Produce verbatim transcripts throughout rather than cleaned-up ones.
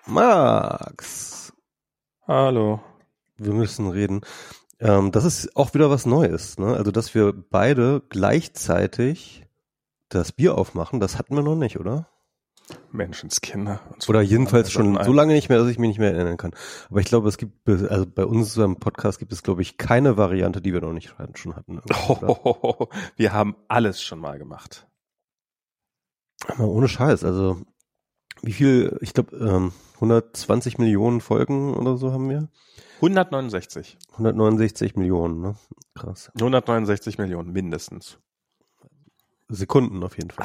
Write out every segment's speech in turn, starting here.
Max, Hallo. wir müssen reden. Ähm, das ist auch wieder was Neues, ne? Also, dass wir beide gleichzeitig das Bier aufmachen, das hatten wir noch nicht, oder? Menschenskinder. Oder jedenfalls schon so lange nicht mehr, dass ich mich nicht mehr erinnern kann. Aber ich glaube, es gibt, also bei unserem Podcast gibt es, glaube ich, keine Variante, die wir noch nicht schon hatten. Oh, wir haben alles schon mal gemacht. Aber ohne Scheiß, also wie viel, ich glaube, ähm, hundertzwanzig Millionen Folgen oder so haben wir? hundertneunundsechzig. hundertneunundsechzig Millionen, ne? Krass. hundertneunundsechzig Millionen mindestens. Sekunden auf jeden Fall.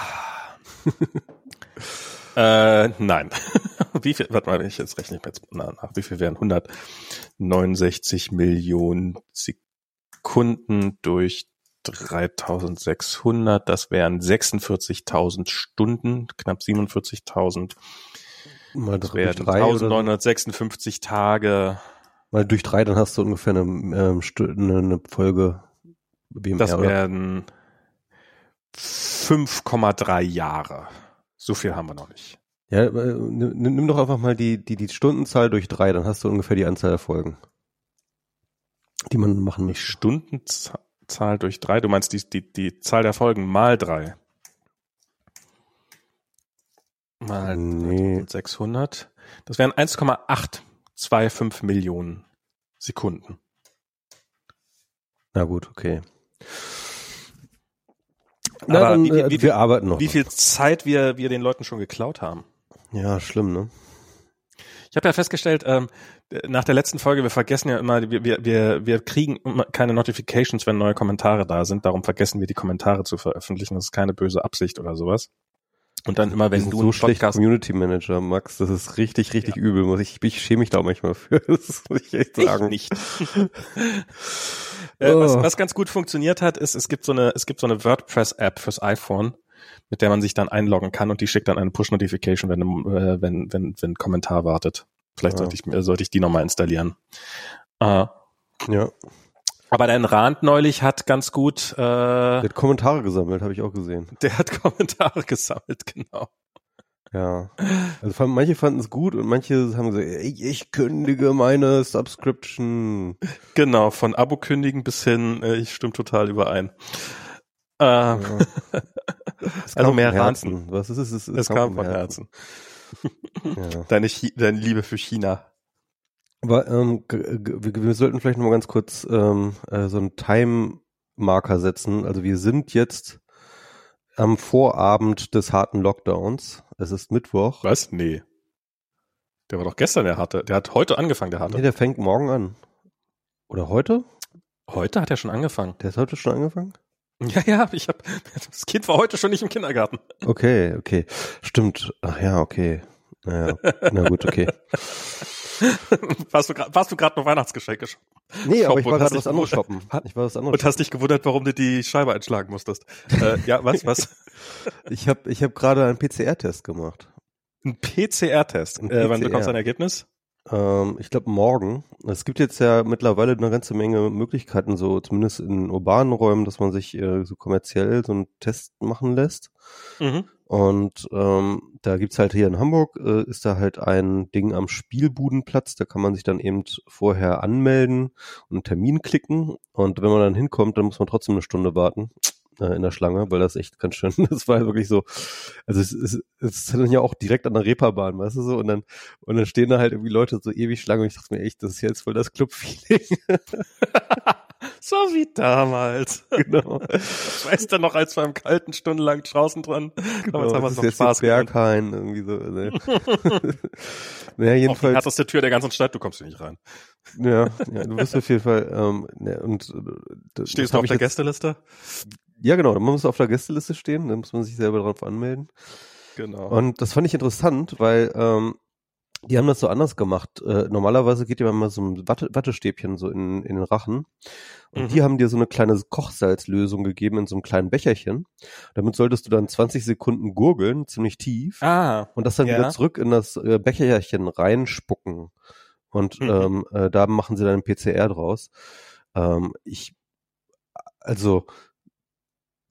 äh, nein. Wie viel, warte mal, ich jetzt rechne ich jetzt nach. Wie viel wären hundertneunundsechzig Millionen Sekunden durch dreitausendsechshundert? Das wären sechsundvierzigtausend Stunden, knapp siebenundvierzigtausend. Mal Das durch wären drei neunzehnhundertsechsundfünfzig Tage. Mal durch drei, dann hast du ungefähr eine, ähm, eine, eine Folge B M R. Das werden fünf Komma drei Jahre. So viel haben wir noch nicht. Ja, äh, nimm, nimm doch einfach mal die, die, die Stundenzahl durch drei, dann hast du ungefähr die Anzahl der Folgen, die man machen muss. Die Stundenzahl durch drei? Du meinst die, die, die Zahl der Folgen mal drei? Mal Nee. sechshundert. Das wären eins Komma achthundertfünfundzwanzig Millionen Sekunden. Na gut, okay. Aber Na, dann, wie, wie, äh, wie, wir arbeiten noch. Wie viel Zeit wir, wir den Leuten schon geklaut haben. Ja, schlimm, ne? Ich habe ja festgestellt, ähm, nach der letzten Folge, wir vergessen ja immer, wir, wir, wir, wir kriegen immer keine Notifications, wenn neue Kommentare da sind. Darum vergessen wir die Kommentare zu veröffentlichen. Das ist keine böse Absicht oder sowas. Und dann immer, wenn du so schlecht Community Manager, Max, das ist richtig, richtig ja. übel. Muss ich, ich schäme mich da manchmal für. Das muss ich echt sagen. Ich nicht. äh, was, was ganz gut funktioniert hat, ist, es gibt so eine, es gibt so eine WordPress-App fürs iPhone, mit der man sich dann einloggen kann und die schickt dann eine Push-Notification, wenn, äh, wenn, wenn, wenn ein Kommentar wartet. Vielleicht ja. sollte ich, sollte ich die nochmal installieren. Äh, ja. Aber dein Rand neulich hat ganz gut... Äh, der hat Kommentare gesammelt, habe ich auch gesehen. Der hat Kommentare gesammelt, genau. Ja. Also manche fanden es gut und manche haben gesagt, ich, ich kündige meine Subscription. Genau, von Abo kündigen bis hin, äh, ich stimme total überein. Äh, ja. Also mehr Ranzen. Was ist es? Es, es, es kam von Herzen. Herzen. Ja. Deine, deine Liebe für China. Aber ähm, wir, wir sollten vielleicht noch mal ganz kurz ähm, äh, so einen Time-Marker setzen. Also wir sind jetzt am Vorabend des harten Lockdowns. Es ist Mittwoch. Was? Nee. Der war doch gestern der harte. Der hat heute angefangen, der harte. Nee, der fängt morgen an. Oder heute? Heute hat er schon angefangen. Der hat heute schon angefangen? Ja, ja, ich hab, das Kind war heute schon nicht im Kindergarten. Okay, okay. Stimmt. Ach ja, okay. Naja, na gut, okay. Warst du gerade, warst du gerade noch Weihnachtsgeschenke shoppen? Nee, aber ich war gerade was anderes shoppen. Ich war was anderes. Und hast dich gewundert, warum du die Scheibe einschlagen musstest. äh, ja, was, was? Ich habe ich hab gerade einen P C R-Test gemacht. Ein P C R-Test? Ein äh, P C R. Wann bekommst du ein Ergebnis? Ähm, ich glaube morgen. Es gibt jetzt ja mittlerweile eine ganze Menge Möglichkeiten, so zumindest in urbanen Räumen, dass man sich äh, so kommerziell so einen Test machen lässt. Mhm. Und ähm, da gibt's halt hier in Hamburg, äh, ist da halt ein Ding am Spielbudenplatz, da kann man sich dann eben vorher anmelden und einen Termin klicken. Und wenn man dann hinkommt, dann muss man trotzdem eine Stunde warten äh, in der Schlange, weil das echt ganz schön, das war wirklich so, also es ist, es ist dann ja auch direkt an der Reeperbahn, weißt du so, und dann und dann stehen da halt irgendwie Leute so ewig Schlange und ich dachte mir echt, das ist jetzt voll das Club-Feeling. So wie damals. Genau. Weißt du noch, als wir im Kalten stundenlang draußen dran, genau, damals haben wir das noch ist jetzt Spaß Berghain, irgendwie so. Ne. Naja, jedenfalls. Auf die härteste Tür der ganzen Stadt, du kommst hier nicht rein. Ja, ja, du wirst auf jeden Fall, ähm, ne, und das stehst du auf der jetzt, Gästeliste? Ja, genau, man muss auf der Gästeliste stehen, dann muss man sich selber darauf anmelden. Genau. Und das fand ich interessant, weil ähm, die haben das so anders gemacht. Äh, normalerweise geht dir mal so ein Watte, Wattestäbchen so in, in den Rachen. Und mhm. die haben dir so eine kleine Kochsalzlösung gegeben in so einem kleinen Becherchen. Damit solltest du dann zwanzig Sekunden gurgeln, ziemlich tief. Ah, und das dann ja. wieder zurück in das äh, Becherchen reinspucken. Und mhm. ähm, äh, da machen sie dann einen P C R draus. Ähm, ich, also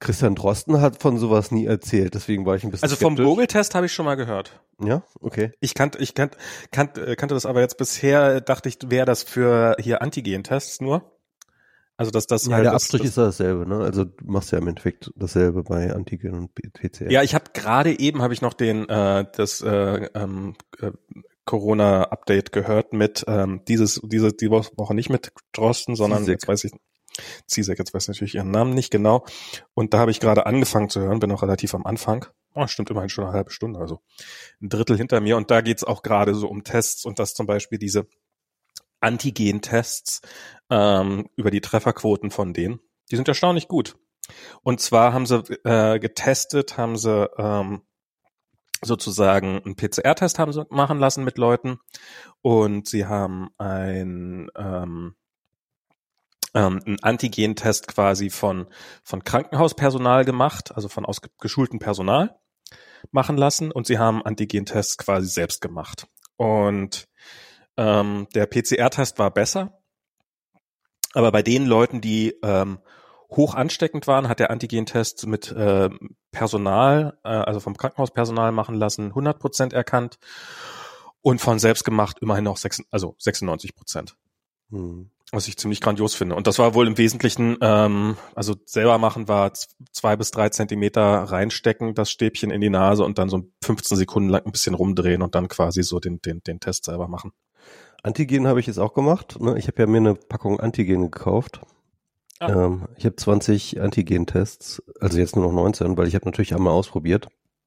Christian Drosten hat von sowas nie erzählt, deswegen war ich ein bisschen Also vom skeptisch. Google-Test habe ich schon mal gehört. Ja, okay. Ich kannte, ich kannte, kannte, kannte das aber jetzt bisher, dachte ich, wäre das für hier Antigen-Tests nur. Also dass das Ja, halt der das, Abstrich das, ist ja dasselbe, ne? Also du machst ja im Endeffekt dasselbe bei Antigen und P C R. Ja, ich habe gerade eben habe ich noch den äh, das äh, ähm, äh, Corona-Update gehört mit ähm, dieses diese die Woche nicht mit Drosten, sondern Ziesek. jetzt weiß ich Ziesek, jetzt weiß ich natürlich ihren Namen nicht genau. Und da habe ich gerade angefangen zu hören, bin noch relativ am Anfang. Oh, stimmt, immerhin schon eine halbe Stunde, also ein Drittel hinter mir. Und da geht's auch gerade so um Tests und dass zum Beispiel diese Antigen-Tests ähm, über die Trefferquoten von denen, die sind erstaunlich gut. Und zwar haben sie äh, getestet, haben sie ähm, sozusagen einen P C R-Test haben sie machen lassen mit Leuten und sie haben ein ähm, ähm, einen Antigen-Test quasi von von Krankenhauspersonal gemacht, also von ausgeschultem Personal machen lassen und sie haben Antigen-Tests quasi selbst gemacht. Und ähm, der P C R-Test war besser, aber bei den Leuten, die ähm, hoch ansteckend waren, hat der Antigen-Test mit äh, Personal, äh, also vom Krankenhauspersonal machen lassen, hundert Prozent erkannt und von selbst gemacht immerhin noch sechs, also sechsundneunzig Prozent. Hm. Was ich ziemlich grandios finde. Und das war wohl im Wesentlichen, ähm, also selber machen war zwei bis drei Zentimeter reinstecken, das Stäbchen in die Nase und dann so fünfzehn Sekunden lang ein bisschen rumdrehen und dann quasi so den den den Test selber machen. Antigen habe ich jetzt auch gemacht. Ne? Ich habe ja mir eine Packung Antigen gekauft. Ah. Ähm, ich habe zwanzig Antigen-Tests, also jetzt nur noch neunzehn, weil ich habe natürlich einmal ausprobiert.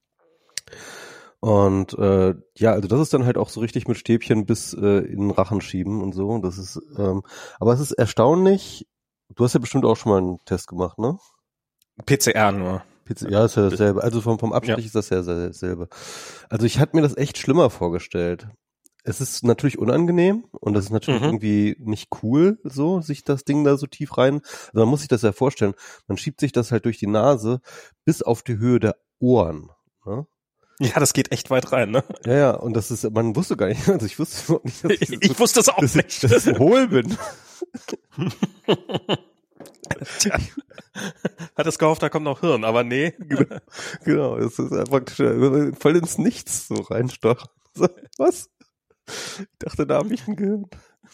Und äh, ja, also das ist dann halt auch so richtig mit Stäbchen bis äh, in den Rachen schieben und so. Das ist, ähm, aber es ist erstaunlich. Du hast ja bestimmt auch schon mal einen Test gemacht, ne? P C R nur. P C, ja, ist ja dasselbe. Also vom vom Abstrich ja. ist das ja dasselbe. Also ich hatte mir das echt schlimmer vorgestellt. Es ist natürlich unangenehm und das ist natürlich mhm. irgendwie nicht cool, so sich das Ding da so tief rein. Also man muss sich das ja vorstellen. Man schiebt sich das halt durch die Nase bis auf die Höhe der Ohren. Ne? Ja, das geht echt weit rein, ne? Ja, ja, und das ist, man wusste gar nicht, also ich wusste überhaupt nicht, dass ich, ich so, wusste es auch dass nicht, ich, dass ich hohl bin. Tja. Hat es gehofft, da kommt noch Hirn, aber nee. Genau, genau, es ist einfach voll ins Nichts so reinstochen. So, was? Ich dachte, da habe ich ein Gehirn.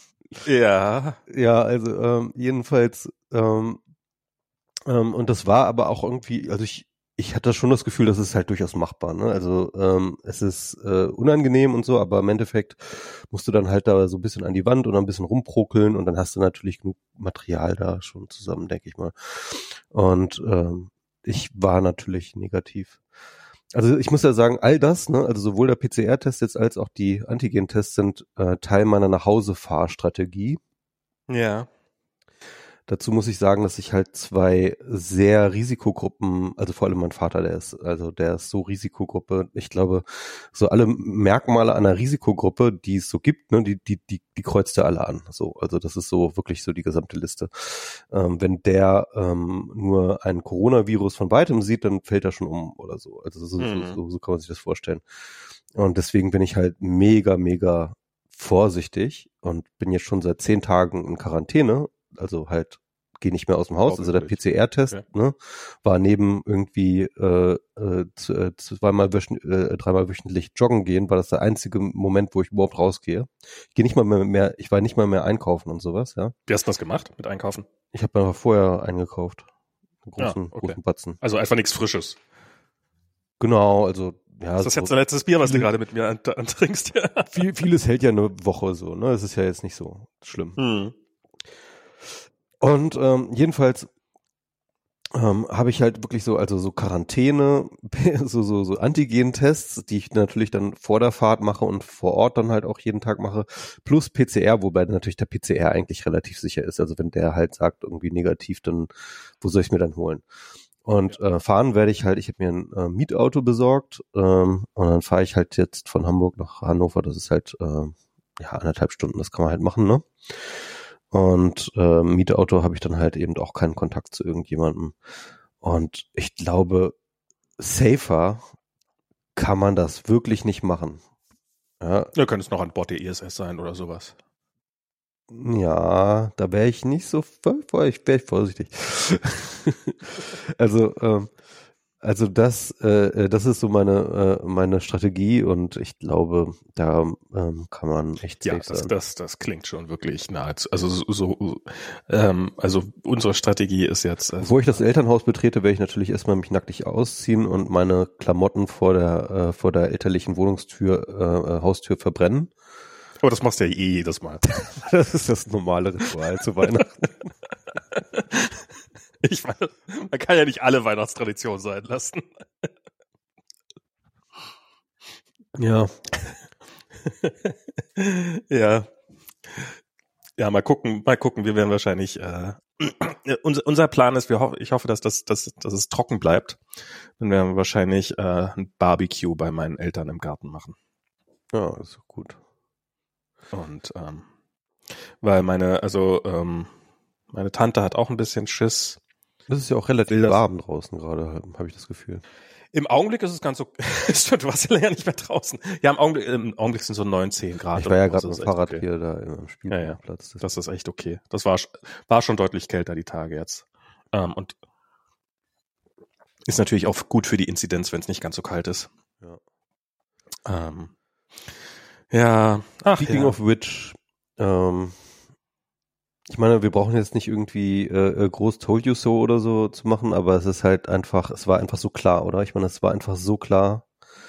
Ja. Ja, also ähm, jedenfalls ähm, ähm, und das war aber auch irgendwie, also ich ich hatte schon das Gefühl, das ist halt durchaus machbar, ne? Also ähm, es ist äh, unangenehm und so, aber im Endeffekt musst du dann halt da so ein bisschen an die Wand und ein bisschen rumpruckeln und dann hast du natürlich genug Material da schon zusammen, denke ich mal. Und ähm, ich war natürlich negativ. Also ich muss ja sagen, all das, ne, also sowohl der P C R-Test jetzt als auch die Antigen-Tests sind äh, Teil meiner Nachhausefahrstrategie. Ja. Dazu muss ich sagen, dass ich halt zwei sehr Risikogruppen, also vor allem mein Vater, der ist, also der ist so Risikogruppe. Ich glaube, so alle Merkmale einer Risikogruppe, die es so gibt, ne, die die die die kreuzt er alle an. So, also das ist so wirklich so die gesamte Liste. Ähm, wenn der ähm, nur ein Coronavirus von weitem sieht, dann fällt er schon um oder so. Also so, mhm. so, so, so kann man sich das vorstellen. Und deswegen bin ich halt mega mega vorsichtig und bin jetzt schon seit zehn Tagen in Quarantäne. Also halt, gehe nicht mehr aus dem Haus. Also der P C R-Test, okay. ne, war neben irgendwie äh, äh, zweimal wöchentlich, äh, dreimal wöchentlich joggen gehen, war das der einzige Moment, wo ich überhaupt rausgehe. Ich gehe nicht mal mehr, mehr, ich war nicht mal mehr einkaufen und sowas, ja. Wie hast du das gemacht mit Einkaufen? Ich habe mir vorher eingekauft. Einen großen, ja, okay. großen Batzen. Also einfach nichts Frisches. Genau, also ja. Ist das so jetzt dein letztes Bier, was du gerade mit mir antrinkst? Viel, vieles hält ja eine Woche so, ne? Das ist ja jetzt nicht so schlimm. Hm. Und ähm, jedenfalls ähm, habe ich halt wirklich so, also so Quarantäne, so so so Antigen-Tests, die ich natürlich dann vor der Fahrt mache und vor Ort dann halt auch jeden Tag mache, plus P C R, wobei natürlich der P C R eigentlich relativ sicher ist. Also wenn der halt sagt irgendwie negativ, dann wo soll ich mir dann holen? Und äh, fahren werde ich halt, ich habe mir ein äh, Mietauto besorgt ähm, und dann fahre ich halt jetzt von Hamburg nach Hannover. Das ist halt äh, ja anderthalb Stunden, das kann man halt machen, ne? Und äh, Mietauto habe ich dann halt eben auch keinen Kontakt zu irgendjemandem. Und ich glaube, safer kann man das wirklich nicht machen. Ja, ja könnte es noch an Bord der I S S sein oder sowas. Ja, da wäre ich nicht so, wäre ich vorsichtig. also, ähm, also das, äh, das ist so meine, äh, meine Strategie und ich glaube, da ähm, kann man echt safe Ja, das, sein. das, das klingt schon wirklich nahezu. Also so, so ähm, also unsere Strategie ist jetzt. Also, Bevor ich das Elternhaus betrete, werde ich natürlich erstmal mich nackig ausziehen und meine Klamotten vor der, äh, vor der elterlichen Wohnungstür, äh, Haustür verbrennen. Aber das machst du ja eh jedes Mal. Das ist das normale Ritual zu Weihnachten. Ich meine, man kann ja nicht alle Weihnachtstraditionen sein lassen. Ja. ja. Ja, mal gucken, mal gucken. Wir werden wahrscheinlich, äh, unser, unser Plan ist, wir ho- ich hoffe, dass das, dass, dass es trocken bleibt. Dann werden wir wahrscheinlich äh, ein Barbecue bei meinen Eltern im Garten machen. Ja, das ist gut. Und ähm, weil meine, also ähm, meine Tante hat auch ein bisschen Schiss. Das ist ja auch relativ Will das- warm draußen gerade, habe ich das Gefühl. Im Augenblick ist es ganz so, du warst ja länger nicht mehr draußen. Ja, im Augenblick, im Augenblick sind so neun, zehn Grad. Ich war ja oder gerade so. mit Das dem ist echt Fahrrad okay. hier da am Spielplatz. Ja, ja. Das ist echt okay. Das war, sch- war schon deutlich kälter die Tage jetzt. Ähm, und ist natürlich auch gut für die Inzidenz, wenn es nicht ganz so kalt ist. Ja. Ähm, ja, ach Speaking ja. of which, ähm, ich meine, wir brauchen jetzt nicht irgendwie äh, groß Told You So oder so zu machen, aber es ist halt einfach, es war einfach so klar, oder? Ich meine, es war einfach so klar.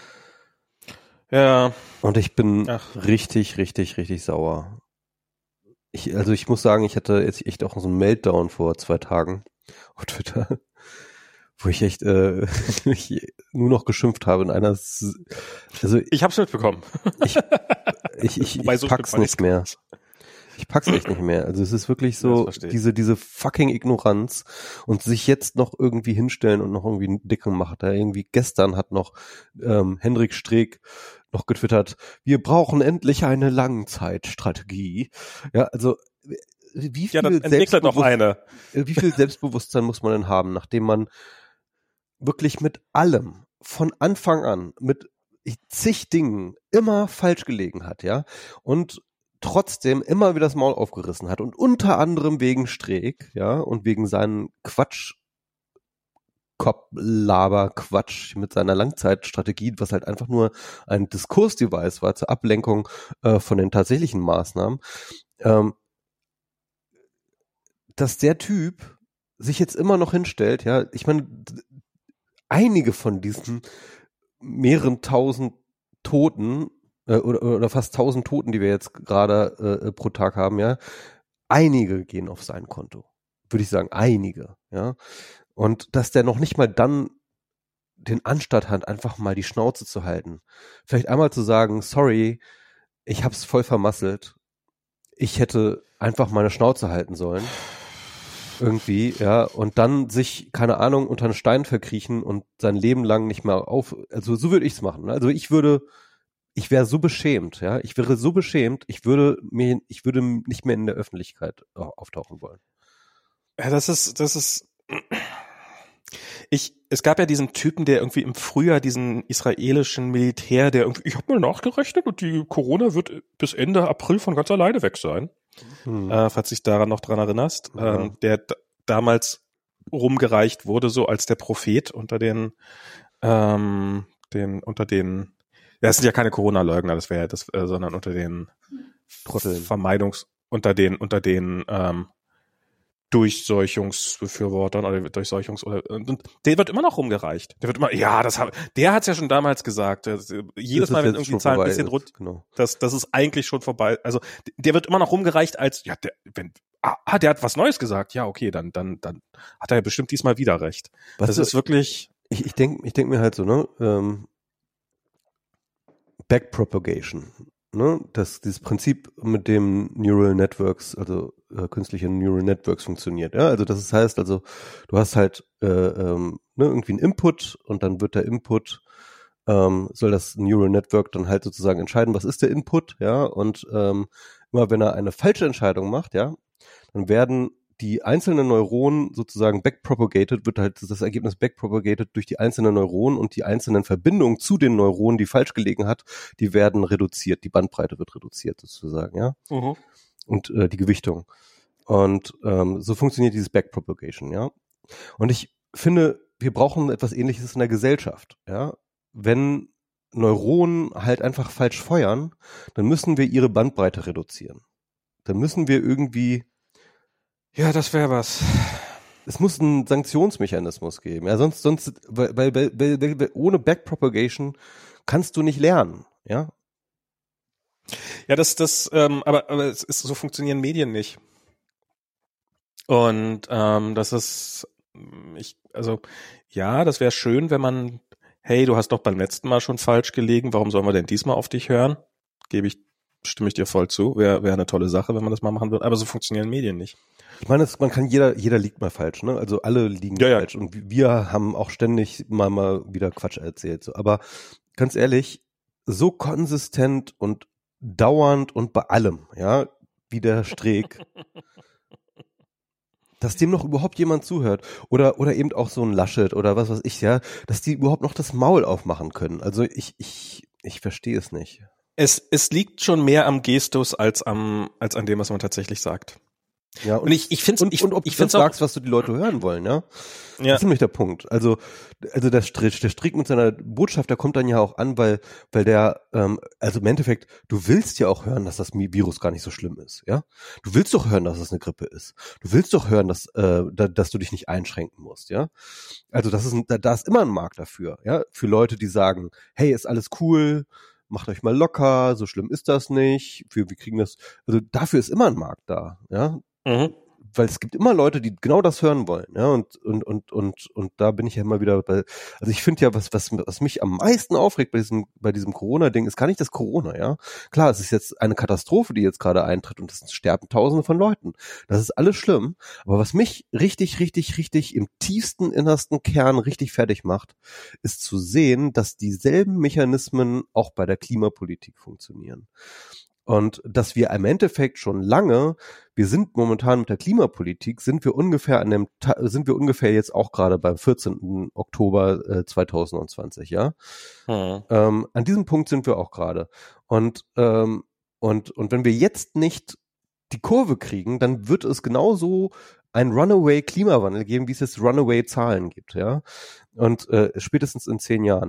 Ja. Und ich bin Ach. richtig, richtig, richtig sauer. Ich, also ich muss sagen, ich hatte jetzt echt auch so einen Meltdown vor zwei Tagen auf Twitter, wo ich echt äh, ich nur noch geschimpft habe in einer, S- also Ich hab's mitbekommen. ich, ich, ich, Wobei, ich so pack's schlimm war nicht mehr. Ich pack's echt nicht mehr. Also es ist wirklich Das so, verstehe ich. diese, diese fucking Ignoranz und sich jetzt noch irgendwie hinstellen und noch irgendwie einen Dicken machen. Da irgendwie gestern hat noch ähm, Hendrik Streeck noch getwittert, wir brauchen endlich eine Langzeitstrategie. Ja, also wie viel, Ja, dann entwickelt noch Selbstbewusst- eine. wie viel Selbstbewusstsein muss man denn haben, nachdem man wirklich mit allem von Anfang an, mit zig Dingen immer falsch gelegen hat, ja, und trotzdem immer wieder das Maul aufgerissen hat und unter anderem wegen Streeck, ja, und wegen seinen Quatsch, Kopf-Laber-Quatsch mit seiner Langzeitstrategie, was halt einfach nur ein Diskursdevice war zur Ablenkung äh, von den tatsächlichen Maßnahmen, ähm, dass der Typ sich jetzt immer noch hinstellt, ja, ich meine, d- einige von diesen mehreren tausend Toten äh, oder, oder fast tausend Toten, die wir jetzt gerade äh, pro Tag haben, ja, einige gehen auf sein Konto. Würde ich sagen, einige, ja. Und dass der noch nicht mal dann den Anstand hat, einfach mal die Schnauze zu halten. Vielleicht einmal zu sagen, sorry, ich hab's voll vermasselt. Ich hätte einfach meine Schnauze halten sollen. Irgendwie, ja, und dann sich, keine Ahnung, unter einen Stein verkriechen und sein Leben lang nicht mehr auf, also so würde ich's machen. Also ich würde, ich wäre so beschämt, ja, ich wäre so beschämt, ich würde mir, ich würde nicht mehr in der Öffentlichkeit auftauchen wollen. Ja, das ist, das ist, ich, es gab ja diesen Typen, der irgendwie im Frühjahr diesen israelischen Militär, der irgendwie, ich habe mal nachgerechnet und die Corona wird bis Ende April von ganz alleine weg sein. Hm. Äh, falls dich daran noch dran erinnerst, Ja. ähm, der d- damals rumgereicht wurde, so als der Prophet unter den, ähm, den, unter den, ja, das sind ja keine Corona-Leugner, das wäre ja das, äh, sondern unter den Trotteln. Vermeidungs, unter den, unter den, ähm, Durchseuchungsbefürwortern oder Durchseuchungs oder und, und der wird immer noch rumgereicht. Der wird immer, ja, das hab, der hat's ja schon damals gesagt. Das, äh, jedes Bis es Mal, wenn jetzt irgendwie schon Zahlen ein vorbei bisschen ist, rund, genau. das, das ist eigentlich schon vorbei. Also der wird immer noch rumgereicht als, ja, der, wenn, ah, der hat was Neues gesagt. Ja, okay, dann, dann, dann hat er ja bestimmt diesmal wieder recht. Was Das du- ist wirklich, Ich, ich denke ich denk mir halt so, ne, ähm, Backpropagation, ne, das, dieses Prinzip, mit dem Neural Networks, also äh, künstliche Neural Networks funktioniert, ja, also das ist, heißt, also du hast halt äh, ähm, ne, irgendwie einen Input und dann wird der Input, ähm, soll das Neural Network dann halt sozusagen entscheiden, was ist der Input, ja, und ähm, immer wenn er eine falsche Entscheidung macht, ja, dann werden die einzelnen Neuronen sozusagen backpropagated, wird halt das Ergebnis backpropagated durch die einzelnen Neuronen und die einzelnen Verbindungen zu den Neuronen, die falsch gelegen hat, die werden reduziert, die Bandbreite wird reduziert sozusagen, ja. mhm. und äh, die Gewichtung. Und ähm, so funktioniert dieses Backpropagation, ja. Und ich finde, wir brauchen etwas Ähnliches in der Gesellschaft, ja. Wenn Neuronen halt einfach falsch feuern, dann müssen wir ihre Bandbreite reduzieren. Dann müssen wir irgendwie... Ja, das wäre was. Es muss einen Sanktionsmechanismus geben. Ja, sonst, sonst, weil, weil, weil, weil ohne Backpropagation kannst du nicht lernen, ja. Ja, das, das, ähm, aber, aber es ist, so funktionieren Medien nicht. Und ähm, das ist, ich, also ja, das wäre schön, wenn man, hey, du hast doch beim letzten Mal schon falsch gelegen, warum sollen wir denn diesmal auf dich hören? Gebe ich, stimme ich dir voll zu. Wäre wäre eine tolle Sache, wenn man das mal machen würde. Aber so funktionieren Medien nicht. Ich meine, es, man kann jeder, jeder liegt mal falsch, ne? Also alle liegen ja, falsch. Ja. Und wir haben auch ständig mal mal wieder Quatsch erzählt. So. Aber ganz ehrlich, so konsistent und dauernd und bei allem, ja, wie der Streeck, dass dem noch überhaupt jemand zuhört. Oder oder eben auch so ein Laschet oder was weiß ich, ja, dass die überhaupt noch das Maul aufmachen können. Also ich, ich, ich verstehe es nicht. Es, es liegt schon mehr am Gestus als am, als an dem, was man tatsächlich sagt. Ja, und, und ich, ich finde und, ich, und ob ich du das sagst, was du die Leute hören wollen, ja? Ja. Das ist nämlich der Punkt. Also, also der Strick, der Strick mit seiner Botschaft, der kommt dann ja auch an, weil, weil der, ähm, also im Endeffekt, du willst ja auch hören, dass das Virus gar nicht so schlimm ist, ja? Du willst doch hören, dass es eine Grippe ist. Du willst doch hören, dass, äh, da, dass du dich nicht einschränken musst, ja? Also das ist, ein, da, da ist immer ein Markt dafür, ja? Für Leute, die sagen, hey, ist alles cool, macht euch mal locker, so schlimm ist das nicht, wir, wir kriegen das, also dafür ist immer ein Markt da, ja? Mhm. Weil es gibt immer Leute, die genau das hören wollen, ja, und und und und und da bin ich ja immer wieder bei, also ich finde ja, was was was mich am meisten aufregt bei diesem bei diesem Corona-Ding ist gar nicht das Corona, ja. Klar, es ist jetzt eine Katastrophe, die jetzt gerade eintritt und es sterben Tausende von Leuten. Das ist alles schlimm, aber was mich richtig, richtig, richtig im tiefsten, innersten Kern richtig fertig macht, ist zu sehen, dass dieselben Mechanismen auch bei der Klimapolitik funktionieren. Und dass wir im Endeffekt schon lange, wir sind momentan mit der Klimapolitik, sind wir ungefähr an dem, sind wir ungefähr jetzt auch gerade beim vierzehnten Oktober äh, zweitausendzwanzig, ja. Hm. Ähm, an diesem Punkt sind wir auch gerade. Und, ähm, und, und wenn wir jetzt nicht die Kurve kriegen, dann wird es genauso ein Runaway Klimawandel geben, wie es jetzt Runaway Zahlen gibt, ja. Und äh, spätestens in zehn Jahren.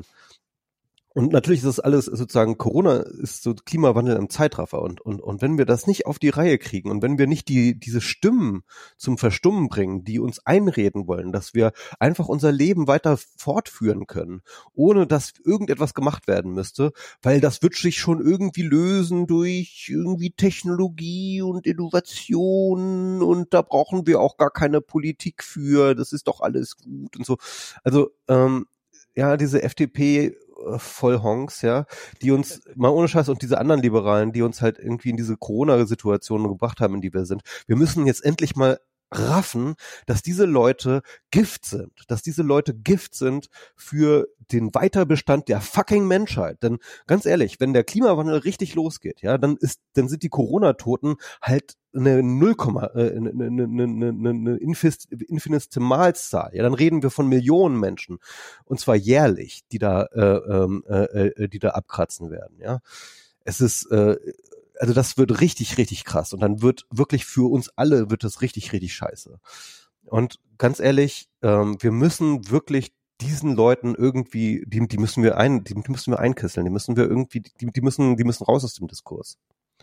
Und natürlich ist das alles sozusagen, Corona ist so Klimawandel im Zeitraffer und, und, und wenn wir das nicht auf die Reihe kriegen und wenn wir nicht die, diese Stimmen zum Verstummen bringen, die uns einreden wollen, dass wir einfach unser Leben weiter fortführen können, ohne dass irgendetwas gemacht werden müsste, weil das wird sich schon irgendwie lösen durch irgendwie Technologie und Innovation und da brauchen wir auch gar keine Politik für, das ist doch alles gut und so. Also, ähm, ja, diese F D P Vollhonks, ja, die uns, mal ohne Scheiß, und diese anderen Liberalen, die uns halt irgendwie in diese Corona-Situation gebracht haben, in die wir sind. Wir müssen jetzt endlich mal raffen, dass diese Leute Gift sind, dass diese Leute Gift sind für den Weiterbestand der fucking Menschheit. Denn ganz ehrlich, wenn der Klimawandel richtig losgeht, ja, dann ist, dann sind die Corona-Toten halt eine Null, äh, eine, eine, eine, eine, eine Infinitesimalzahl. Ja, dann reden wir von Millionen Menschen und zwar jährlich, die da, äh, äh, äh, die da abkratzen werden. Ja, es ist äh, also das wird richtig, richtig krass. Und dann wird wirklich für uns alle wird das richtig, richtig scheiße. Und ganz ehrlich, ähm, wir müssen wirklich diesen Leuten irgendwie, die, die müssen wir ein, die müssen wir einkesseln, die müssen wir irgendwie, die, die müssen, die müssen raus aus dem Diskurs.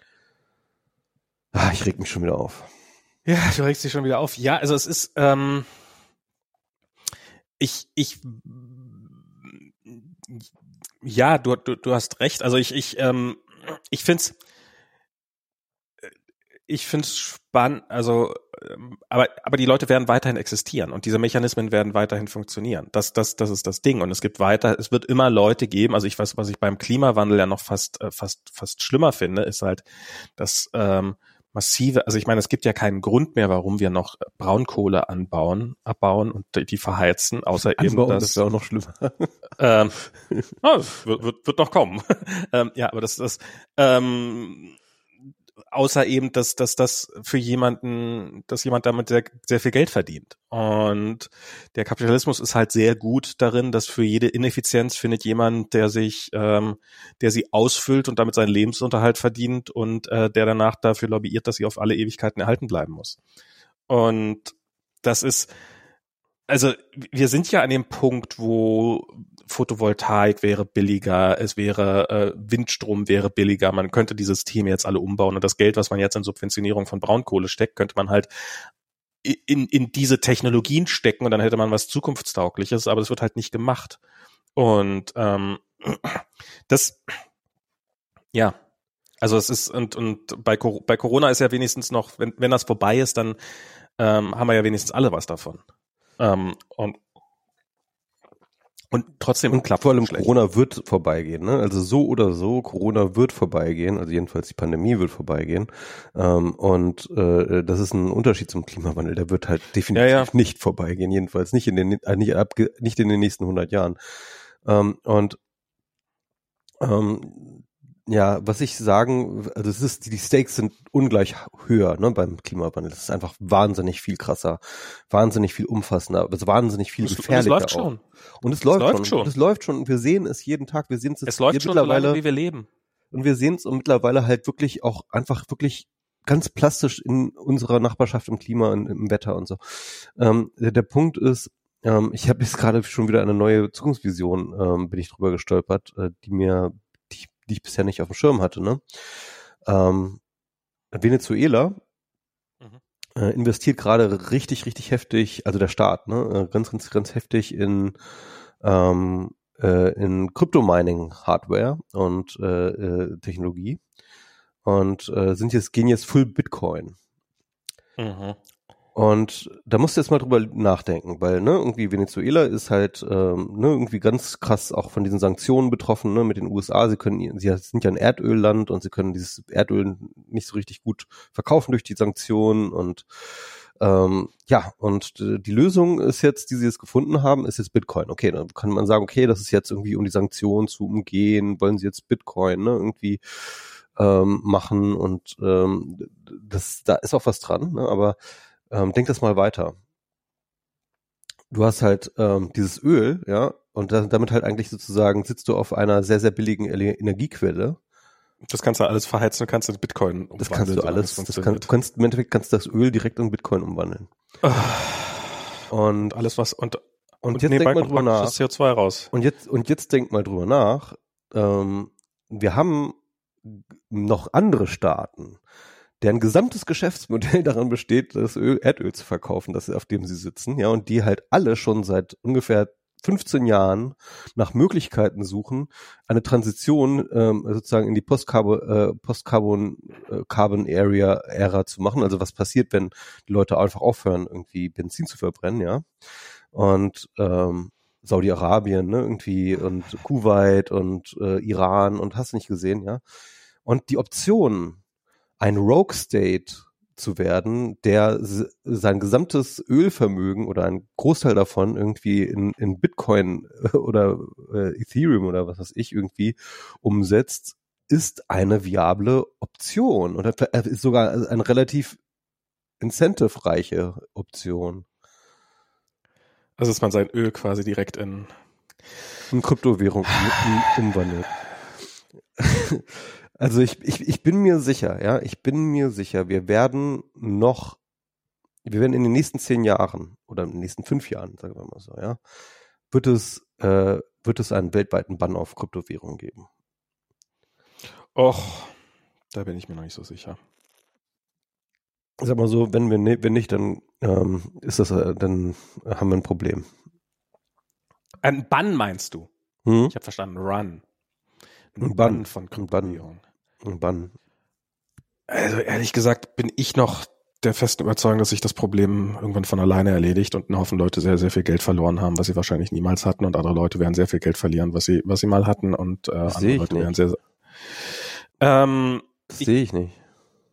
Ah, ich reg mich schon wieder auf. Ja, du regst dich schon wieder auf. Ja, also es ist, ähm, ich, ich, ja, du, du, du hast recht. Also ich, ich, ähm, ich find's, Ich finde es spannend, also aber aber die Leute werden weiterhin existieren und diese Mechanismen werden weiterhin funktionieren. Das das das ist das Ding und es gibt weiter, es wird immer Leute geben. Also ich weiß, was ich beim Klimawandel ja noch fast fast fast schlimmer finde, ist halt das ähm, massive. Also ich meine, es gibt ja keinen Grund mehr, warum wir noch Braunkohle anbauen, abbauen und die verheizen, außer Anbauen, eben das. Das wäre auch noch schlimmer. ähm, oh, wird, wird wird noch kommen. ähm, ja, aber das das ähm, außer eben, dass, dass das für jemanden, dass jemand damit sehr, sehr viel Geld verdient. Und der Kapitalismus ist halt sehr gut darin, dass für jede Ineffizienz findet jemand, der sich, ähm, der sie ausfüllt und damit seinen Lebensunterhalt verdient und äh, der danach dafür lobbyiert, dass sie auf alle Ewigkeiten erhalten bleiben muss. Und das ist, also wir sind ja an dem Punkt, wo Photovoltaik wäre billiger, es wäre äh, Windstrom wäre billiger, man könnte die Systeme jetzt alle umbauen und das Geld, was man jetzt in Subventionierung von Braunkohle steckt, könnte man halt in, in diese Technologien stecken und dann hätte man was Zukunftstaugliches, aber das wird halt nicht gemacht. Und ähm, das, ja, also es ist, und, und bei, bei Corona ist ja wenigstens noch, wenn, wenn das vorbei ist, dann ähm, haben wir ja wenigstens alle was davon. Ähm, und Und trotzdem und klappt vor allem schlecht. Corona wird vorbeigehen, ne? Also so oder so, Corona wird vorbeigehen, also jedenfalls die Pandemie wird vorbeigehen. Ähm, und äh, das ist ein Unterschied zum Klimawandel, der wird halt definitiv ja, ja. nicht vorbeigehen, jedenfalls nicht in den äh, nicht, abge, nicht in den nächsten hundert Jahren. Ähm, und ähm, ja, was ich sagen, also es ist, die Stakes sind ungleich höher, ne, beim Klimawandel. Das ist einfach wahnsinnig viel krasser, wahnsinnig viel umfassender, aber es ist wahnsinnig viel gefährlicher und es läuft auch. schon. Und es läuft, es läuft schon. schon. Und es läuft schon. Und wir sehen es jeden Tag. Wir sehen es, es läuft schon mittlerweile, so lange, wie wir leben. Und wir sehen es mittlerweile halt wirklich auch einfach wirklich ganz plastisch in unserer Nachbarschaft, im Klima, im, im Wetter und so. Ähm, der, der Punkt ist, ähm, ich habe jetzt gerade schon wieder eine neue Zukunftsvision, ähm, bin ich drüber gestolpert, äh, die mir die, die ich bisher nicht auf dem Schirm hatte. Ne? Ähm, Venezuela mhm. äh, investiert gerade richtig, richtig heftig, also der Staat, ne, ganz, ganz, ganz heftig in ähm, äh, in Crypto-Mining-Hardware und äh, äh, Technologie und äh, sind jetzt gehen jetzt full Bitcoin. Mhm. Und da musst du jetzt mal drüber nachdenken, weil ne irgendwie Venezuela ist halt ähm, ne irgendwie ganz krass auch von diesen Sanktionen betroffen, ne mit den U S A. Sie können, sie sind ja ein Erdölland und sie können dieses Erdöl nicht so richtig gut verkaufen durch die Sanktionen und ähm, ja und die Lösung ist jetzt, die sie jetzt gefunden haben, ist jetzt Bitcoin. Okay, dann kann man sagen, okay, das ist jetzt irgendwie um die Sanktionen zu umgehen, wollen sie jetzt Bitcoin ne irgendwie ähm, machen und ähm, das da ist auch was dran, ne, aber Ähm, denk das mal weiter. Du hast halt ähm, dieses Öl, ja, und da, damit halt eigentlich sozusagen sitzt du auf einer sehr, sehr billigen Energiequelle. Das kannst du alles verheizen, kannst du Bitcoin umwandeln. Das kannst du alles, das kann, du kannst, im Endeffekt kannst du das Öl direkt in Bitcoin umwandeln. Und alles was, und, und, und jetzt denk mal drüber nach. Das C O zwei raus. Und jetzt, und jetzt denk mal drüber nach. Ähm, wir haben noch andere Staaten, deren gesamtes Geschäftsmodell daran besteht, das Öl, Erdöl zu verkaufen, das auf dem sie sitzen, ja, und die halt alle schon seit ungefähr fünfzehn Jahren nach Möglichkeiten suchen, eine Transition ähm, sozusagen in die Post-Carbon äh, Post-Carbon äh, Carbon Area Ära zu machen. Also was passiert, wenn die Leute einfach aufhören, irgendwie Benzin zu verbrennen, ja? Und ähm, Saudi-Arabien, ne, irgendwie und Kuwait und äh, Iran und hast nicht gesehen, ja? Und die Option, ein Rogue State zu werden, der s- sein gesamtes Ölvermögen oder ein Großteil davon irgendwie in, in Bitcoin oder äh, Ethereum oder was weiß ich irgendwie umsetzt, ist eine viable Option oder ist sogar eine relativ incentive-reiche Option. Also, dass man sein Öl quasi direkt in in Kryptowährung um, umwandelt. Also ich, ich, ich bin mir sicher, ja, ich bin mir sicher, wir werden noch, wir werden in den nächsten zehn Jahren oder in den nächsten fünf Jahren, sagen wir mal so, ja, wird es, äh, wird es einen weltweiten Bann auf Kryptowährungen geben. Och, da bin ich mir noch nicht so sicher. Sag mal so, wenn wir ne, wenn nicht, dann ähm, ist das, äh, dann haben wir ein Problem. Ein Bann meinst du? Hm? Ich habe verstanden, Run. Ein, ein Bann Bann von Kryptowährungen. Ein Bann. Also ehrlich gesagt bin ich noch der festen Überzeugung, dass sich das Problem irgendwann von alleine erledigt und ein Haufen Leute sehr, sehr viel Geld verloren haben, was sie wahrscheinlich niemals hatten, und andere Leute werden sehr viel Geld verlieren, was sie, was sie mal hatten, und äh, andere Leute werden sehr, sehr ähm, das sehe ich nicht.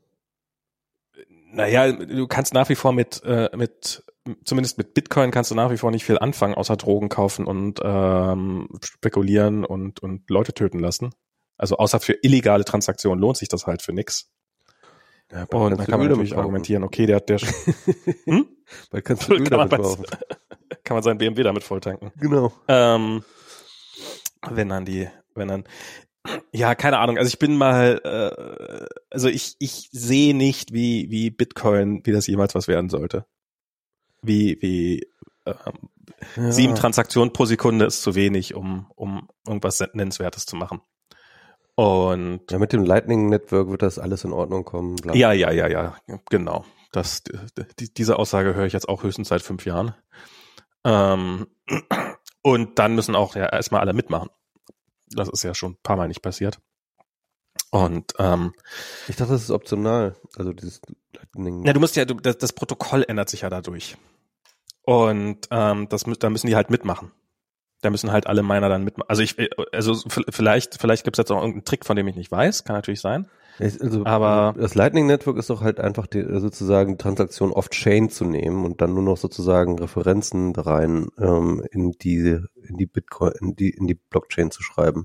Naja, du kannst nach wie vor mit, äh, mit, zumindest mit Bitcoin kannst du nach wie vor nicht viel anfangen, außer Drogen kaufen und ähm, spekulieren und, und Leute töten lassen. Also außer für illegale Transaktionen lohnt sich das halt für nix. Ja, und dann kann man natürlich argumentieren, okay, der hat der hm? Weil kannst du Öl damit kaufen. Kann man seinen B M W damit volltanken. Genau. Ähm, wenn dann die, wenn dann, ja, keine Ahnung, also ich bin mal, äh, also ich, ich sehe nicht, wie, wie Bitcoin, wie das jemals was werden sollte. Wie, wie, ähm, ja. sieben Transaktionen pro Sekunde ist zu wenig, um, um irgendwas Nennenswertes zu machen. Und ja, mit dem Lightning Network wird das alles in Ordnung kommen. Bla. Ja, ja, ja, ja, genau. Das, die, diese Aussage höre ich jetzt auch höchstens seit fünf Jahren. Ähm, und dann müssen auch ja erstmal alle mitmachen. Das ist ja schon ein paar Mal nicht passiert. Und ähm, ich dachte, das ist optional. Also dieses Lightning. Ja, du musst ja, du, das, das Protokoll ändert sich ja dadurch. Und ähm, das da müssen die halt mitmachen. Da müssen halt alle Miner dann mitmachen. Also ich, also vielleicht, vielleicht gibt es jetzt auch irgendeinen Trick, von dem ich nicht weiß, kann natürlich sein. Also, aber das Lightning Network ist doch halt einfach die, sozusagen Transaktion off-chain zu nehmen und dann nur noch sozusagen Referenzen da rein ähm, in die in die Bitcoin, in die in die Blockchain zu schreiben.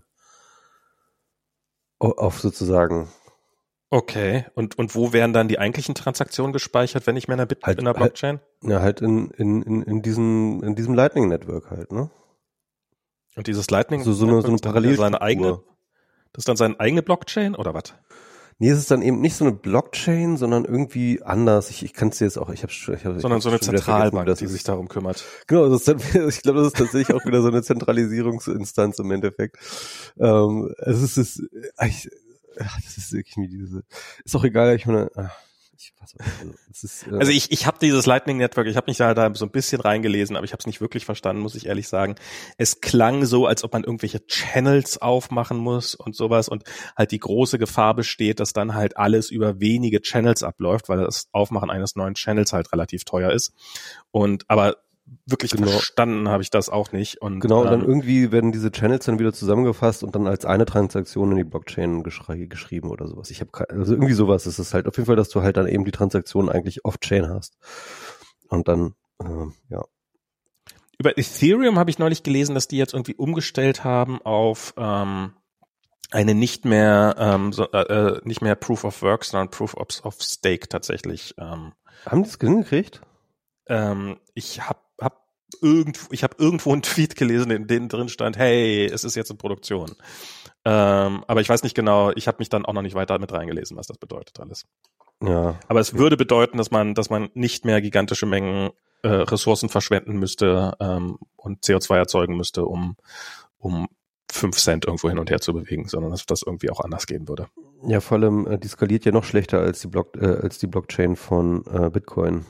O- auf sozusagen. Okay. Und und wo werden dann die eigentlichen Transaktionen gespeichert, wenn nicht mehr in der Bit halt, in der Blockchain? Halt, ja, halt in in in in diesem in diesem Lightning Network halt, ne? Und dieses Lightning also so eine so eine Parallel seine eigene, das ist dann seine eigene Blockchain oder was? Nee, es ist dann eben nicht so eine Blockchain, sondern irgendwie anders. Ich, ich kann es dir jetzt auch, ich habe ich hab, sondern ich so eine Zentralbank, das die sich darum kümmert. Genau, das ist dann, ich glaube, das ist tatsächlich auch wieder so eine Zentralisierungsinstanz im Endeffekt. Ähm, es ist, es ist ich, das ist wirklich nie diese, ist doch egal, ich meine, ich weiß nicht, also, es ist, äh, also ich ich habe dieses Lightning Network, ich habe mich da, da so ein bisschen reingelesen, aber ich habe es nicht wirklich verstanden, muss ich ehrlich sagen. Es klang so, als ob man irgendwelche Channels aufmachen muss und sowas und halt die große Gefahr besteht, dass dann halt alles über wenige Channels abläuft, weil das Aufmachen eines neuen Channels halt relativ teuer ist. Und aber wirklich genau. verstanden habe ich das auch nicht. Und, genau, und dann ähm, irgendwie werden diese Channels dann wieder zusammengefasst und dann als eine Transaktion in die Blockchain geschrei- geschrieben oder sowas. Ich habe also irgendwie sowas ist es halt auf jeden Fall, dass du halt dann eben die Transaktion eigentlich off-chain hast. Und dann, äh, ja. Über Ethereum habe ich neulich gelesen, dass die jetzt irgendwie umgestellt haben auf ähm, eine nicht mehr ähm, so, äh, nicht mehr Proof of Work, sondern Proof of, of Stake tatsächlich. Ähm, haben die es hingekriegt? Ähm, ich habe hab irgendwo, ich habe irgendwo einen Tweet gelesen, in dem drin stand, hey, es ist jetzt in Produktion. Ähm, aber ich weiß nicht genau, ich habe mich dann auch noch nicht weiter mit reingelesen, was das bedeutet alles. Ja. Aber es würde bedeuten, dass man, dass man nicht mehr gigantische Mengen äh, Ressourcen verschwenden müsste ähm, und C O zwei erzeugen müsste, um um fünf Cent irgendwo hin und her zu bewegen, sondern dass das irgendwie auch anders gehen würde. Ja, vor allem, äh, die skaliert ja noch schlechter als die Block, äh, als die Blockchain von äh, Bitcoin.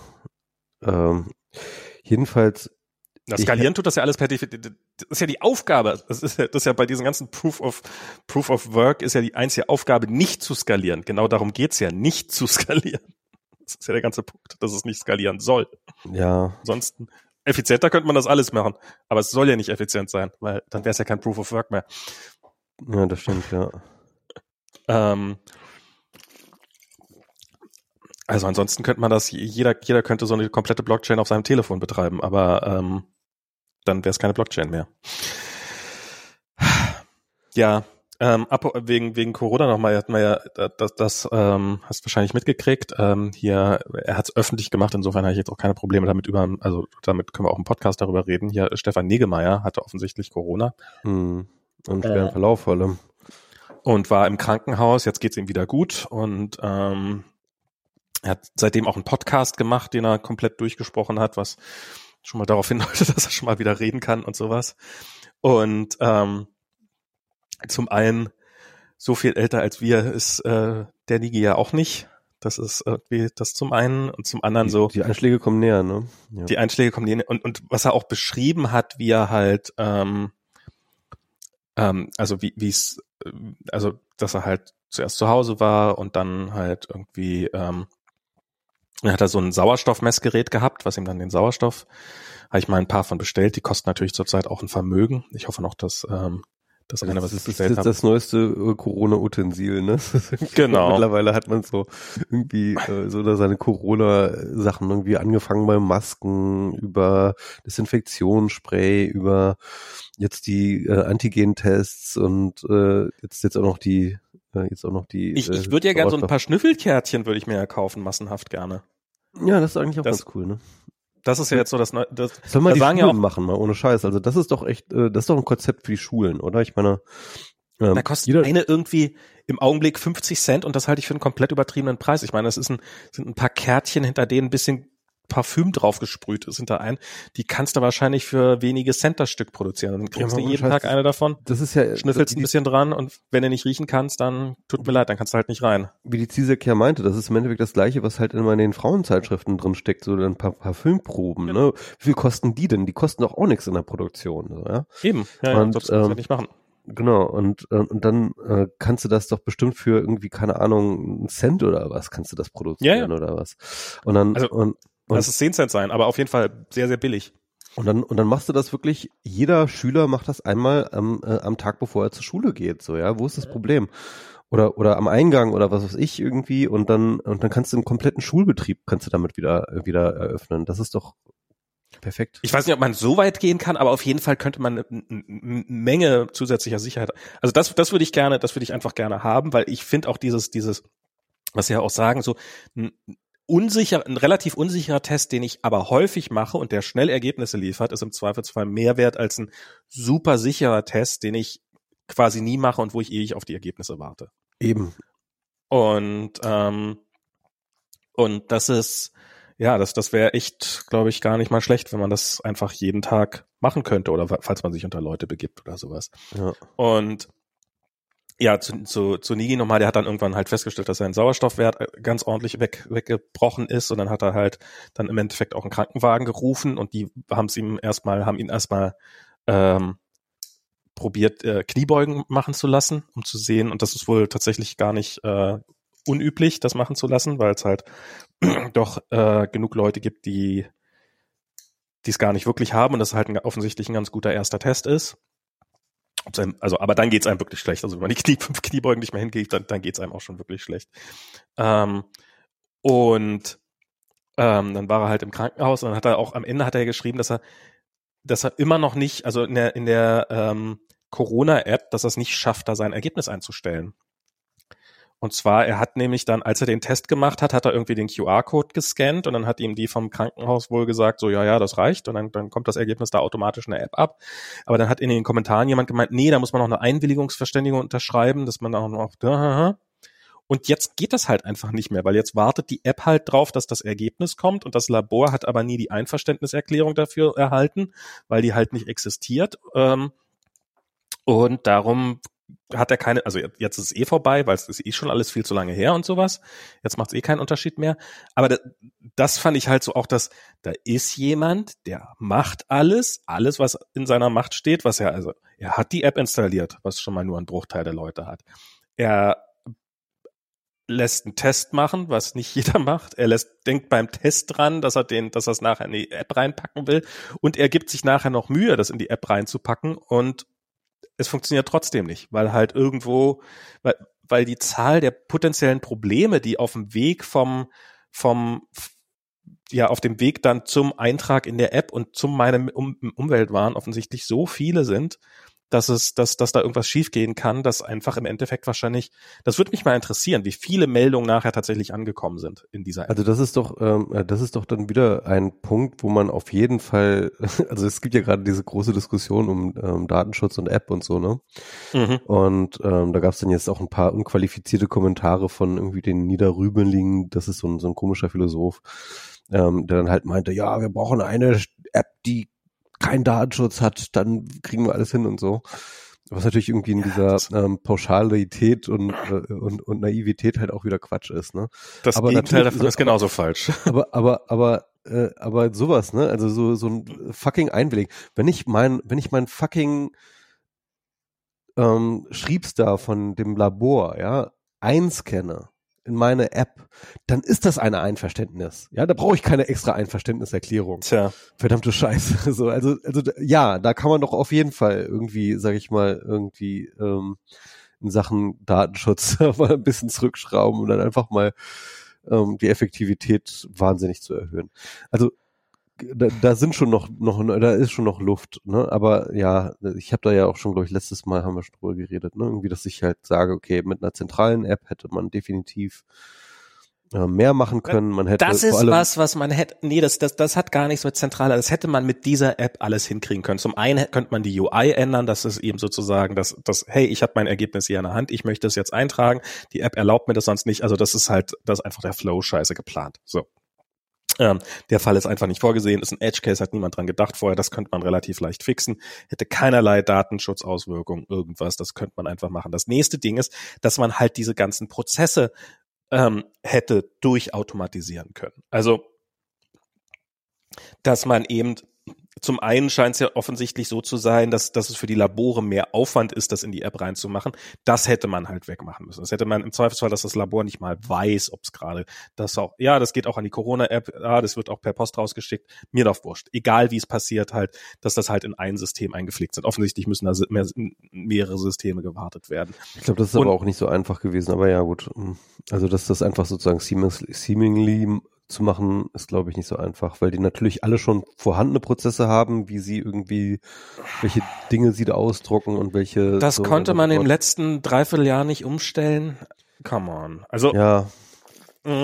Ähm, jedenfalls. Das Skalieren tut das ja alles per Definition. Das ist ja die Aufgabe. Das ist ja, das ist ja bei diesen ganzen Proof of, Proof of Work ist ja die einzige Aufgabe, nicht zu skalieren. Genau darum geht's ja, nicht zu skalieren. Das ist ja der ganze Punkt, dass es nicht skalieren soll. Ja. Ansonsten, effizienter könnte man das alles machen. Aber es soll ja nicht effizient sein, weil dann wäre es ja kein Proof of Work mehr. Ja, das stimmt, ja. Ähm, Also ansonsten könnte man das, jeder, jeder könnte so eine komplette Blockchain auf seinem Telefon betreiben, aber ähm, dann wäre es keine Blockchain mehr. Ja, ähm, ab, wegen wegen Corona nochmal, hatten wir ja, das, das ähm, hast du wahrscheinlich mitgekriegt. Ähm, hier, er hat es öffentlich gemacht, insofern habe ich jetzt auch keine Probleme damit über, also damit können wir auch im Podcast darüber reden. Hier, Stefan Niggemeier hatte offensichtlich Corona. Hm. Und schweren äh. Verlauf vor allem. Und war im Krankenhaus, jetzt geht's ihm wieder gut und ähm, er hat seitdem auch einen Podcast gemacht, den er komplett durchgesprochen hat, was schon mal darauf hindeutet, dass er schon mal wieder reden kann und sowas. Und ähm, zum einen, so viel älter als wir ist äh, der Nigi ja auch nicht. Das ist irgendwie das zum einen. Und zum anderen die, so. Die Einschläge kommen näher, ne? Ja. Die Einschläge kommen näher. Und, und was er auch beschrieben hat, wie er halt, ähm, ähm, also wie wie es, also dass er halt zuerst zu Hause war und dann halt irgendwie ähm, dann hat er so ein Sauerstoffmessgerät gehabt, was ihm dann den Sauerstoff, habe ich mal ein paar von bestellt, die kosten natürlich zurzeit auch ein Vermögen. Ich hoffe noch, dass ähm, das eine, was ich bestellt habe. Das ist das neueste äh, Corona-Utensil, ne? Genau. Mittlerweile hat man so irgendwie äh, so da seine Corona-Sachen irgendwie angefangen bei Masken, über Desinfektionsspray, über jetzt die äh, Antigen-Tests und äh, jetzt jetzt auch noch die äh, jetzt auch noch die. Ich, äh, ich würde ja gerne so ein Sauerstoff- paar Schnüffelkärtchen, würde ich mir ja kaufen, massenhaft gerne. Ja, das ist eigentlich auch Das- ganz cool, ne? Das ist ja jetzt so das Neue. Das, Soll man da die sagen Schulen ja auch, machen, mal ohne Scheiß. Also das ist doch echt, äh, das ist doch ein Konzept für die Schulen, oder? Ich meine, ähm, da kostet jeder, eine irgendwie im Augenblick fünfzig Cent und das halte ich für einen komplett übertriebenen Preis. Ich meine, das ist ein, sind ein paar Kärtchen, hinter denen ein bisschen Parfüm drauf gesprüht ist hinter ein. Die kannst du wahrscheinlich für wenige Cent das Stück produzieren. Dann kriegst Ja, du ohne jeden Scheiß, Tag eine davon, das ist ja, schnüffelst wie ein die, bisschen dran und wenn du nicht riechen kannst, dann tut mir leid, dann kannst du halt nicht rein. wie die Zizek ja meinte, das ist im Endeffekt das Gleiche, was halt immer in den Frauenzeitschriften drin steckt, so ein paar Parfümproben, Ja. ne? Wie viel kosten die denn? Die kosten doch auch nichts in der Produktion, so, ja? Eben, ja, ja, Und, sonst kannst du ähm, ja nicht machen. Genau, und, äh, und dann äh, kannst du das doch bestimmt für irgendwie, keine Ahnung, einen Cent oder was, kannst du das produzieren Ja, ja. oder was. Und dann, Also, und, und, Lass es zehn Cent sein, aber auf jeden Fall sehr, sehr billig. und dann, und dann machst du das wirklich, jeder Schüler macht das einmal am, äh, am Tag, bevor er zur Schule geht, so, ja, wo ist das Problem? Oder, oder am Eingang oder was weiß ich irgendwie und dann, und dann kannst du einen kompletten Schulbetrieb, kannst du damit wieder, wieder eröffnen. Das ist doch perfekt. Ich weiß nicht, ob man so weit gehen kann, aber auf jeden Fall könnte man eine, eine Menge zusätzlicher Sicherheit. Also das, das würde ich gerne, das würde ich einfach gerne haben, weil ich finde auch dieses, dieses, was Sie ja auch sagen, so ein unsicher, ein relativ unsicherer Test, den ich aber häufig mache und der schnell Ergebnisse liefert, ist im Zweifelsfall mehr wert als ein super sicherer Test, den ich quasi nie mache und wo ich ewig auf die Ergebnisse warte. Eben. Und ähm, und das ist ja, das das wäre echt, glaube ich, gar nicht mal schlecht, wenn man das einfach jeden Tag machen könnte oder falls man sich unter Leute begibt oder sowas. Ja. Und ja, zu, zu, zu Nigi nochmal, der hat dann irgendwann halt festgestellt, dass sein Sauerstoffwert ganz ordentlich weg, weggebrochen ist und dann hat er halt dann im Endeffekt auch einen Krankenwagen gerufen und die haben es ihm erstmal, haben ihn erstmal ähm, probiert, äh, Kniebeugen machen zu lassen, um zu sehen, und das ist wohl tatsächlich gar nicht äh, unüblich, das machen zu lassen, weil es halt doch äh, genug Leute gibt, die die es gar nicht wirklich haben und das halt ein, offensichtlich ein ganz guter erster Test ist. Also, aber dann geht's einem wirklich schlecht. Also wenn man die Knie, fünf Kniebeugen nicht mehr hinkriegt, dann, dann geht's einem auch schon wirklich schlecht. Ähm, und ähm, dann war er halt im Krankenhaus und dann hat er auch am Ende hat er geschrieben, dass er, dass er immer noch nicht, also in der in der ähm, Corona-App, dass er es nicht schafft, da sein Ergebnis einzustellen. Und zwar, er hat nämlich dann, als er den Test gemacht hat, hat er irgendwie den Q R-Code gescannt und dann hat ihm die vom Krankenhaus wohl gesagt, so, ja, ja, das reicht und dann, dann kommt das Ergebnis da automatisch in der App ab. Aber dann hat in den Kommentaren jemand gemeint, nee, da muss man noch eine Einwilligungsverständigung unterschreiben, dass man auch noch, und jetzt geht das halt einfach nicht mehr, weil jetzt wartet die App halt drauf, dass das Ergebnis kommt und das Labor hat aber nie die Einverständniserklärung dafür erhalten, weil die halt nicht existiert. Und darum hat er keine, also jetzt ist es eh vorbei, weil es ist eh schon alles viel zu lange her und sowas. Jetzt macht es eh keinen Unterschied mehr. Aber das, das fand ich halt so auch, dass da ist jemand, der macht alles, alles, was in seiner Macht steht, was er, also er hat die App installiert, was schon mal nur ein Bruchteil der Leute hat. Er lässt einen Test machen, was nicht jeder macht. Er lässt, denkt beim Test dran, dass er den, dass er es nachher in die App reinpacken will. Und er gibt sich nachher noch Mühe, das in die App reinzupacken und es funktioniert trotzdem nicht, weil halt irgendwo, weil, weil die Zahl der potenziellen Probleme, die auf dem Weg vom, vom, ja, auf dem Weg dann zum Eintrag in der App und zum meinem um, Umwelt waren, offensichtlich so viele sind, dass es, dass, dass da irgendwas schiefgehen kann, dass einfach im Endeffekt wahrscheinlich, das würde mich mal interessieren, wie viele Meldungen nachher tatsächlich angekommen sind in dieser App. Also das ist doch, ähm, das ist doch dann wieder ein Punkt, wo man auf jeden Fall, also es gibt ja gerade diese große Diskussion um ähm, Datenschutz und App und so, ne? Mhm. Und ähm, da gab es dann jetzt auch ein paar unqualifizierte Kommentare von irgendwie den Niederrübenlingen, das ist so ein, so ein komischer Philosoph, ähm, der dann halt meinte, ja, wir brauchen eine App, die keinen Datenschutz hat, dann kriegen wir alles hin und so. Was natürlich irgendwie in ja, dieser ähm, Pauschalität und, äh, und und Naivität halt auch wieder Quatsch ist, ne? Das aber Gegenteil davon so, ist genauso aber, falsch. Aber aber aber äh, aber sowas, ne? Also so so ein fucking Einwilligen. Wenn ich mein wenn ich mein fucking ähm, Schriebstar von dem Labor, ja, einscanne in meine App, dann ist das ein Einverständnis. Ja, da brauche ich keine extra Einverständniserklärung. Tja. Verdammte Scheiße. So, also, also ja, da kann man doch auf jeden Fall irgendwie, sag ich mal, irgendwie ähm, in Sachen Datenschutz mal ein bisschen zurückschrauben und dann einfach mal ähm, die Effektivität wahnsinnig zu erhöhen. Also da, da sind schon noch, noch, da ist schon noch Luft, ne? Aber ja, ich habe da ja auch schon, glaube ich, letztes Mal haben wir schon drüber geredet, ne? Irgendwie, dass ich halt sage, okay, mit einer zentralen App hätte man definitiv äh, mehr machen können. Man hätte das ist vor allem was, was man hätte, nee, das, das, das hat gar nichts mit zentraler, das hätte man mit dieser App alles hinkriegen können. Zum einen könnte man die U I ändern, das ist eben sozusagen, dass, dass, hey, ich habe mein Ergebnis hier in der Hand, ich möchte es jetzt eintragen, die App erlaubt mir das sonst nicht, also das ist halt, das ist einfach der Flow scheiße geplant, so. Ähm, der Fall ist einfach nicht vorgesehen, ist ein Edge-Case, hat niemand dran gedacht vorher, das könnte man relativ leicht fixen, hätte keinerlei Datenschutzauswirkungen, irgendwas, das könnte man einfach machen. Das nächste Ding ist, dass man halt diese ganzen Prozesse ähm, hätte durchautomatisieren können. Also, dass man eben, zum einen scheint es ja offensichtlich so zu sein, dass, dass es für die Labore mehr Aufwand ist, das in die App reinzumachen. Das hätte man halt wegmachen müssen. Das hätte man im Zweifelsfall, dass das Labor nicht mal weiß, ob es gerade das auch, ja, das geht auch an die Corona-App, ja, das wird auch per Post rausgeschickt, mir doch wurscht. Egal wie es passiert halt, dass das halt in ein System eingepflegt sind. Offensichtlich müssen da mehr, mehrere Systeme gewartet werden. Ich glaube, das ist Und, aber auch nicht so einfach gewesen, aber ja, gut. Also, dass das einfach sozusagen seamlessly, seemingly zu machen, ist, glaube ich, nicht so einfach, weil die natürlich alle schon vorhandene Prozesse haben, wie sie irgendwie, welche Dinge sie da ausdrucken und welche. Das so konnte man so im letzten Dreivierteljahr nicht umstellen. Come on. Also, ja. Mh.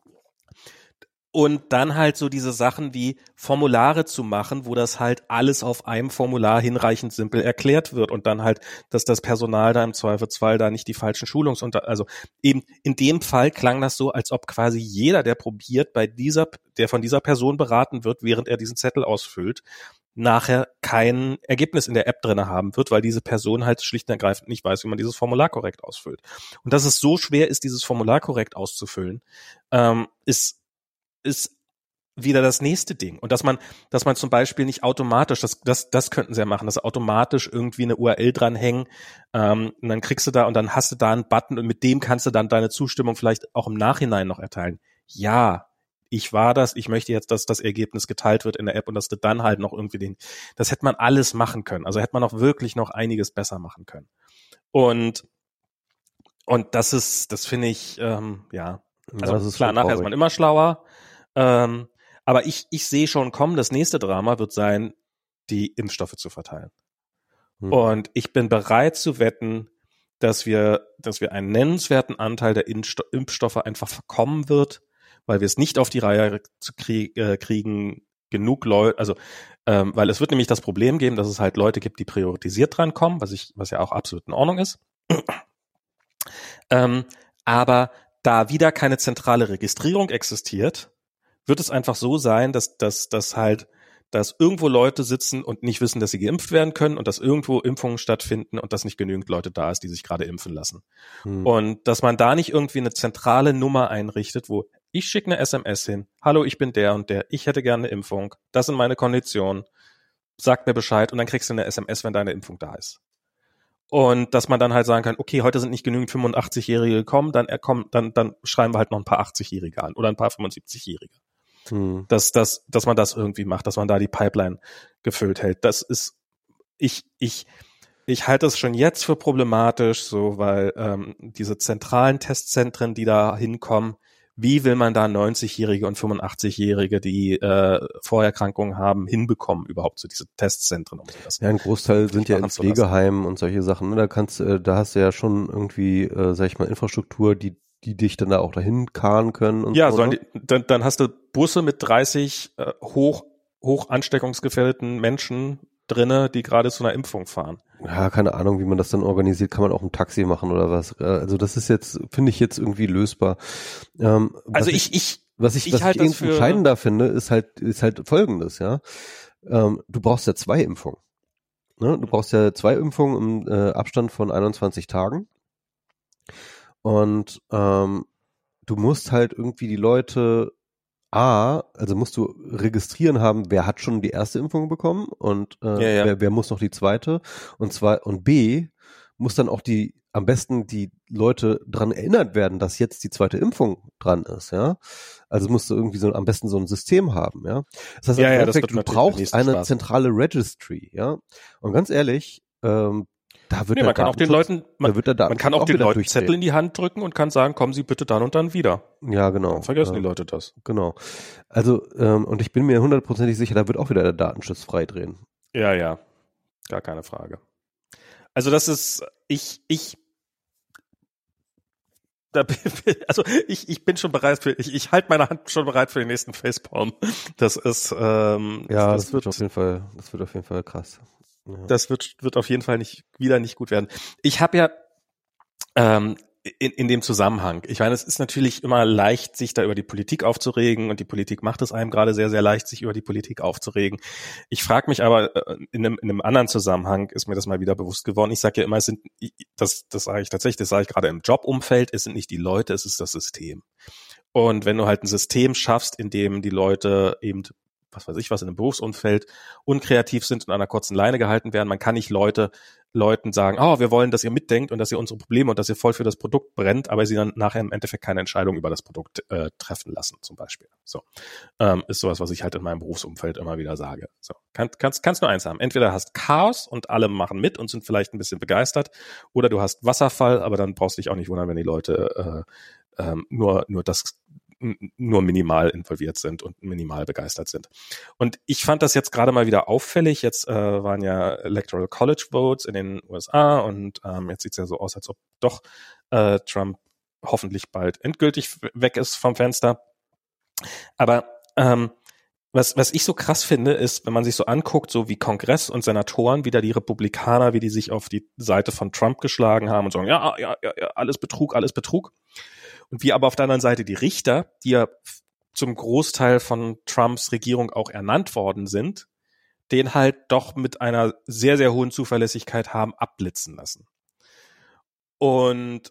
Und dann halt so diese Sachen wie Formulare zu machen, wo das halt alles auf einem Formular hinreichend simpel erklärt wird und dann halt, dass das Personal da im Zweifelsfall da nicht die falschen Schulungs- und also eben in dem Fall klang das so, als ob quasi jeder, der probiert, bei dieser, der von dieser Person beraten wird, während er diesen Zettel ausfüllt, nachher kein Ergebnis in der App drin haben wird, weil diese Person halt schlicht und ergreifend nicht weiß, wie man dieses Formular korrekt ausfüllt. Und dass es so schwer ist, dieses Formular korrekt auszufüllen, ähm, ist ist wieder das nächste Ding. Und dass man, dass man zum Beispiel nicht automatisch, das, das, das könnten sie ja machen, dass sie automatisch irgendwie eine U R L dranhängen, ähm, und dann kriegst du da und dann hast du da einen Button und mit dem kannst du dann deine Zustimmung vielleicht auch im Nachhinein noch erteilen. Ja, ich war das, ich möchte jetzt, dass das Ergebnis geteilt wird in der App und dass du dann halt noch irgendwie den, das hätte man alles machen können. Also hätte man auch wirklich noch einiges besser machen können. Und, und das ist, das finde ich, ähm, ja, also das ist klar, nachher traurig. ist man immer schlauer. Ähm, aber ich, ich sehe schon kommen, das nächste Drama wird sein, die Impfstoffe zu verteilen. Hm. Und ich bin bereit zu wetten, dass wir, dass wir einen nennenswerten Anteil der Impfstoffe einfach verkommen wird, weil wir es nicht auf die Reihe zu krieg, äh, kriegen, genug Leute, also, ähm, weil es wird nämlich das Problem geben, dass es halt Leute gibt, die priorisiert drankommen, was ich, was ja auch absolut in Ordnung ist. ähm, aber da wieder keine zentrale Registrierung existiert, wird es einfach so sein, dass, dass, dass halt, dass irgendwo Leute sitzen und nicht wissen, dass sie geimpft werden können und dass irgendwo Impfungen stattfinden und dass nicht genügend Leute da ist, die sich gerade impfen lassen. Hm. Und dass man da nicht irgendwie eine zentrale Nummer einrichtet, wo ich schicke eine S M S hin, hallo, ich bin der und der, ich hätte gerne eine Impfung, das sind meine Konditionen, sag mir Bescheid und dann kriegst du eine S M S, wenn deine Impfung da ist. Und dass man dann halt sagen kann, okay, heute sind nicht genügend fünfundachtzig-Jährige gekommen, dann, erkommen, dann, dann schreiben wir halt noch ein paar achtzig-Jährige an oder ein paar fünfundsiebzig-Jährige. Hm. Dass, dass, dass man das irgendwie macht, dass man da die Pipeline gefüllt hält. Das ist, ich, ich, ich halte das schon jetzt für problematisch, so, weil ähm, diese zentralen Testzentren, die da hinkommen, wie will man da neunzig-Jährige und fünfundachtzig-Jährige, die äh, Vorerkrankungen haben, hinbekommen, überhaupt zu so diese Testzentren? Um das ja, ein Großteil sind ja in Pflegeheimen und solche Sachen. Ne? Da kannst, äh, da hast du ja schon irgendwie, äh, sag ich mal, Infrastruktur, die die dich dann da auch dahin karren können und ja, so. Sollen die, dann, dann hast du Busse mit dreißig äh, hoch, hoch ansteckungsgefährdeten Menschen drinne, die gerade zu einer Impfung fahren. Ja, keine Ahnung, wie man das dann organisiert. Kann man auch ein Taxi machen oder was? Also das ist jetzt, finde ich jetzt irgendwie lösbar. Ähm, also ich, ich, was ich, ich, was halt ich irgendwie entscheidender finde, ist halt, ist halt Folgendes, ja. Ähm, du brauchst ja zwei Impfungen. Ne? Du brauchst ja zwei Impfungen im äh, Abstand von einundzwanzig Tagen. Und ähm, du musst halt irgendwie die Leute A, also musst du registrieren haben, wer hat schon die erste Impfung bekommen und äh, ja, ja. Wer, wer muss noch die zweite und zwar und B muss dann auch die am besten die Leute dran erinnert werden, dass jetzt die zweite Impfung dran ist, ja. Also musst du irgendwie so am besten so ein System haben, ja. Das heißt, ja, im ja, das Endeffekt, du brauchst eine Spaß. zentrale Registry, ja. Und ganz ehrlich, ähm, Da wird nee, man kann auch den Leuten, man, da wird der man kann auch, auch den Leuten Zettel in die Hand drücken und kann sagen, kommen Sie bitte dann und dann wieder. Ja, genau. Dann vergessen ja. die Leute das. Genau. Also, ähm, und ich bin mir hundertprozentig sicher, da wird auch wieder der Datenschutz freidrehen. Ja, ja. Gar keine Frage. Also das ist, ich, ich, da, also ich, ich bin schon bereit für, ich, ich halte meine Hand schon bereit für den nächsten Facepalm. Das ist, ähm, ja, das, das, das wird auf jeden Fall, das wird auf jeden Fall krass. Ja. Das wird, wird auf jeden Fall nicht, wieder nicht gut werden. Ich habe ja, ähm, in, in dem Zusammenhang, ich meine, es ist natürlich immer leicht, sich da über die Politik aufzuregen und die Politik macht es einem gerade sehr, sehr leicht, sich über die Politik aufzuregen. Ich frage mich aber, in einem, in einem anderen Zusammenhang ist mir das mal wieder bewusst geworden. Ich sage ja immer, es sind, das, das sage ich tatsächlich, das sage ich gerade im Jobumfeld, es sind nicht die Leute, es ist das System. Und wenn du halt ein System schaffst, in dem die Leute eben was weiß ich was, in einem Berufsumfeld unkreativ sind und an einer kurzen Leine gehalten werden. Man kann nicht Leute, Leuten sagen, oh, wir wollen, dass ihr mitdenkt und dass ihr unsere Probleme und dass ihr voll für das Produkt brennt, aber sie dann nachher im Endeffekt keine Entscheidung über das Produkt äh, treffen lassen, zum Beispiel. So, ähm, ist sowas, was ich halt in meinem Berufsumfeld immer wieder sage. So, kann, kannst, kannst nur eins haben. Entweder hast Chaos und alle machen mit und sind vielleicht ein bisschen begeistert, oder du hast Wasserfall, aber dann brauchst du dich auch nicht wundern, wenn die Leute äh, äh, nur, nur das nur minimal involviert sind und minimal begeistert sind. Und ich fand das jetzt gerade mal wieder auffällig. Jetzt äh, waren ja Electoral College Votes in den U S A und ähm, jetzt sieht es ja so aus, als ob doch äh, Trump hoffentlich bald endgültig weg ist vom Fenster. Aber ähm, was, was ich so krass finde, ist, wenn man sich so anguckt, so wie Kongress und Senatoren, wieder die Republikaner, wie die sich auf die Seite von Trump geschlagen haben und sagen, ja, ja, ja, ja, alles Betrug, alles Betrug. Und wie aber auf der anderen Seite die Richter, die ja zum Großteil von Trumps Regierung auch ernannt worden sind, den halt doch mit einer sehr, sehr hohen Zuverlässigkeit haben abblitzen lassen. Und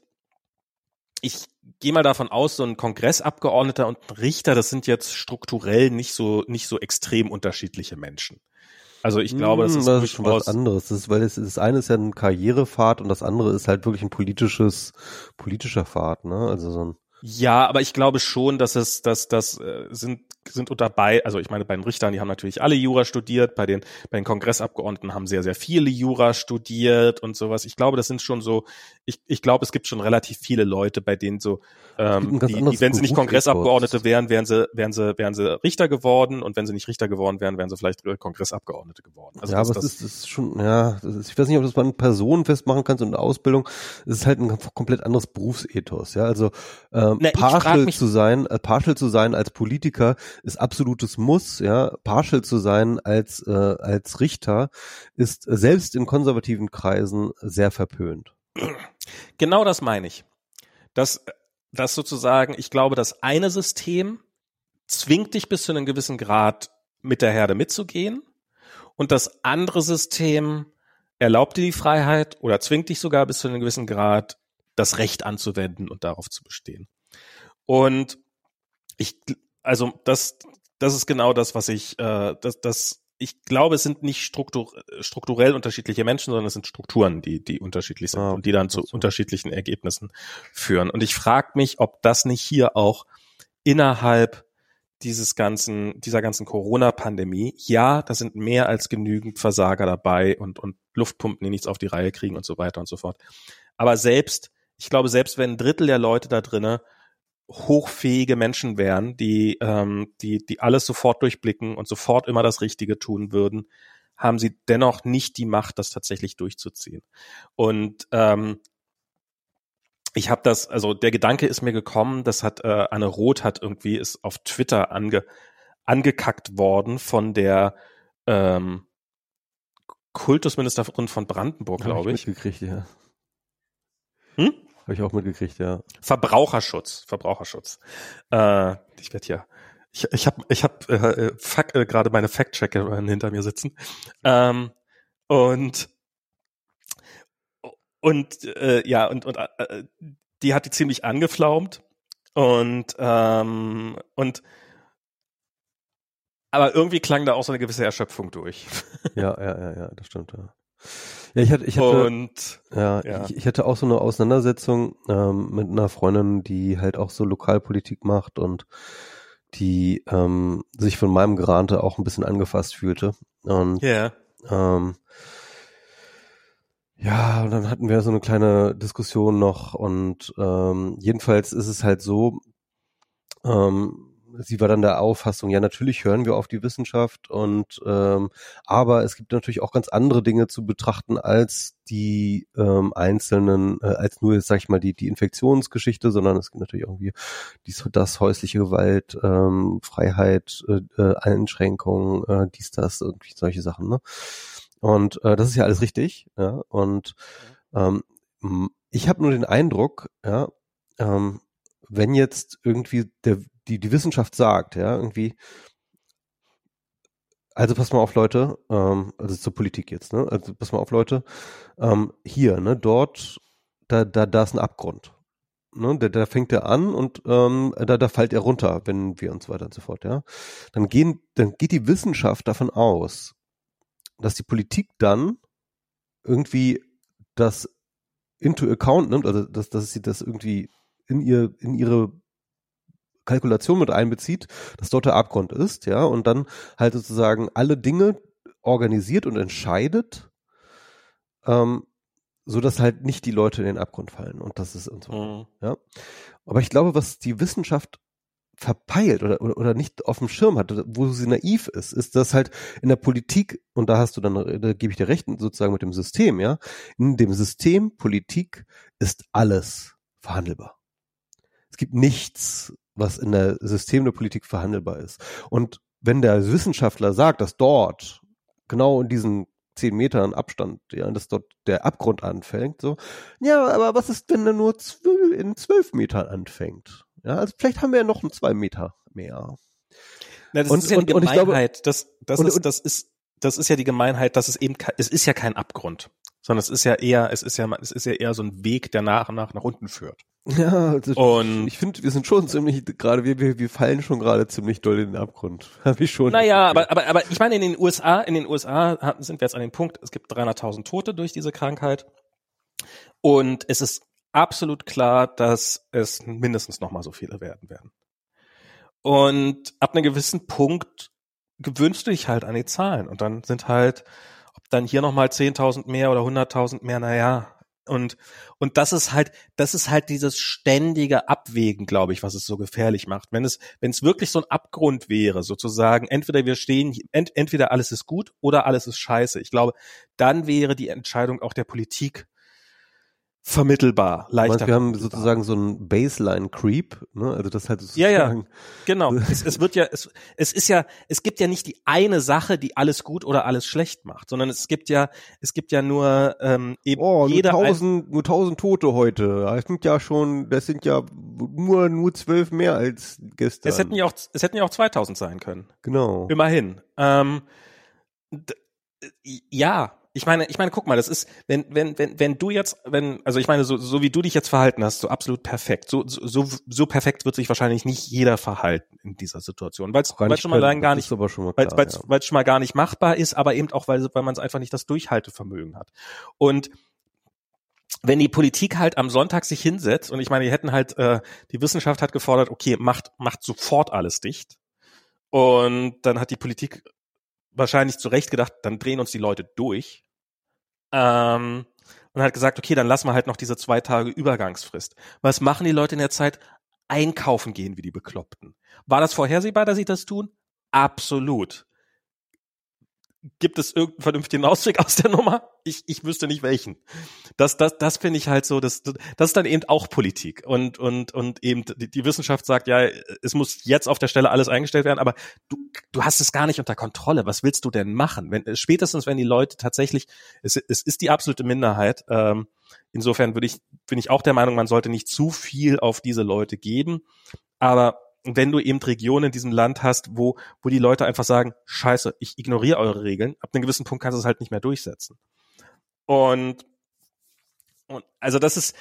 ich gehe mal davon aus, so ein Kongressabgeordneter und ein Richter, das sind jetzt strukturell nicht so, nicht so extrem unterschiedliche Menschen. Also ich glaube, es ist, das ist schon was anderes. Das ist, weil es, das eine ist ja ein Karrierepfad und das andere ist halt wirklich ein politisches, politischer Pfad, ne? Also so ein Ja, aber ich glaube schon, dass es, dass das äh, sind sind unter bei, also ich meine, bei den Richtern, die haben natürlich alle Jura studiert, bei den bei den Kongressabgeordneten haben sehr, sehr viele Jura studiert und sowas. Ich glaube, das sind schon so, ich ich glaube, es gibt schon relativ viele Leute, bei denen so, ähm, die, die, wenn sie nicht Kongressabgeordnete wären, wären sie, wären sie, wären sie Richter geworden und wenn sie nicht Richter geworden wären, wären sie vielleicht Kongressabgeordnete geworden. Also ja, das, aber das, es ist, das ist schon, ja, das ist, ich weiß nicht, ob du das mal an Personen festmachen kannst und eine Ausbildung. Es ist halt ein komplett anderes Berufsethos, ja. Also ähm, Na, partial zu sein, äh, partial zu sein als Politiker ist absolutes Muss, ja. Partial zu sein als äh, als Richter ist äh, selbst in konservativen Kreisen sehr verpönt. Genau das meine ich. Das, das sozusagen, ich glaube, das eine System zwingt dich bis zu einem gewissen Grad mit der Herde mitzugehen und das andere System erlaubt dir die Freiheit oder zwingt dich sogar bis zu einem gewissen Grad, das Recht anzuwenden und darauf zu bestehen. Und ich, also das, das ist genau das, was ich, äh, das, das, ich glaube, es sind nicht struktur, strukturell unterschiedliche Menschen, sondern es sind Strukturen, die, die unterschiedlich sind ah, und die dann zu so. unterschiedlichen Ergebnissen führen. Und ich frage mich, ob das nicht hier auch innerhalb dieses ganzen, dieser ganzen Corona-Pandemie, ja, da sind mehr als genügend Versager dabei und, und Luftpumpen, die nichts auf die Reihe kriegen und so weiter und so fort. Aber selbst, ich glaube, selbst wenn ein Drittel der Leute da drinnen hochfähige Menschen wären, die, ähm, die, die alles sofort durchblicken und sofort immer das Richtige tun würden, haben sie dennoch nicht die Macht, das tatsächlich durchzuziehen. Und ähm, ich habe das, also der Gedanke ist mir gekommen, das hat äh, Anne Roth hat irgendwie ist auf Twitter ange, angekackt worden von der ähm, Kultusministerin von Brandenburg, glaube ich. Hab ich mitgekriegt, ja. Hm? Habe ich auch mitgekriegt, ja. Verbraucherschutz, Verbraucherschutz. Äh, ich werde hier, ich, ich habe ich hab, äh, fuck, äh, gerade meine Fact-Checkerin hinter mir sitzen. Ähm, und und äh, ja, und, und äh, die hat die ziemlich angeflaumt. Und ähm, und aber irgendwie klang da auch so eine gewisse Erschöpfung durch. Ja, ja, ja, ja, das stimmt, ja. Ja, ich hatte, ich hatte, und, ja, ja. Ich, ich hatte auch so eine Auseinandersetzung ähm, mit einer Freundin, die halt auch so Lokalpolitik macht und die ähm, sich von meinem Gerante auch ein bisschen angefasst fühlte. Und yeah. ähm, Ja, und dann hatten wir so eine kleine Diskussion noch und ähm, jedenfalls ist es halt so, ähm, sie war dann der Auffassung, ja, natürlich hören wir auf die Wissenschaft und ähm, aber es gibt natürlich auch ganz andere Dinge zu betrachten als die ähm, einzelnen, äh, als nur jetzt sag ich mal die die Infektionsgeschichte, sondern es gibt natürlich irgendwie dies, das häusliche Gewalt, ähm, Freiheit, äh, äh, Einschränkungen, äh, dies, das, irgendwie solche Sachen, ne? Und äh, das ist ja alles richtig, ja. Und ähm, m- ich habe nur den Eindruck, ja, ähm, wenn jetzt irgendwie der, die, die Wissenschaft sagt, ja, irgendwie, also pass mal auf, Leute, ähm, also zur Politik jetzt, ne? Also pass mal auf, Leute, ähm, hier, ne, dort, da, da, da ist ein Abgrund. Ne, da, da fängt er an und ähm, da, da fällt er runter, wenn wir und so weiter und so fort, ja. Dann gehen, dann geht die Wissenschaft davon aus, dass die Politik dann irgendwie das into account nimmt, also dass, dass sie das irgendwie in ihr, in ihre Kalkulation mit einbezieht, dass dort der Abgrund ist, ja, und dann halt sozusagen alle Dinge organisiert und entscheidet, ähm, so dass halt nicht die Leute in den Abgrund fallen und das ist und so, Mhm. ja. Aber ich glaube, was die Wissenschaft verpeilt oder, oder, oder nicht auf dem Schirm hat, wo sie naiv ist, ist, dass halt in der Politik, und da hast du dann, da gebe ich dir recht, sozusagen mit dem System, ja, in dem System Politik ist alles verhandelbar. Es gibt nichts, was in der System der Politik verhandelbar ist. Und wenn der Wissenschaftler sagt, dass dort genau in diesen zehn Metern Abstand, ja, dass dort der Abgrund anfängt, so, ja, aber was ist, wenn er nur zwölf, in zwölf Metern anfängt? Ja, also vielleicht haben wir ja noch einen zwei Meter mehr. Na, das Und- ist ja die und- und ich glaube- Gemeinheit. das, das, und- ist, und- das ist, das ist ja die Gemeinheit, dass es eben, ke- es ist ja kein Abgrund, sondern es ist ja eher, es ist ja, es ist ja eher so ein Weg, der nach und nach nach unten führt. Ja, also Und- ich finde, wir sind schon ziemlich, gerade wir, wir, wir fallen schon gerade ziemlich doll in den Abgrund. Hab ich schon. Naja, aber, aber, aber ich meine, in den U S A, in den U S A ha- sind wir jetzt an dem Punkt, es gibt dreihunderttausend Tote durch diese Krankheit. Und es ist absolut klar, dass es mindestens noch mal so viele werden werden. Und ab einem gewissen Punkt gewöhnst du dich halt an die Zahlen. Und dann sind halt, ob dann hier nochmal zehntausend mehr oder hunderttausend mehr, naja. Und, und das ist halt, das ist halt dieses ständige Abwägen, glaube ich, was es so gefährlich macht. Wenn es, wenn es wirklich so ein Abgrund wäre, sozusagen, entweder wir stehen, ent, entweder alles ist gut oder alles ist scheiße. Ich glaube, dann wäre die Entscheidung auch der Politik vermittelbar, leichter. Meinst, wir haben vermittelbar. sozusagen so einen Baseline-Creep, ne? Also das halt Ja, sozusagen. ja, genau. Es, es wird ja, es, es ist ja, es gibt ja nicht die eine Sache, die alles gut oder alles schlecht macht, sondern es gibt ja, es gibt ja nur ähm, eben Oh, nur jeder tausend, nur tausend Tote heute. Das sind ja schon, das sind ja nur, nur zwölf mehr als gestern. Es hätten ja auch, es hätten ja auch zweitausend sein können. Genau. Immerhin. Ähm, d- ja, ich meine, ich meine, guck mal, das ist, wenn, wenn, wenn, wenn du jetzt, wenn, also ich meine, so, so wie du dich jetzt verhalten hast, so absolut perfekt. So, so, so perfekt wird sich wahrscheinlich nicht jeder verhalten in dieser Situation, weil es, Gar weil nicht schon mal können, gar das nicht, ist aber schon mal weil klar, es ja. weil es schon mal gar nicht machbar ist, aber eben auch, weil, weil man es einfach nicht das Durchhaltevermögen hat. Und wenn die Politik halt am Sonntag sich hinsetzt, und ich meine, die hätten halt, äh, die Wissenschaft hat gefordert, okay, macht, macht sofort alles dicht. Und dann hat die Politik wahrscheinlich zu Recht gedacht, dann drehen uns die Leute durch. Ähm, und hat gesagt, okay, dann lassen wir halt noch diese zwei Tage Übergangsfrist. Was machen die Leute in der Zeit? Einkaufen gehen wie die Bekloppten. War das vorhersehbar, dass sie das tun? Absolut. Gibt es irgendeinen vernünftigen Ausweg aus der Nummer? Ich, ich wüsste nicht welchen. Das, das, das finde ich halt so, das, das ist dann eben auch Politik. Und, und, und eben die, die Wissenschaft sagt, ja, es muss jetzt auf der Stelle alles eingestellt werden, aber du, du hast es gar nicht unter Kontrolle. Was willst du denn machen? Wenn, spätestens, wenn die Leute tatsächlich, es, es ist die absolute Minderheit. Ähm, insofern würde ich, bin ich auch der Meinung, man sollte nicht zu viel auf diese Leute geben. Aber wenn du eben Regionen in diesem Land hast, wo, wo die Leute einfach sagen, scheiße, ich ignoriere eure Regeln, ab einem gewissen Punkt kannst du es halt nicht mehr durchsetzen. Und, und also das ist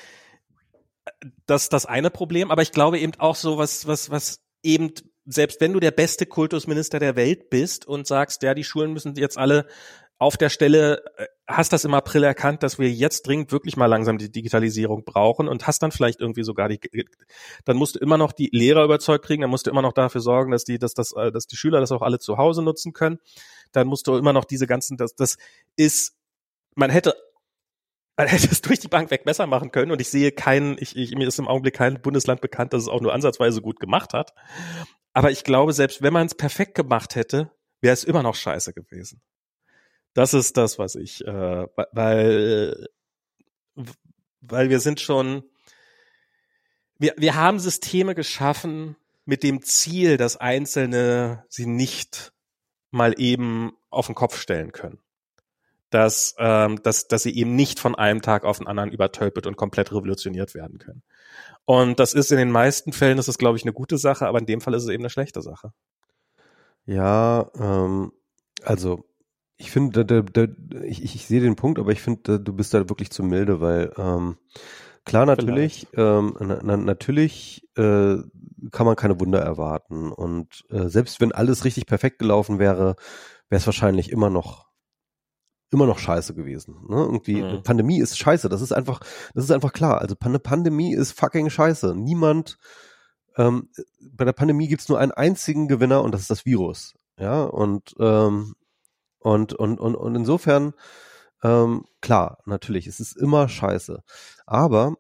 das, das eine Problem, aber ich glaube eben auch so, was, was, was eben, selbst wenn du der beste Kultusminister der Welt bist und sagst, ja, die Schulen müssen jetzt alle auf der Stelle, hast das im April erkannt, dass wir jetzt dringend wirklich mal langsam die Digitalisierung brauchen und hast dann vielleicht irgendwie sogar die, dann musst du immer noch die Lehrer überzeugt kriegen, dann musst du immer noch dafür sorgen, dass die, dass das, dass die Schüler das auch alle zu Hause nutzen können. Dann musst du immer noch diese ganzen, das, das ist, man hätte Man hätte es durch die Bank weg besser machen können und ich sehe keinen, ich, ich, mir ist im Augenblick kein Bundesland bekannt, das es auch nur ansatzweise gut gemacht hat. Aber ich glaube, selbst wenn man es perfekt gemacht hätte, wäre es immer noch scheiße gewesen. Das ist das, was ich, äh, weil, weil wir sind schon, wir, wir haben Systeme geschaffen mit dem Ziel, dass Einzelne sie nicht mal eben auf den Kopf stellen können. Dass, ähm, dass, dass sie eben nicht von einem Tag auf den anderen übertölpelt und komplett revolutioniert werden können. Und das ist in den meisten Fällen, das ist, glaube ich, eine gute Sache, aber in dem Fall ist es eben eine schlechte Sache. Ja, ähm, also ich finde, da, da, da, ich, ich sehe den Punkt, aber ich finde, du bist da wirklich zu milde, weil ähm, klar, natürlich, ähm, na, na, natürlich äh, kann man keine Wunder erwarten und äh, selbst wenn alles richtig perfekt gelaufen wäre, wäre es wahrscheinlich immer noch immer noch scheiße gewesen. Ne? Irgendwie, mhm. Eine Pandemie ist scheiße, das ist einfach, das ist einfach klar. Also eine Pandemie ist fucking scheiße. Niemand, ähm, bei der Pandemie gibt's nur einen einzigen Gewinner und das ist das Virus. Ja, und ähm, und, und, und, und insofern, ähm, klar, natürlich, es ist immer scheiße. Aber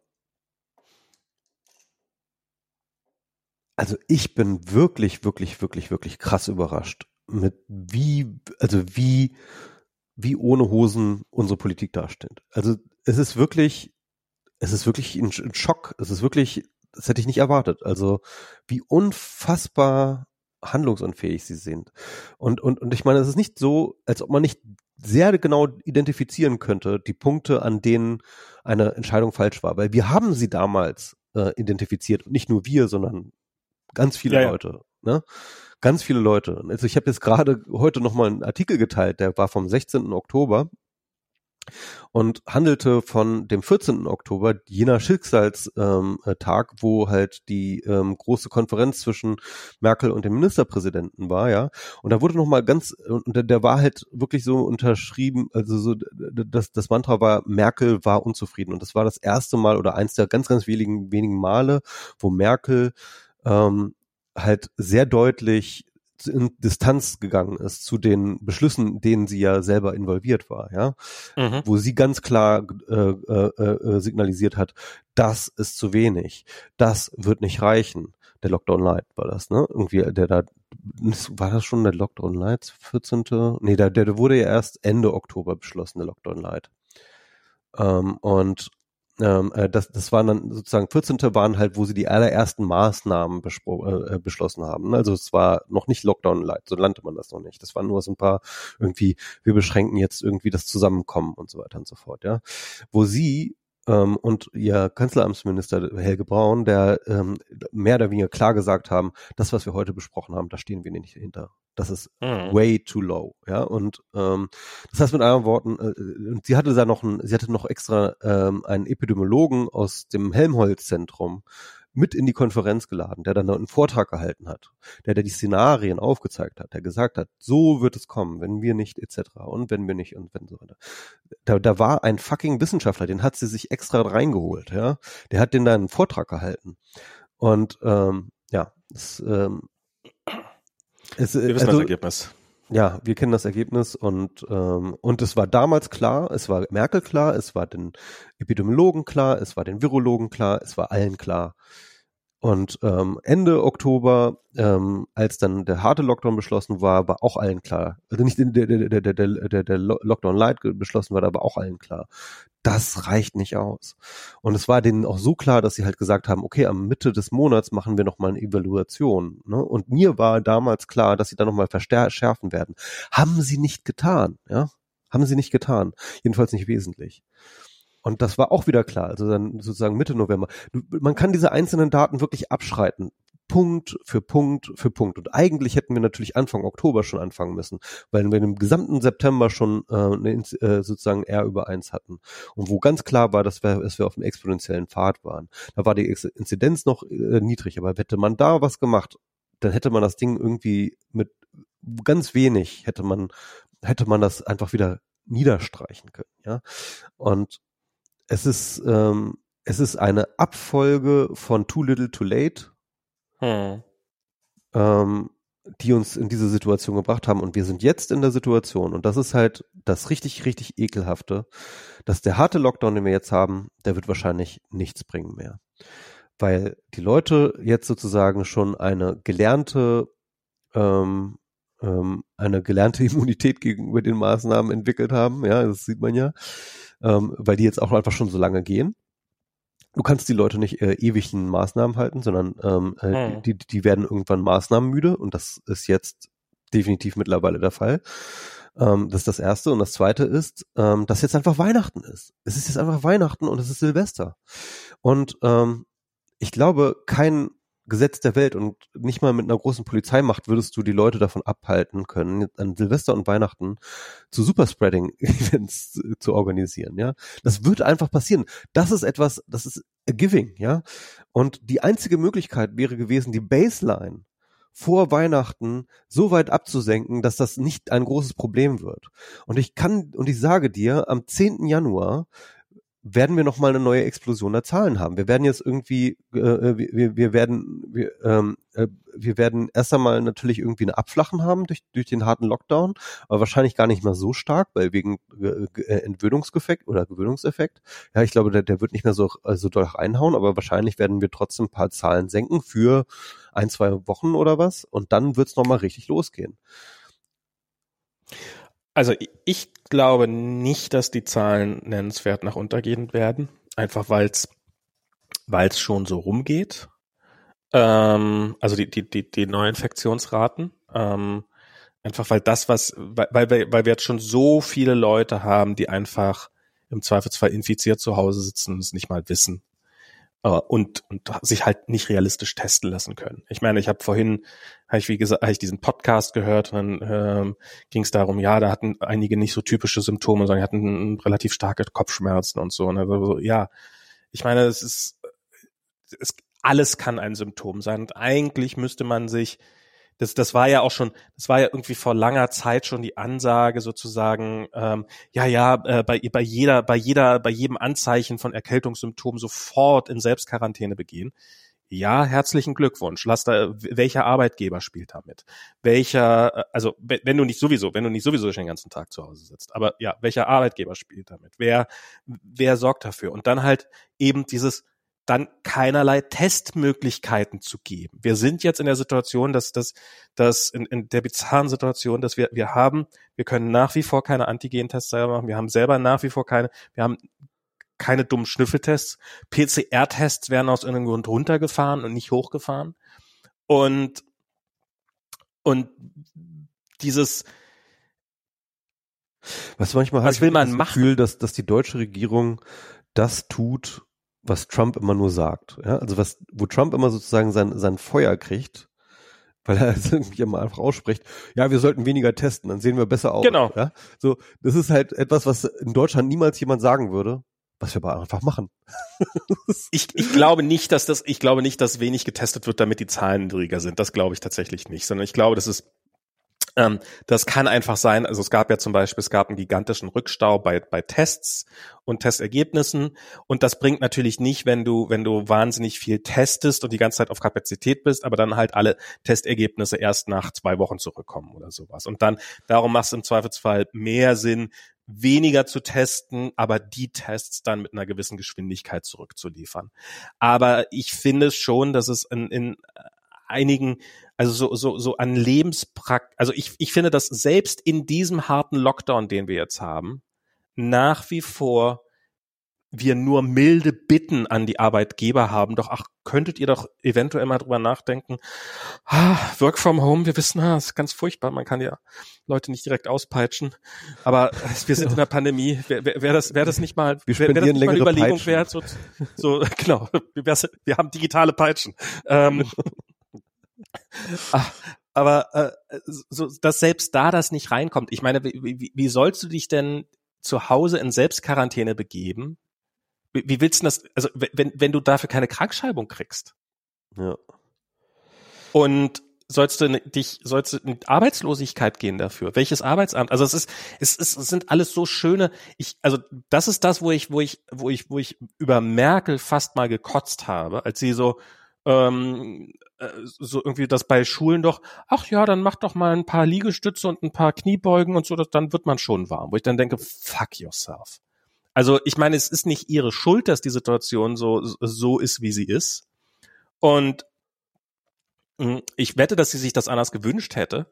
also ich bin wirklich, wirklich, wirklich, wirklich krass überrascht mit wie, also wie wie ohne Hosen unsere Politik dasteht. Also es ist wirklich, es ist wirklich ein, ein Schock. Es ist wirklich, das hätte ich nicht erwartet. Also wie unfassbar handlungsunfähig sie sind. Und, und, und ich meine, es ist nicht so, als ob man nicht sehr genau identifizieren könnte, die Punkte, an denen eine Entscheidung falsch war. Weil wir haben sie damals äh, identifiziert. Und nicht nur wir, sondern ganz viele ja, Leute. Ja. Ne? Ganz viele Leute. Also ich habe jetzt gerade heute nochmal einen Artikel geteilt, der war vom sechzehnten Oktober und handelte von dem vierzehnten Oktober, jener Schicksalstag, ähm, wo halt die ähm, große Konferenz zwischen Merkel und dem Ministerpräsidenten war, ja. Und da wurde nochmal ganz, und der, der war halt wirklich so unterschrieben, also so, das, das Mantra war, Merkel war unzufrieden. Und das war das erste Mal oder eins der ganz, ganz wenigen, wenigen Male, wo Merkel ähm, halt sehr deutlich in Distanz gegangen ist zu den Beschlüssen, denen sie ja selber involviert war, ja, mhm. wo sie ganz klar äh, äh, äh, signalisiert hat, das ist zu wenig, das wird nicht reichen. Der Lockdown Light war das, ne? Irgendwie, der da, war das schon der Lockdown Light, vierzehnte Nee, der, der wurde ja erst Ende Oktober beschlossen, der Lockdown Light. Ähm, und Ähm, äh, das, das waren dann sozusagen vierzehnte waren halt, wo sie die allerersten Maßnahmen bespro- äh, beschlossen haben. Also es war noch nicht Lockdown Light, so nannte man das noch nicht. Das waren nur so ein paar irgendwie, wir beschränken jetzt irgendwie das Zusammenkommen und so weiter und so fort, ja. Wo sie ähm, und ihr Kanzleramtsminister Helge Braun, der ähm, mehr oder weniger klar gesagt haben, das, was wir heute besprochen haben, da stehen wir nicht hinter. Das ist mhm. way too low, ja. Und ähm, das heißt mit anderen Worten, äh, sie hatte da noch ein, sie hatte noch extra ähm, einen Epidemiologen aus dem Helmholtz-Zentrum mit in die Konferenz geladen, der dann einen Vortrag gehalten hat, der, der die Szenarien aufgezeigt hat, der gesagt hat, so wird es kommen, wenn wir nicht et cetera und wenn wir nicht und wenn so weiter. Da, da war ein fucking Wissenschaftler, den hat sie sich extra reingeholt, ja. Der hat den dann einen Vortrag gehalten. Und ähm, ja, es, ähm, es, wir wissen also, das Ergebnis. Ja, wir kennen das Ergebnis und ähm, und es war damals klar, es war Merkel klar, es war den Epidemiologen klar, es war den Virologen klar, es war allen klar. Und ähm, Ende Oktober, ähm, als dann der harte Lockdown beschlossen war, war auch allen klar. Also nicht der, der, der, der, der, der Lockdown Light beschlossen war, aber auch allen klar. Das reicht nicht aus. Und es war denen auch so klar, dass sie halt gesagt haben, okay, am Mitte des Monats machen wir nochmal eine Evaluation. Ne? Und mir war damals klar, dass sie dann nochmal verschärfen werden. Haben sie nicht getan, ja? Haben sie nicht getan. Jedenfalls nicht wesentlich. Und das war auch wieder klar, also dann sozusagen Mitte November. Man kann diese einzelnen Daten wirklich abschreiten. Punkt für Punkt für Punkt. Und eigentlich hätten wir natürlich Anfang Oktober schon anfangen müssen, weil wir im gesamten September schon äh, eine, äh, sozusagen R über eins hatten. Und wo ganz klar war, dass wir, dass wir auf einem exponentiellen Pfad waren. Da war die Inzidenz noch äh, niedrig, aber hätte man da was gemacht, dann hätte man das Ding irgendwie mit ganz wenig, hätte man, hätte man das einfach wieder niederstreichen können. Ja. Und es ist, ähm, es ist eine Abfolge von Too Little Too Late. Hm. Ähm, die uns in diese Situation gebracht haben. Und wir sind jetzt in der Situation, und das ist halt das richtig, richtig Ekelhafte, dass der harte Lockdown, den wir jetzt haben, der wird wahrscheinlich nichts bringen mehr. Weil die Leute jetzt sozusagen schon eine gelernte, ähm, ähm, eine gelernte Immunität gegenüber den Maßnahmen entwickelt haben. Ja, das sieht man ja, ähm, weil die jetzt auch einfach schon so lange gehen. Du kannst die Leute nicht äh, ewig in Maßnahmen halten, sondern ähm, äh, Hm. die, die werden irgendwann maßnahmenmüde, und das ist jetzt definitiv mittlerweile der Fall. Ähm, das ist das Erste. Und das Zweite ist, ähm, dass jetzt einfach Weihnachten ist. Es ist jetzt einfach Weihnachten und es ist Silvester. Und ähm, ich glaube, kein Gesetz der Welt und nicht mal mit einer großen Polizeimacht würdest du die Leute davon abhalten können, an Silvester und Weihnachten zu Superspreading-Events zu organisieren, ja. Das wird einfach passieren. Das ist etwas, das ist a giving, ja. Und die einzige Möglichkeit wäre gewesen, die Baseline vor Weihnachten so weit abzusenken, dass das nicht ein großes Problem wird. Und ich kann, und ich sage dir, am zehnten Januar werden wir nochmal eine neue Explosion der Zahlen haben. Wir werden jetzt irgendwie, äh, wir, wir werden, wir, ähm, äh, wir werden erst einmal natürlich irgendwie eine Abflachen haben durch, durch den harten Lockdown, aber wahrscheinlich gar nicht mehr so stark, weil wegen äh, Entwöhnungseffekt oder Gewöhnungseffekt. Ja, ich glaube, der, der wird nicht mehr so, so doll reinhauen, aber wahrscheinlich werden wir trotzdem ein paar Zahlen senken für ein, zwei Wochen oder was, und dann wird's nochmal richtig losgehen. Also ich glaube nicht, dass die Zahlen nennenswert nach unten gehen werden, einfach weil es weil es schon so rumgeht. Ähm, also die die die die Neuinfektionsraten, ähm, einfach weil das was weil weil wir, weil wir jetzt schon so viele Leute haben, die einfach im Zweifelsfall infiziert zu Hause sitzen und es nicht mal wissen. Uh, und und sich halt nicht realistisch testen lassen können. Ich meine, ich habe vorhin, habe ich wie gesagt, habe ich diesen Podcast gehört, und dann ähm, ging es darum, ja, da hatten einige nicht so typische Symptome, sondern die hatten relativ starke Kopfschmerzen und so. Und also, ja, ich meine, es ist, es, alles kann ein Symptom sein. Und eigentlich müsste man sich Das, das war ja auch schon, das war ja irgendwie vor langer Zeit schon die Ansage sozusagen, ähm, ja, ja, äh, bei, bei jeder, bei jeder, bei jedem Anzeichen von Erkältungssymptomen sofort in Selbstquarantäne begehen. Ja, herzlichen Glückwunsch. Lass da, welcher Arbeitgeber spielt da mit? Welcher, also, wenn du nicht sowieso, wenn du nicht sowieso schon den ganzen Tag zu Hause sitzt, aber ja, welcher Arbeitgeber spielt da mit? Wer, wer sorgt dafür? Und dann halt eben dieses, dann keinerlei Testmöglichkeiten zu geben. Wir sind jetzt in der Situation, dass das, dass in, in der bizarren Situation, dass wir wir haben, wir können nach wie vor keine Antigen-Tests selber machen. Wir haben selber nach wie vor keine, wir haben keine dummen Schnüffeltests. P C R-Tests werden aus irgendeinem Grund runtergefahren und nicht hochgefahren. Und und dieses was manchmal was habe will ich man das machen? Gefühl, dass dass die deutsche Regierung das tut, was Trump immer nur sagt. Ja? Also was, wo Trump immer sozusagen sein, sein Feuer kriegt, weil er es irgendwie immer einfach ausspricht, ja, wir sollten weniger testen, dann sehen wir besser aus. Genau. Ja? So, das ist halt etwas, was in Deutschland niemals jemand sagen würde, was wir aber einfach machen. ich, ich glaube nicht, dass das, ich glaube nicht, dass wenig getestet wird, damit die Zahlen niedriger sind. Das glaube ich tatsächlich nicht, sondern ich glaube, das ist Ähm, das kann einfach sein, also es gab ja zum Beispiel, es gab einen gigantischen Rückstau bei, bei Tests und Testergebnissen, und das bringt natürlich nicht, wenn du, wenn du wahnsinnig viel testest und die ganze Zeit auf Kapazität bist, aber dann halt alle Testergebnisse erst nach zwei Wochen zurückkommen oder sowas. Und dann, darum macht es im Zweifelsfall mehr Sinn, weniger zu testen, aber die Tests dann mit einer gewissen Geschwindigkeit zurückzuliefern. Aber ich finde schon, dass es in, in einigen, also so so so an Lebensprakt, also ich ich finde, dass selbst in diesem harten Lockdown, den wir jetzt haben, nach wie vor wir nur milde Bitten an die Arbeitgeber haben. Doch, ach, könntet ihr doch eventuell mal drüber nachdenken, ah, Work from Home, wir wissen, ah, das ist ganz furchtbar, man kann ja Leute nicht direkt auspeitschen, aber wir sind in der Pandemie, wäre wär, wär das, wär das nicht mal, wir wär, wär das nicht mal eine Überlegung Peitschen. wert, so, so genau, wir haben digitale Peitschen. Ähm, Ach, aber äh, so, dass selbst da das nicht reinkommt. Ich meine, wie, wie, wie sollst du dich denn zu Hause in Selbstquarantäne begeben? Wie, wie willst du das, also wenn, wenn du dafür keine Krankschreibung kriegst? Ja. Und sollst du dich, sollst du in Arbeitslosigkeit gehen dafür? Welches Arbeitsamt? Also es ist, es ist, es sind alles so schöne, ich, also das ist das, wo ich, wo ich, wo ich, wo ich über Merkel fast mal gekotzt habe, als sie so ähm, äh, so irgendwie das bei Schulen doch, ach ja, dann mach doch mal ein paar Liegestütze und ein paar Kniebeugen und so, das, dann wird man schon warm. Wo ich dann denke, fuck yourself. Also ich meine, es ist nicht ihre Schuld, dass die Situation so so ist, wie sie ist. Und mh, ich wette, dass sie sich das anders gewünscht hätte.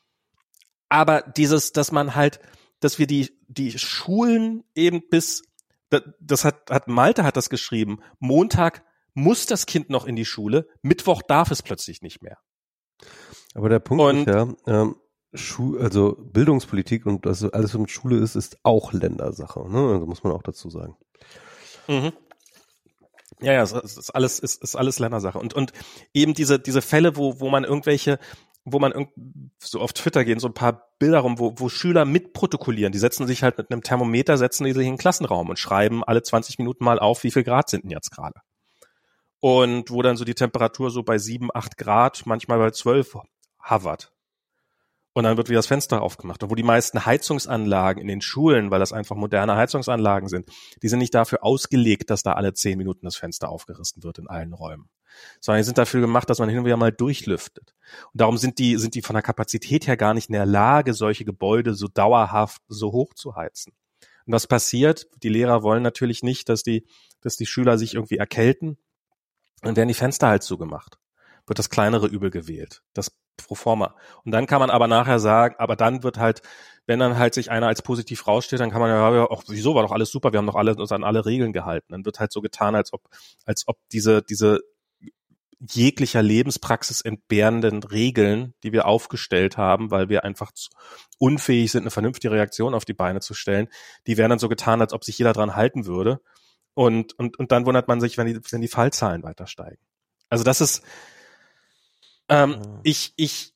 Aber dieses, dass man halt, dass wir die die Schulen eben bis, das, das hat hat Malte hat das geschrieben, Montag muss das Kind noch in die Schule, Mittwoch darf es plötzlich nicht mehr. Aber der Punkt Und, ist ja, ähm, Schu- also Bildungspolitik und das alles, was mit Schule ist, ist auch Ländersache, ne? Also muss man auch dazu sagen. Mhm. Ja, ja, es ist alles, ist, ist alles Ländersache. Und, und eben diese, diese Fälle, wo, wo man irgendwelche, wo man irg- so auf Twitter gehen, so ein paar Bilder rum, wo, wo Schüler mitprotokollieren. Die setzen sich halt mit einem Thermometer, setzen die sich in den Klassenraum und schreiben alle zwanzig Minuten mal auf, wie viel Grad sind denn jetzt gerade. Und wo dann so die Temperatur so bei sieben, acht Grad, manchmal bei zwölf hovert. Und dann wird wieder das Fenster aufgemacht. Und wo die meisten Heizungsanlagen in den Schulen, weil das einfach moderne Heizungsanlagen sind, die sind nicht dafür ausgelegt, dass da alle zehn Minuten das Fenster aufgerissen wird in allen Räumen. Sondern die sind dafür gemacht, dass man hin und wieder mal durchlüftet. Und darum sind die, sind die von der Kapazität her gar nicht in der Lage, solche Gebäude so dauerhaft so hoch zu heizen. Und was passiert? Die Lehrer wollen natürlich nicht, dass die, dass die Schüler sich irgendwie erkälten. Dann werden die Fenster halt zugemacht. Wird das kleinere Übel gewählt, das Proforma. Und dann kann man aber nachher sagen, aber dann wird halt, wenn dann halt sich einer als positiv rausstellt, dann kann man ja, ja, auch, wieso war doch alles super, wir haben doch alle uns an alle Regeln gehalten. Dann wird halt so getan, als ob, als ob diese, diese jeglicher Lebenspraxis entbehrenden Regeln, die wir aufgestellt haben, weil wir einfach unfähig sind, eine vernünftige Reaktion auf die Beine zu stellen, die werden dann so getan, als ob sich jeder dran halten würde. Und, und, und dann wundert man sich, wenn die, wenn die Fallzahlen weiter steigen. Also das ist, ähm, ja. ich, ich,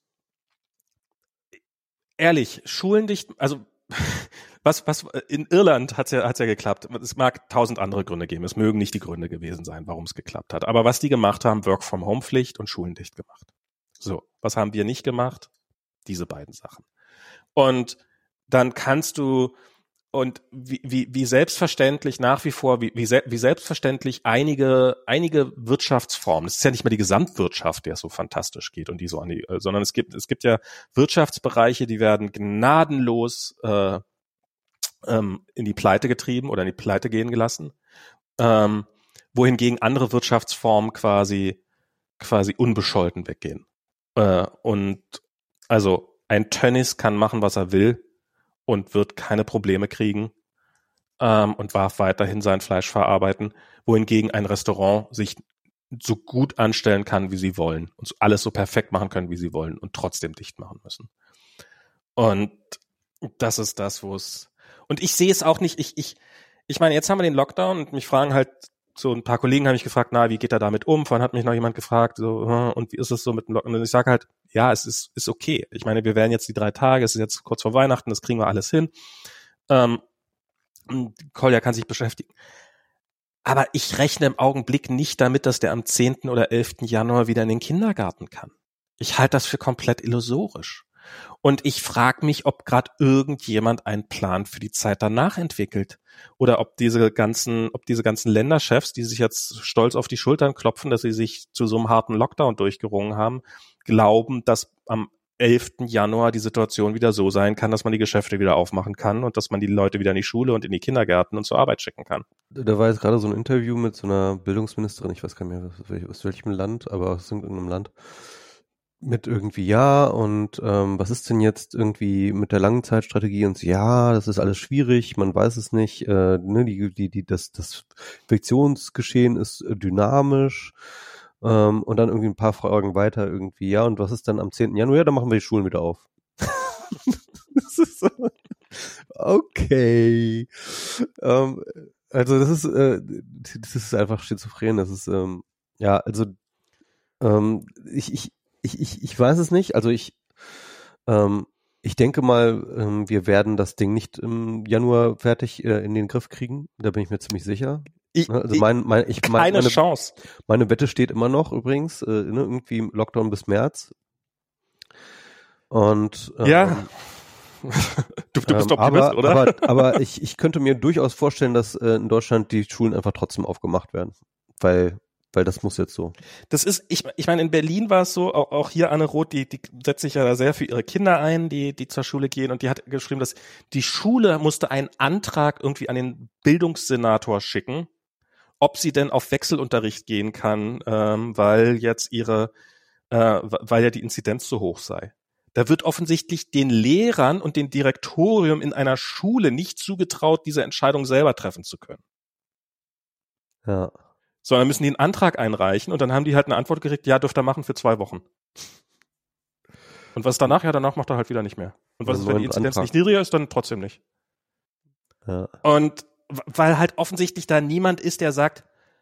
ehrlich, Schulen dicht, also, was, was, in Irland hat's ja, hat's ja geklappt. Es mag tausend andere Gründe geben. Es mögen nicht die Gründe gewesen sein, warum es geklappt hat. Aber was die gemacht haben, Work-from-Home-Pflicht und Schulen dicht gemacht. So. Was haben wir nicht gemacht? Diese beiden Sachen. Und dann kannst du, und wie, wie, wie selbstverständlich nach wie vor, wie, wie, wie selbstverständlich einige, einige Wirtschaftsformen, es ist ja nicht mehr die Gesamtwirtschaft, der so fantastisch geht und die so an die, sondern es gibt, es gibt ja Wirtschaftsbereiche, die werden gnadenlos äh, ähm, in die Pleite getrieben oder in die Pleite gehen gelassen, ähm, wohingegen andere Wirtschaftsformen quasi, quasi unbescholten weggehen. Äh, und also ein Tönnies kann machen, was er will, und wird keine Probleme kriegen ähm, und darf weiterhin sein Fleisch verarbeiten, wohingegen ein Restaurant sich so gut anstellen kann, wie sie wollen und alles so perfekt machen können, wie sie wollen und trotzdem dicht machen müssen. Und das ist das, wo es... Und ich sehe es auch nicht, ich, ich, ich meine, jetzt haben wir den Lockdown und mich fragen halt, so ein paar Kollegen haben mich gefragt, na, wie geht er damit um? Vorhin hat mich noch jemand gefragt, so, und wie ist es so mit dem Lockdown? Und ich sage halt, ja, es ist, ist okay. Ich meine, wir werden jetzt die drei Tage, es ist jetzt kurz vor Weihnachten, das kriegen wir alles hin. Ähm, Kolja kann sich beschäftigen. Aber ich rechne im Augenblick nicht damit, dass der am zehnten oder elften Januar wieder in den Kindergarten kann. Ich halte das für komplett illusorisch. Und ich frage mich, ob gerade irgendjemand einen Plan für die Zeit danach entwickelt. Oder ob diese ganzen, ob diese ganzen Länderchefs, die sich jetzt stolz auf die Schultern klopfen, dass sie sich zu so einem harten Lockdown durchgerungen haben, glauben, dass am elften Januar die Situation wieder so sein kann, dass man die Geschäfte wieder aufmachen kann und dass man die Leute wieder in die Schule und in die Kindergärten und zur Arbeit schicken kann. Da war jetzt gerade so ein Interview mit so einer Bildungsministerin, ich weiß gar nicht mehr, aus welchem Land, aber aus irgendeinem Land, mit irgendwie ja und ähm, was ist denn jetzt irgendwie mit der Langzeitstrategie und so, ja, das ist alles schwierig, man weiß es nicht, äh, ne, die die die das das Infektionsgeschehen ist äh, dynamisch ähm, und dann irgendwie ein paar Fragen weiter irgendwie ja und was ist dann am zehnten Januar? Ja, dann machen wir die Schulen wieder auf. Das ist so okay. Ähm, also das ist äh, das ist einfach schizophren, das ist ähm, ja, also ähm, ich ich Ich, ich, ich weiß es nicht. Also ich, ähm, ich denke mal, ähm, wir werden das Ding nicht im Januar fertig äh, in den Griff kriegen. Da bin ich mir ziemlich sicher. Ich, also mein, mein, ich, mein, keine meine Chance. Meine Wette steht immer noch übrigens, äh, ne, irgendwie Lockdown bis März. Und ähm, ja. Du, du bist ähm, Optimist, aber, oder? Aber, aber ich, ich könnte mir durchaus vorstellen, dass äh, in Deutschland die Schulen einfach trotzdem aufgemacht werden. Weil weil das muss jetzt so. Das ist, ich, ich meine, in Berlin war es so, auch, auch hier Anne Roth, die, die setzt sich ja da sehr für ihre Kinder ein, die, die zur Schule gehen, und die hat geschrieben, dass die Schule musste einen Antrag irgendwie an den Bildungssenator schicken, ob sie denn auf Wechselunterricht gehen kann, ähm, weil jetzt ihre, äh, weil ja die Inzidenz so hoch sei. Da wird offensichtlich den Lehrern und dem Direktorium in einer Schule nicht zugetraut, diese Entscheidung selber treffen zu können. Ja. Sondern müssen die einen Antrag einreichen, und dann haben die halt eine Antwort gekriegt, ja, dürft ihr machen für zwei Wochen. Und was danach? Ja, danach macht er halt wieder nicht mehr. Und was ist, wenn die Inzidenz nicht niedriger ist, dann trotzdem nicht. Ja. Und weil halt offensichtlich da niemand ist, der sagt,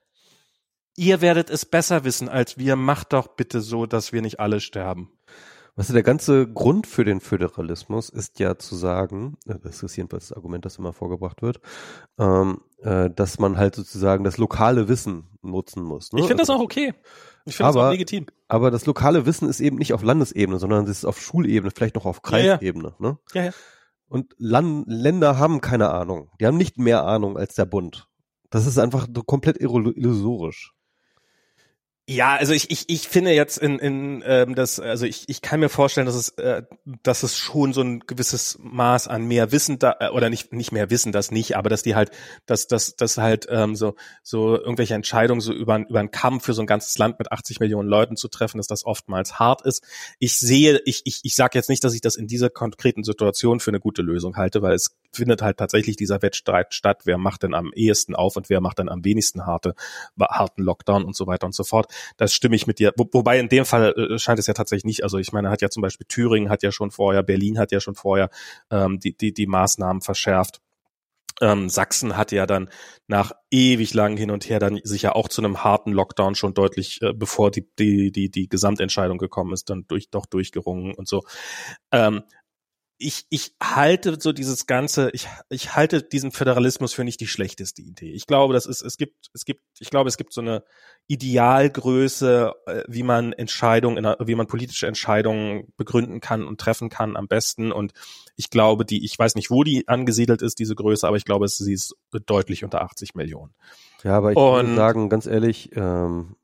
ihr werdet es besser wissen als wir, macht doch bitte so, dass wir nicht alle sterben. Weißt du, der ganze Grund für den Föderalismus ist ja zu sagen, das ist jedenfalls das Argument, das immer vorgebracht wird, ähm, äh, dass man halt sozusagen das lokale Wissen nutzen muss. Ne? Ich finde also, das auch okay. Ich finde das auch legitim. Aber das lokale Wissen ist eben nicht auf Landesebene, sondern es ist auf Schulebene, vielleicht noch auf Kreisebene. Ja, ja. Ne? Ja, ja. Und Land, Länder haben keine Ahnung. Die haben nicht mehr Ahnung als der Bund. Das ist einfach komplett illusorisch. Ja, also ich ich ich finde jetzt in in ähm, das also ich ich kann mir vorstellen, dass es äh, dass es schon so ein gewisses Maß an mehr Wissen da äh, oder nicht nicht mehr Wissen, das nicht, aber dass die halt dass dass dass halt ähm, so so irgendwelche Entscheidungen so über über einen Kamm für so ein ganzes Land mit achtzig Millionen Leuten zu treffen, dass das oftmals hart ist. Ich sehe ich ich ich sage jetzt nicht, dass ich das in dieser konkreten Situation für eine gute Lösung halte, weil es findet halt tatsächlich dieser Wettstreit statt, wer macht denn am ehesten auf und wer macht dann am wenigsten harte harten Lockdown und so weiter und so fort. Das stimme ich mit dir. Wo, wobei in dem Fall äh, scheint es ja tatsächlich nicht. Also ich meine, hat ja zum Beispiel Thüringen hat ja schon vorher, Berlin hat ja schon vorher ähm, die die die Maßnahmen verschärft. Ähm, Sachsen hat ja dann nach ewig lang hin und her dann sich ja auch zu einem harten Lockdown schon deutlich, äh, bevor die die die die Gesamtentscheidung gekommen ist, dann durch doch durchgerungen und so. Ähm, Ich, ich halte so dieses ganze, ich, ich halte diesen Föderalismus für nicht die schlechteste Idee. Ich glaube, das ist, es gibt, es gibt, ich glaube, es gibt so eine Idealgröße, wie man Entscheidungen, in einer, wie man politische Entscheidungen begründen kann und treffen kann am besten. Und ich glaube, die, ich weiß nicht, wo die angesiedelt ist, diese Größe, aber ich glaube, sie ist deutlich unter achtzig Millionen. Ja, aber ich und, würde sagen, ganz ehrlich, ähm,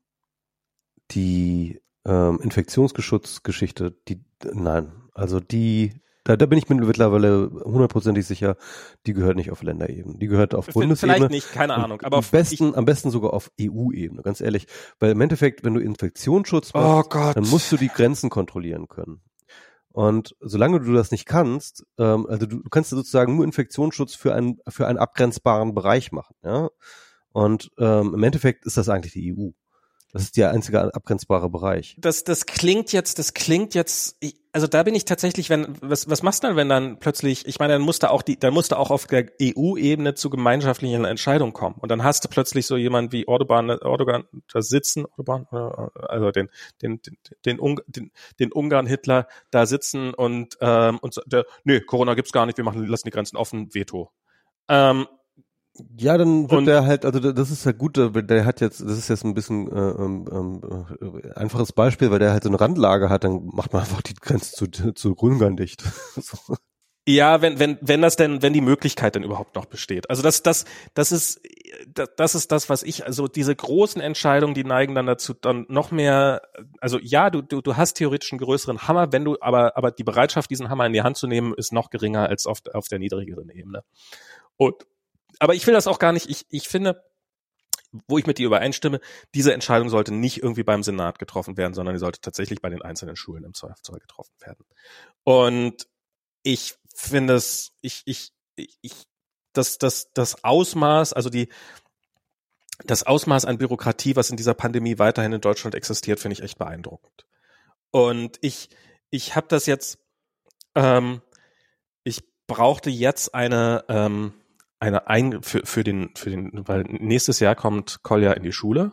die ähm, Infektionsgeschutzgeschichte, die, nein, also die Da, da bin ich mir mittlerweile hundertprozentig sicher, die gehört nicht auf Länderebene. Die gehört auf Bundesebene. Vielleicht nicht, keine Ahnung. Aber am besten, am besten sogar auf E U-Ebene, ganz ehrlich. Weil im Endeffekt, wenn du Infektionsschutz machst, oh Gott. dann musst du die Grenzen kontrollieren können. Und solange du das nicht kannst, ähm, also du, du kannst sozusagen nur Infektionsschutz für einen, für einen abgrenzbaren Bereich machen, ja. Und ähm, im Endeffekt ist das eigentlich die E U. Das ist der einzige abgrenzbare Bereich. Das, das klingt jetzt, das klingt jetzt, ich, also da bin ich tatsächlich, wenn, was, was machst du dann, wenn dann plötzlich, ich meine, dann musste auch die, dann musste auch auf der E U-Ebene zu gemeinschaftlichen Entscheidungen kommen. Und dann hast du plötzlich so jemand wie Erdogan, Erdogan da sitzen, Erdogan, also den, den, den, den, Ung, den, den Ungarn-Hitler da sitzen und, ähm, und so, der, nee, Corona gibt's gar nicht, wir machen, lassen die Grenzen offen, Veto. Ähm, Ja, dann wird und der halt, also das ist ja gut, der hat jetzt, das ist jetzt ein bisschen äh, ähm, äh, einfaches Beispiel, weil der halt so eine Randlage hat, dann macht man einfach die Grenze zu, zu Ungarn dicht. So. Ja, wenn wenn wenn das denn, wenn die Möglichkeit denn überhaupt noch besteht. Also das das das ist das, das ist das, was ich, also diese großen Entscheidungen, die neigen dann dazu, dann noch mehr. Also ja, du du du hast theoretisch einen größeren Hammer, wenn du, aber aber die Bereitschaft, diesen Hammer in die Hand zu nehmen, ist noch geringer als auf auf der niedrigeren Ebene. Und aber ich will das auch gar nicht. Ich ich finde, wo ich mit dir übereinstimme, diese Entscheidung sollte nicht irgendwie beim Senat getroffen werden, sondern die sollte tatsächlich bei den einzelnen Schulen im Zweifelsfall getroffen werden. Und ich finde es, ich, ich, ich, ich, das, das, das Ausmaß, also die, das Ausmaß an Bürokratie, was in dieser Pandemie weiterhin in Deutschland existiert, finde ich echt beeindruckend. Und ich, ich habe das jetzt, ähm, ich brauchte jetzt eine, ähm, eine ein für, für den, für den, weil nächstes Jahr kommt Kolja in die Schule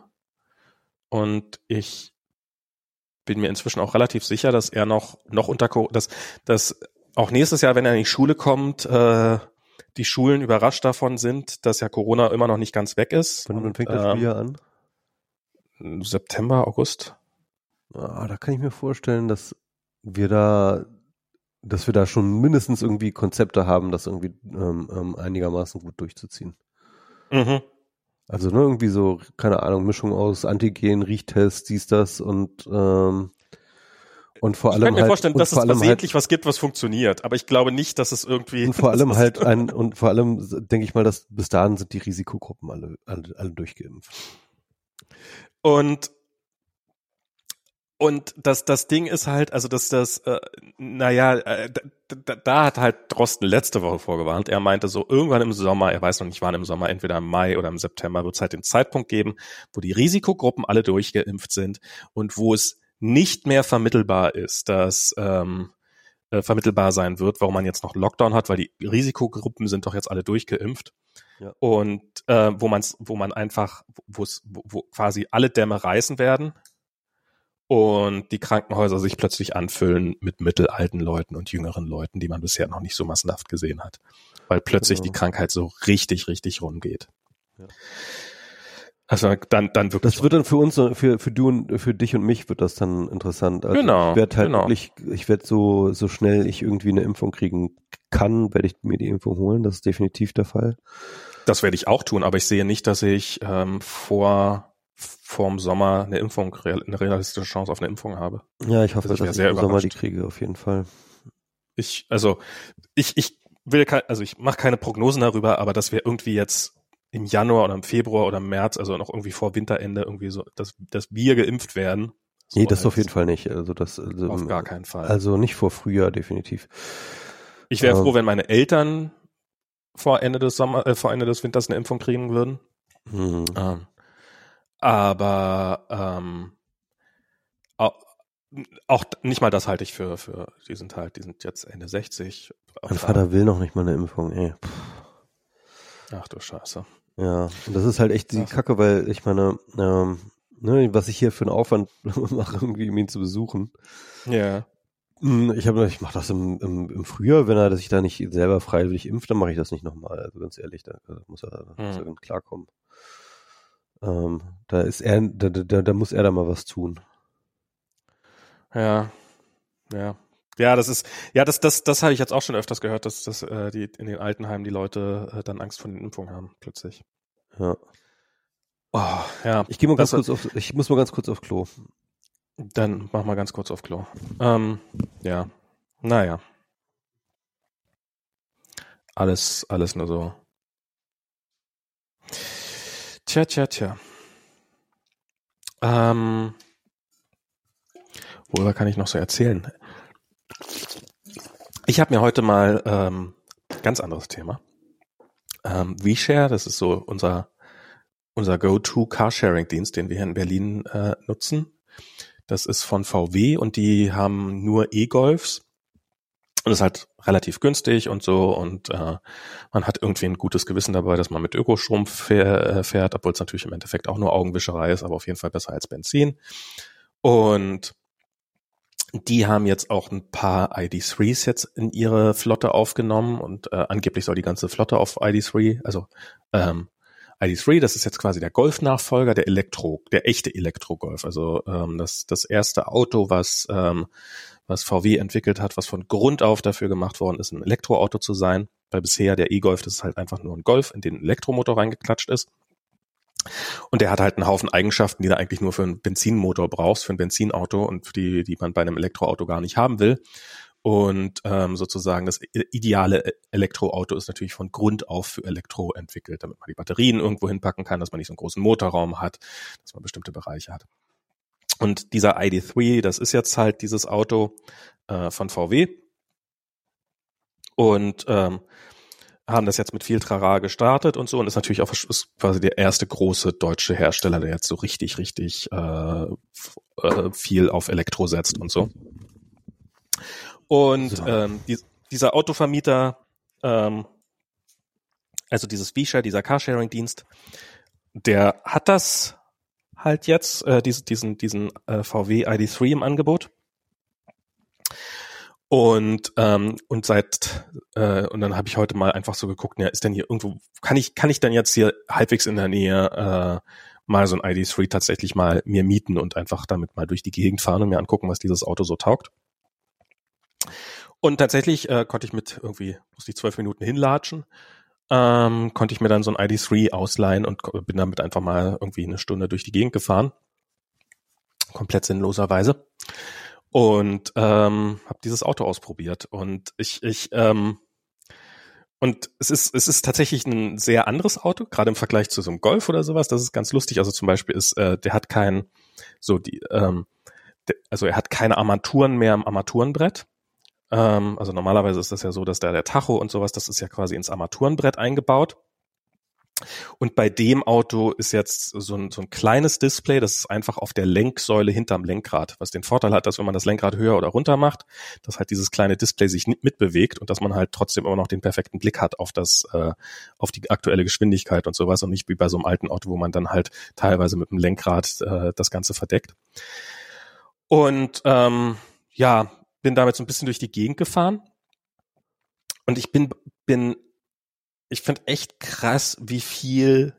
und ich bin mir inzwischen auch relativ sicher, dass er noch, noch unter, dass, dass auch nächstes Jahr, wenn er in die Schule kommt, äh, die Schulen überrascht davon sind, dass ja Corona immer noch nicht ganz weg ist. Wann fängt das Schuljahr an? September, August. Ah, da kann ich mir vorstellen, dass wir da, dass wir da schon mindestens irgendwie Konzepte haben, das irgendwie ähm, ähm, einigermaßen gut durchzuziehen. Mhm. Also ne, irgendwie so, keine Ahnung, Mischung aus Antigen, Riechtest, dies, das und ähm, und vor Ich allem kann mir halt vorstellen, und dass vor es allem versehentlich halt was gibt, was funktioniert, aber ich glaube nicht, dass es irgendwie und vor allem das halt ein und vor allem denke ich mal, dass bis dahin sind die Risikogruppen alle alle, alle durchgeimpft. und Und das, das Ding ist halt, also dass das, äh, naja, äh, da, da hat halt Drosten letzte Woche vorgewarnt. Er meinte so, irgendwann im Sommer, er weiß noch nicht wann im Sommer, entweder im Mai oder im September, wird es halt den Zeitpunkt geben, wo die Risikogruppen alle durchgeimpft sind und wo es nicht mehr vermittelbar ist, dass ähm, äh, vermittelbar sein wird, warum man jetzt noch Lockdown hat, weil die Risikogruppen sind doch jetzt alle durchgeimpft. Ja. Und äh, wo man's, wo man einfach, wo es, wo, wo quasi alle Dämme reißen werden. Und die Krankenhäuser sich plötzlich anfüllen mit mittelalten Leuten und jüngeren Leuten, die man bisher noch nicht so massenhaft gesehen hat. Weil plötzlich Genau. die Krankheit so richtig, richtig rumgeht. Ja. Also dann, dann wirklich. Das wird dann für uns, für, für du und für dich und mich wird das dann interessant. Also genau, ich werde halt genau. wirklich, ich werde so, so schnell ich irgendwie eine Impfung kriegen kann, werde ich mir die Impfung holen. Das ist definitiv der Fall. Das werde ich auch tun, aber ich sehe nicht, dass ich ähm, vor vorm Sommer eine Impfung, eine realistische Chance auf eine Impfung habe. Ja, ich hoffe, also ich dass ich sehr im Sommer die kriege, auf jeden Fall. Ich, also, ich, ich will, kein, also ich mache keine Prognosen darüber, aber dass wir irgendwie jetzt im Januar oder im Februar oder im März, also noch irgendwie vor Winterende irgendwie so, dass, dass wir geimpft werden. So nee, das als, auf jeden Fall nicht. Also das, also, auf gar keinen Fall. Also nicht vor Frühjahr, definitiv. Ich wäre ähm, froh, wenn meine Eltern vor Ende des Sommer, äh, vor Ende des Winters eine Impfung kriegen würden. Mhm. Ähm, aber ähm, auch, auch nicht mal das halte ich für, für, die sind halt, die sind jetzt Ende sechzig. Mein Vater will noch nicht mal eine Impfung, ey. Ach du Scheiße. Ja, und das ist halt echt die Kacke, weil ich meine, ähm, ne, was ich hier für einen Aufwand mache, irgendwie um ihn zu besuchen. Ja. Ich habe, ich mache das im, im, im Frühjahr, wenn er sich da nicht selber freiwillig impft, dann mache ich das nicht nochmal. Also ganz ehrlich, da muss er, hm. muss er klarkommen. Ähm, da ist er, da, da, da muss er da mal was tun. Ja, ja. Ja, das ist, ja, das, das, das habe ich jetzt auch schon öfters gehört, dass, dass äh, die in den Altenheimen die Leute äh, dann Angst vor den Impfungen haben, plötzlich. Ja. Oh, ja. Ich gehe mal ganz kurz auf, ich muss mal ganz kurz auf Klo. Dann mach mal ganz kurz auf Klo. Ähm, ja. Naja. Alles, alles nur so. Tja, tja, tja. Ähm, worüber kann ich noch so erzählen? Ich habe mir heute mal ähm, ganz anderes Thema. Ähm, WeShare, das ist so unser unser Go-To-Carsharing-Dienst, den wir hier in Berlin äh, nutzen. Das ist von V W und die haben nur E-Golfs und ist halt relativ günstig und so und äh, man hat irgendwie ein gutes Gewissen dabei, dass man mit Ökostrom fähr, fährt, obwohl es natürlich im Endeffekt auch nur Augenwischerei ist, aber auf jeden Fall besser als Benzin. Und die haben jetzt auch ein paar I D threes jetzt in ihre Flotte aufgenommen und äh, angeblich soll die ganze Flotte auf I D three, also ähm, I D three, das ist jetzt quasi der Golf-Nachfolger, der Elektro, der echte Elektro-Golf. Also ähm, das das erste Auto, was ähm, was V W entwickelt hat, was von Grund auf dafür gemacht worden ist, ein Elektroauto zu sein. Weil bisher der E-Golf, das ist halt einfach nur ein Golf, in den ein Elektromotor reingeklatscht ist. Und der hat halt einen Haufen Eigenschaften, die du eigentlich nur für einen Benzinmotor brauchst, für ein Benzinauto und für die, die man bei einem Elektroauto gar nicht haben will. Und ähm, sozusagen das ideale Elektroauto ist natürlich von Grund auf für Elektro entwickelt, damit man die Batterien irgendwo hinpacken kann, dass man nicht so einen großen Motorraum hat, dass man bestimmte Bereiche hat. Und dieser I D three, das ist jetzt halt dieses Auto äh, von V W. Und ähm, haben das jetzt mit viel Trara gestartet und so und ist natürlich auch ist quasi der erste große deutsche Hersteller, der jetzt so richtig, richtig äh, äh, viel auf Elektro setzt und so. Und so. ähm, die, dieser Autovermieter, ähm, also dieses WeShare, dieser Carsharing-Dienst, der hat das halt jetzt, äh, diesen, diesen, diesen äh, V W I D three im Angebot. Und ähm, und seit äh, und dann habe ich heute mal einfach so geguckt, ja, ist denn hier irgendwo, kann ich kann ich dann jetzt hier halbwegs in der Nähe äh, mal so ein I D three tatsächlich mal mir mieten und einfach damit mal durch die Gegend fahren und mir angucken, was dieses Auto so taugt. Und tatsächlich äh, konnte ich mit irgendwie, musste ich zwölf Minuten hinlatschen ähm, konnte ich mir dann so ein I D drei ausleihen und bin damit einfach mal irgendwie eine Stunde durch die Gegend gefahren. Komplett sinnloserweise. Und ähm, habe dieses Auto ausprobiert. Und ich, ich, ähm, und es ist, es ist tatsächlich ein sehr anderes Auto, gerade im Vergleich zu so einem Golf oder sowas. Das ist ganz lustig. Also zum Beispiel ist, äh, der hat kein, so die, ähm, der, also er hat keine Armaturen mehr am Armaturenbrett. Ähm, also normalerweise ist das ja so, dass da der Tacho und sowas, das ist ja quasi ins Armaturenbrett eingebaut. Und bei dem Auto ist jetzt so ein, so ein kleines Display, das ist einfach auf der Lenksäule hinterm Lenkrad, was den Vorteil hat, dass wenn man das Lenkrad höher oder runter macht, dass halt dieses kleine Display sich nicht mitbewegt und dass man halt trotzdem immer noch den perfekten Blick hat auf das, äh, auf die aktuelle Geschwindigkeit und sowas und nicht wie bei so einem alten Auto, wo man dann halt teilweise mit dem Lenkrad äh, das Ganze verdeckt. Und ähm, ja, bin damit so ein bisschen durch die Gegend gefahren und ich bin bin ich finde echt krass, wie viel,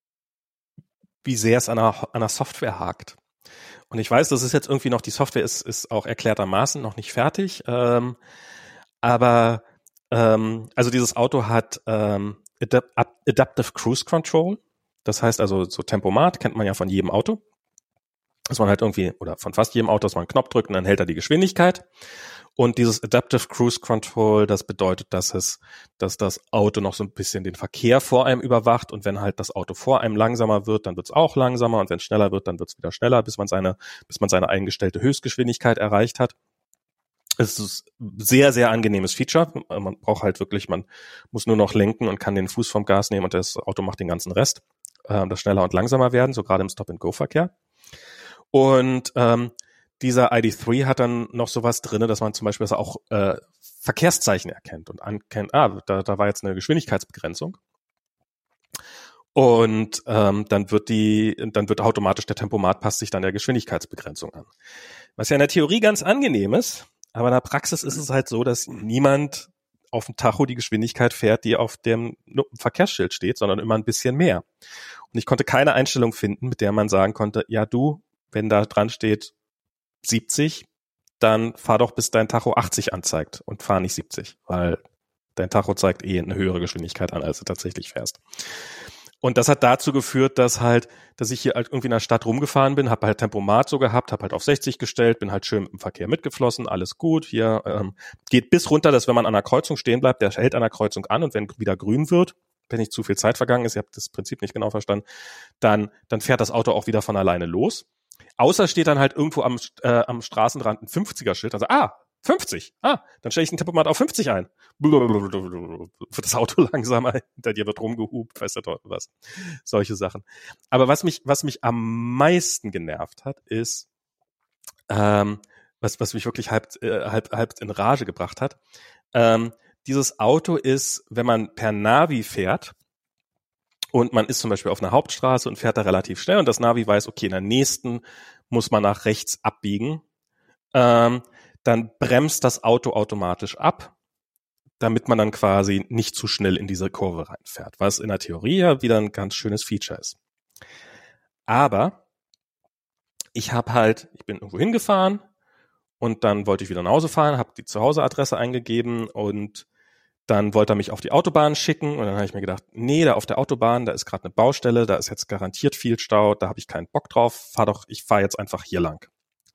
wie sehr es an der, an der Software hakt. Und ich weiß, das ist jetzt irgendwie noch, die Software ist, ist auch erklärtermaßen noch nicht fertig. Ähm, aber, ähm, also dieses Auto hat ähm, Adap- Adaptive Cruise Control. Das heißt also, so Tempomat kennt man ja von jedem Auto. Dass man halt irgendwie, oder von fast jedem Auto, dass man einen Knopf drückt und dann hält er die Geschwindigkeit. Und dieses Adaptive Cruise Control, das bedeutet, dass es, dass das Auto noch so ein bisschen den Verkehr vor einem überwacht und wenn halt das Auto vor einem langsamer wird, dann wird es auch langsamer und wenn es schneller wird, dann wird es wieder schneller, bis man seine, bis man seine eingestellte Höchstgeschwindigkeit erreicht hat. Es ist ein sehr, sehr angenehmes Feature. Man braucht halt wirklich, man muss nur noch lenken und kann den Fuß vom Gas nehmen und das Auto macht den ganzen Rest. Äh, das schneller und langsamer werden, so gerade im Stop-and-Go-Verkehr. Und ähm, dieser I D drei hat dann noch sowas drinne, dass man zum Beispiel auch äh, Verkehrszeichen erkennt und ankennt, ah, da, da war jetzt eine Geschwindigkeitsbegrenzung. Und ähm, dann wird die, dann wird automatisch der Tempomat passt sich dann der Geschwindigkeitsbegrenzung an. Was ja in der Theorie ganz angenehm ist, aber in der Praxis ist es halt so, dass niemand auf dem Tacho die Geschwindigkeit fährt, die auf dem Verkehrsschild steht, sondern immer ein bisschen mehr. Und ich konnte keine Einstellung finden, mit der man sagen konnte, ja du, wenn da dran steht siebzig, dann fahr doch, bis dein Tacho achtzig anzeigt und fahr nicht siebzig, weil dein Tacho zeigt eh eine höhere Geschwindigkeit an, als du tatsächlich fährst. Und das hat dazu geführt, dass halt, dass ich hier halt irgendwie in der Stadt rumgefahren bin, habe halt Tempomat so gehabt, habe halt auf sechzig gestellt, bin halt schön mit dem Verkehr mitgeflossen, alles gut. Hier ähm, geht bis runter, dass wenn man an einer Kreuzung stehen bleibt, der hält an der Kreuzung an und wenn wieder grün wird, wenn nicht zu viel Zeit vergangen ist, ihr habt das Prinzip nicht genau verstanden, dann dann fährt das Auto auch wieder von alleine los. Außer steht dann halt irgendwo am, äh, am Straßenrand ein fünfziger-Schild. Also, ah, fünfzig. Ah, dann stelle ich den Tempomat auf fünfzig ein. Wird das Auto langsamer, hinter dir wird rumgehupt, weiß der Teufel was. Solche Sachen. Aber was mich, was mich am meisten genervt hat, ist, ähm, was, was mich wirklich halb, äh, halb, halb in Rage gebracht hat. Ähm, dieses Auto ist, wenn man per Navi fährt, und man ist zum Beispiel auf einer Hauptstraße und fährt da relativ schnell und das Navi weiß, okay, in der nächsten muss man nach rechts abbiegen, ähm, dann bremst das Auto automatisch ab, damit man dann quasi nicht zu schnell in diese Kurve reinfährt, was in der Theorie ja wieder ein ganz schönes Feature ist. Aber ich habe halt, ich bin irgendwo hingefahren und dann wollte ich wieder nach Hause fahren, habe die Zuhauseadresse eingegeben und dann wollte er mich auf die Autobahn schicken und dann habe ich mir gedacht, nee, da auf der Autobahn, da ist gerade eine Baustelle, da ist jetzt garantiert viel Stau, da habe ich keinen Bock drauf, fahr doch, ich fahre jetzt einfach hier lang.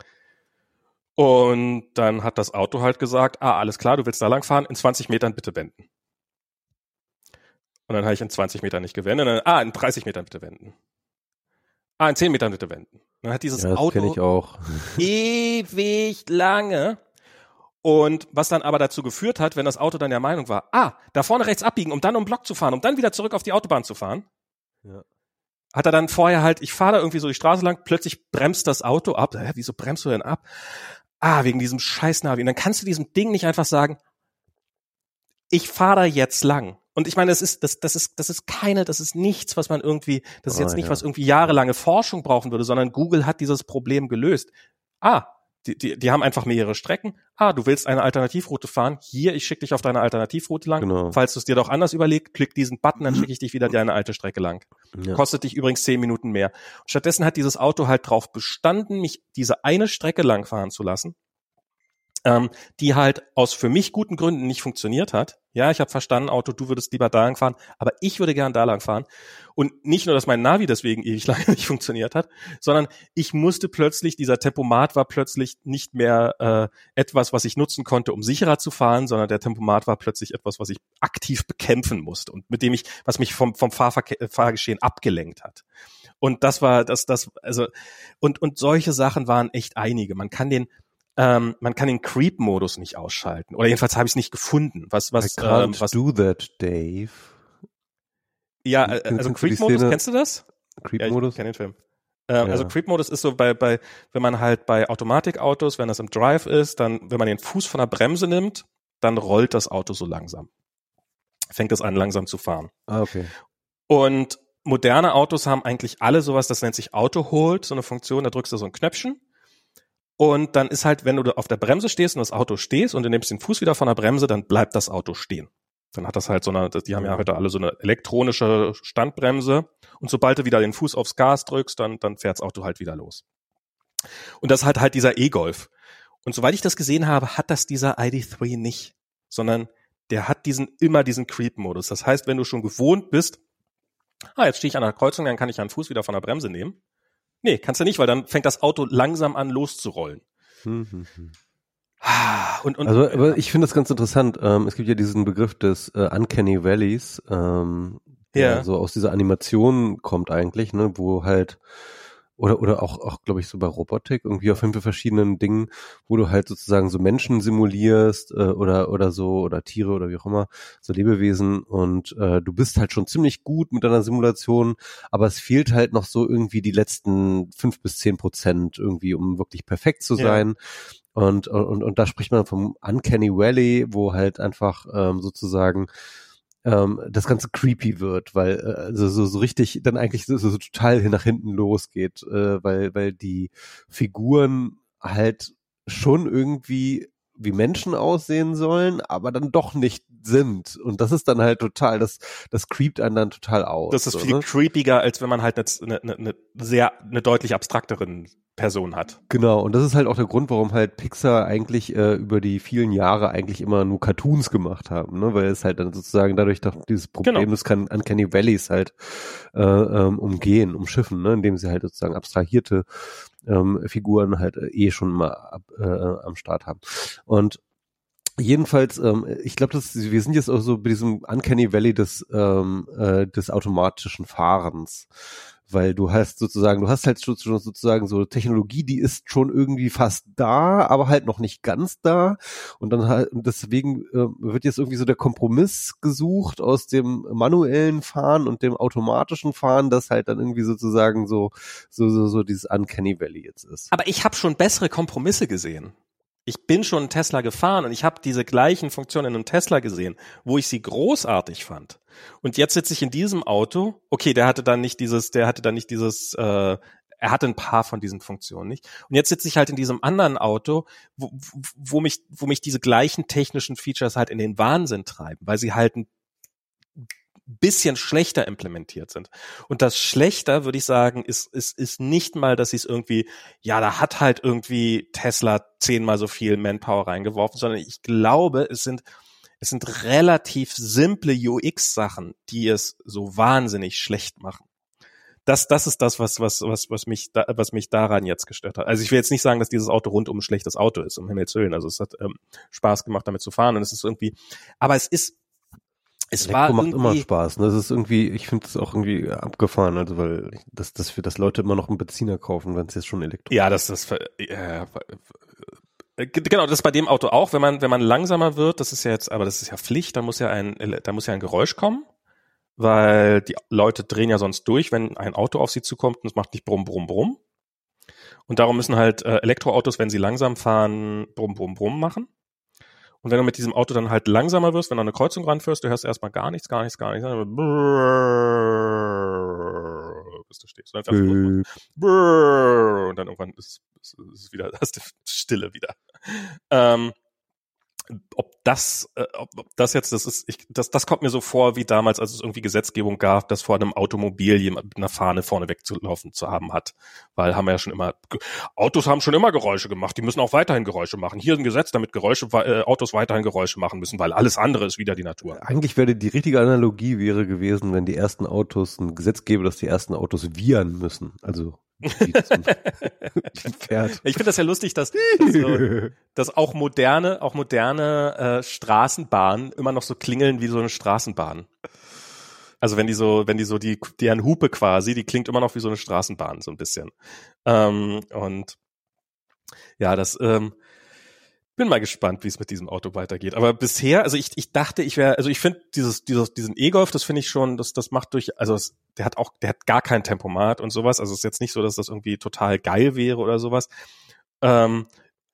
Und dann hat das Auto halt gesagt, ah, alles klar, du willst da lang fahren, in zwanzig Metern bitte wenden. Und dann habe ich in zwanzig Metern nicht gewendet, dann, ah, in dreißig Metern bitte wenden. Ah, in zehn Metern bitte wenden. Und dann hat dieses ja, das Auto kenn ich auch. ewig lange. Und was dann aber dazu geführt hat, wenn das Auto dann der Meinung war, ah, da vorne rechts abbiegen, um dann um den Block zu fahren, um dann wieder zurück auf die Autobahn zu fahren, ja. Hat er dann vorher halt, ich fahre da irgendwie so die Straße lang, plötzlich bremst das Auto ab. Hä, wieso bremst du denn ab? Ah, wegen diesem scheiß Navi. Und dann kannst du diesem Ding nicht einfach sagen, ich fahre da jetzt lang. Und ich meine, das ist, das, das ist, das ist keine, das ist nichts, was man irgendwie, das ist oh, jetzt nicht, ja. was irgendwie jahrelange Forschung brauchen würde, sondern Google hat dieses Problem gelöst. Ah, Die, die, die haben einfach mehrere Strecken. Ah, du willst eine Alternativroute fahren. Hier, ich schicke dich auf deine Alternativroute lang. Genau. Falls du es dir doch anders überlegst, klick diesen Button, dann schicke ich dich wieder deine alte Strecke lang. Ja. Kostet dich übrigens zehn Minuten mehr. Und stattdessen hat dieses Auto halt drauf bestanden, mich diese eine Strecke lang fahren zu lassen. ähm, die halt aus für mich guten Gründen nicht funktioniert hat. Ja, ich habe verstanden, Auto, du würdest lieber da lang fahren, aber ich würde gern da lang fahren. Und nicht nur, dass mein Navi deswegen ewig lange nicht funktioniert hat, sondern ich musste plötzlich, dieser Tempomat war plötzlich nicht mehr äh, etwas, was ich nutzen konnte, um sicherer zu fahren, sondern der Tempomat war plötzlich etwas, was ich aktiv bekämpfen musste und mit dem ich, was mich vom, vom Fahrverke- Fahrgeschehen abgelenkt hat. Und das war, das, das, also, und, und solche Sachen waren echt einige. Man kann den, ähm, man kann den Creep-Modus nicht ausschalten. Oder jedenfalls habe ich es nicht gefunden. Was, was, I can't ähm, was, do that, Dave. ja, äh, Kennst also du die Creep-Modus, Szene? kennst du das? Ja, Creep-Modus? ich kenne den Film. Ähm, Ja. Also Creep-Modus ist so bei, bei, wenn man halt bei Automatikautos, wenn das im Drive ist, dann, wenn man den Fuß von der Bremse nimmt, dann rollt das Auto so langsam. Fängt es an, langsam zu fahren. Ah, okay. Und moderne Autos haben eigentlich alle sowas, das nennt sich Auto Hold, so eine Funktion, da drückst du so ein Knöpfchen. Und dann ist halt, wenn du auf der Bremse stehst und das Auto stehst und du nimmst den Fuß wieder von der Bremse, dann bleibt das Auto stehen. Dann hat das halt so eine, die haben ja heute alle so eine elektronische Standbremse. Und sobald du wieder den Fuß aufs Gas drückst, dann, dann fährt das Auto halt wieder los. Und das hat halt dieser E-Golf. Und soweit ich das gesehen habe, hat das dieser I D drei nicht, sondern der hat diesen, immer diesen Creep-Modus. Das heißt, wenn du schon gewohnt bist, ah, jetzt stehe ich an der Kreuzung, dann kann ich einen Fuß wieder von der Bremse nehmen. Nee, kannst du nicht, weil dann fängt das Auto langsam an loszurollen. Hm, hm, hm. Und, und, also, aber ich finde das ganz interessant. Ähm, es gibt ja diesen Begriff des äh, Uncanny Valleys, ähm, der Ja. so aus dieser Animation kommt eigentlich, ne, wo halt oder oder auch auch glaube ich so bei Robotik irgendwie auf jeden Fall verschiedenen Dingen, wo du halt sozusagen so Menschen simulierst äh, oder oder so oder Tiere oder wie auch immer, so Lebewesen und äh, du bist halt schon ziemlich gut mit deiner Simulation, aber es fehlt halt noch so irgendwie die letzten fünf bis zehn Prozent irgendwie, um wirklich perfekt zu sein. Ja. Und, und, und da spricht man vom Uncanny Valley, wo halt einfach ähm, sozusagen ähm, das Ganze creepy wird, weil äh, also so, so richtig dann eigentlich so, so total nach hinten losgeht, äh, weil, weil die Figuren halt schon irgendwie wie Menschen aussehen sollen, aber dann doch nicht sind. Und das ist dann halt total, das, das creept einen dann total aus. Das ist so, viel ne? creepiger, als wenn man halt eine, eine, eine sehr, eine deutlich abstrakteren Person hat. Genau, und das ist halt auch der Grund, warum halt Pixar eigentlich äh, über die vielen Jahre eigentlich immer nur Cartoons gemacht haben, ne? Weil es halt dann sozusagen dadurch doch dieses Problem Genau. des kann Uncanny Valleys halt äh, ähm, umgehen, umschiffen, ne? Indem sie halt sozusagen abstrahierte ähm, Figuren halt äh, eh schon mal ab, äh, am Start haben. Und jedenfalls, ähm, ich glaube, dass wir sind jetzt auch so bei diesem Uncanny Valley des ähm, äh, des automatischen Fahrens, weil du hast sozusagen, du hast halt schon sozusagen so Technologie, die ist schon irgendwie fast da, aber halt noch nicht ganz da und dann halt deswegen äh, wird jetzt irgendwie so der Kompromiss gesucht aus dem manuellen Fahren und dem automatischen Fahren, das halt dann irgendwie sozusagen so so so, so dieses Uncanny Valley jetzt ist. Aber ich habe schon bessere Kompromisse gesehen. Ich bin schon einen Tesla gefahren und ich habe diese gleichen Funktionen in einem Tesla gesehen, wo ich sie großartig fand. Und jetzt sitze ich in diesem Auto. Okay, der hatte dann nicht dieses, der hatte dann nicht dieses, äh, er hatte ein paar von diesen Funktionen nicht. Und jetzt sitze ich halt in diesem anderen Auto, wo, wo mich, wo mich diese gleichen technischen Features halt in den Wahnsinn treiben, weil sie halt ein bisschen schlechter implementiert sind. Und das Schlechter, würde ich sagen, ist, ist, ist nicht mal, dass sie es irgendwie, ja, da hat halt irgendwie Tesla zehnmal so viel Manpower reingeworfen, sondern ich glaube, es sind, es sind relativ simple U X-Sachen, die es so wahnsinnig schlecht machen. Das, das ist das, was, was, was, was mich, da, was mich daran jetzt gestört hat. Also ich will jetzt nicht sagen, dass dieses Auto rundum ein schlechtes Auto ist, um Himmels Willen. Also es hat ähm, Spaß gemacht, damit zu fahren und es ist irgendwie, aber es ist, Es Elektro war macht immer Spaß. Ne? Das ist irgendwie, ich finde es auch irgendwie abgefahren, also weil das, das für das Leute immer noch einen Benziner kaufen, wenn es jetzt schon Elektro. Ja, das ist äh, genau, das ist bei dem Auto auch, wenn man wenn man langsamer wird, das ist ja jetzt, aber das ist ja Pflicht, da muss ja ein da muss ja ein Geräusch kommen, weil die Leute drehen ja sonst durch, wenn ein Auto auf sie zukommt und es macht nicht brumm brumm brumm. Und darum müssen halt äh, Elektroautos, wenn sie langsam fahren, brumm brumm brumm machen. Und wenn du mit diesem Auto dann halt langsamer wirst, wenn du an eine Kreuzung ranfährst, du hörst erstmal gar nichts, gar nichts, gar nichts, dann bis du stehst. Und dann, fährst du und dann irgendwann ist es wieder, hast du Stille wieder. Ähm, ob das, äh, ob, ob das jetzt, das ist, ich, das, das kommt mir so vor, wie damals, als es irgendwie Gesetzgebung gab, dass vor einem Automobil jemand mit einer Fahne vorne wegzulaufen zu haben hat. Weil haben wir ja schon immer, Autos haben schon immer Geräusche gemacht, die müssen auch weiterhin Geräusche machen. Hier ist ein Gesetz, damit Geräusche, äh, Autos weiterhin Geräusche machen müssen, weil alles andere ist wieder die Natur. Eigentlich wäre die richtige Analogie wäre gewesen, wenn die ersten Autos ein Gesetz gäbe, dass die ersten Autos wiehern müssen. Also wie zum, wie ein Pferd. Ich finde das ja lustig, dass, dass, so, dass auch moderne, auch moderne äh, Straßenbahnen immer noch so klingeln wie so eine Straßenbahn. Also wenn die so, wenn die so die deren Hupe quasi, die klingt immer noch wie so eine Straßenbahn so ein bisschen. Ähm, und ja, das ähm, bin mal gespannt, wie es mit diesem Auto weitergeht. Aber bisher, also ich ich dachte, ich wäre, also ich finde dieses dieses diesen E-Golf, das finde ich schon, das das macht durch, also es, der hat auch, der hat gar kein Tempomat und sowas. Also es ist jetzt nicht so, dass das irgendwie total geil wäre oder sowas. Ähm,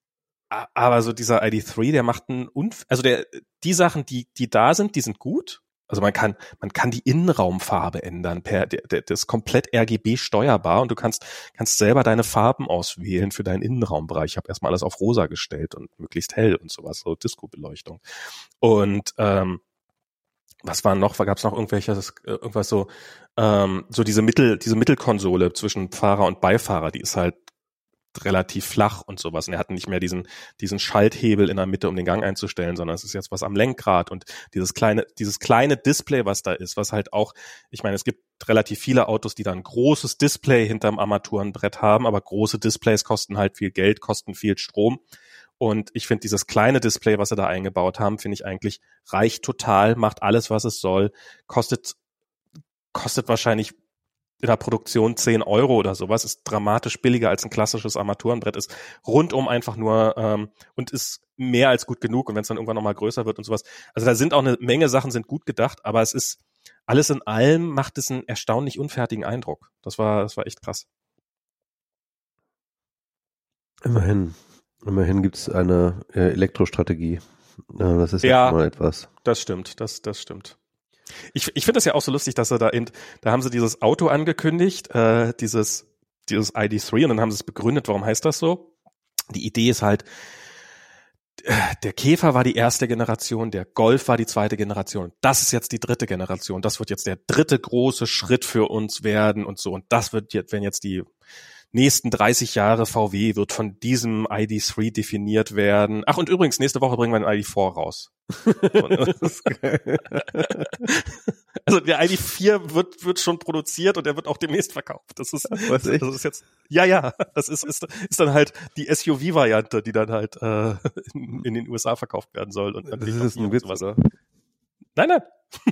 aber so dieser I D drei, der macht einen Unf- also der die Sachen, die die da sind, die sind gut. Also man kann man kann die Innenraumfarbe ändern per der, der, das ist komplett R G B steuerbar und du kannst kannst selber deine Farben auswählen für deinen Innenraumbereich. Ich habe erstmal alles auf rosa gestellt und möglichst hell und sowas, so Disco-Beleuchtung. Und ähm, was war noch? Gab es noch irgendwelches irgendwas so ähm, so diese Mittel diese Mittelkonsole zwischen Fahrer und Beifahrer, die ist halt relativ flach und sowas. Und er hat nicht mehr diesen diesen Schalthebel in der Mitte, um den Gang einzustellen, sondern es ist jetzt was am Lenkrad und dieses kleine dieses kleine Display, was da ist, was halt auch, ich meine, es gibt relativ viele Autos, die da ein großes Display hinterm Armaturenbrett haben, aber große Displays kosten halt viel Geld, kosten viel Strom. Und ich finde dieses kleine Display, was sie da eingebaut haben, finde ich eigentlich reicht total, macht alles, was es soll, kostet kostet wahrscheinlich in der Produktion zehn Euro oder sowas, ist dramatisch billiger als ein klassisches Armaturenbrett, ist rundum einfach nur ähm, und ist mehr als gut genug und wenn es dann irgendwann nochmal größer wird und sowas. Also da sind auch eine Menge Sachen sind gut gedacht, aber es ist alles in allem macht es einen erstaunlich unfertigen Eindruck. Das war das war echt krass. Immerhin, immerhin gibt's eine äh, Elektrostrategie. Ja, das ist ja, ja schon mal etwas. Das stimmt, das das stimmt. Ich, ich finde das ja auch so lustig, dass er da in, da haben sie dieses Auto angekündigt, äh, dieses, dieses I D drei und dann haben sie es begründet, warum heißt das so? Die Idee ist halt, der Käfer war die erste Generation, der Golf war die zweite Generation. Das ist jetzt die dritte Generation. Das wird jetzt der dritte große Schritt für uns werden und so. Und das wird jetzt, wenn jetzt die nächsten dreißig Jahre V W wird von diesem I D drei definiert werden. Ach, und übrigens, nächste Woche bringen wir den I D vier raus. Also der I D vier wird wird schon produziert und der wird auch demnächst verkauft. Das ist, Was, das ist jetzt, ja, ja, das ist, ist, ist dann halt die S U V-Variante, die dann halt äh, in, in den U S A verkauft werden soll. Und das ist ein Witz, sowas. oder? Nein, nein.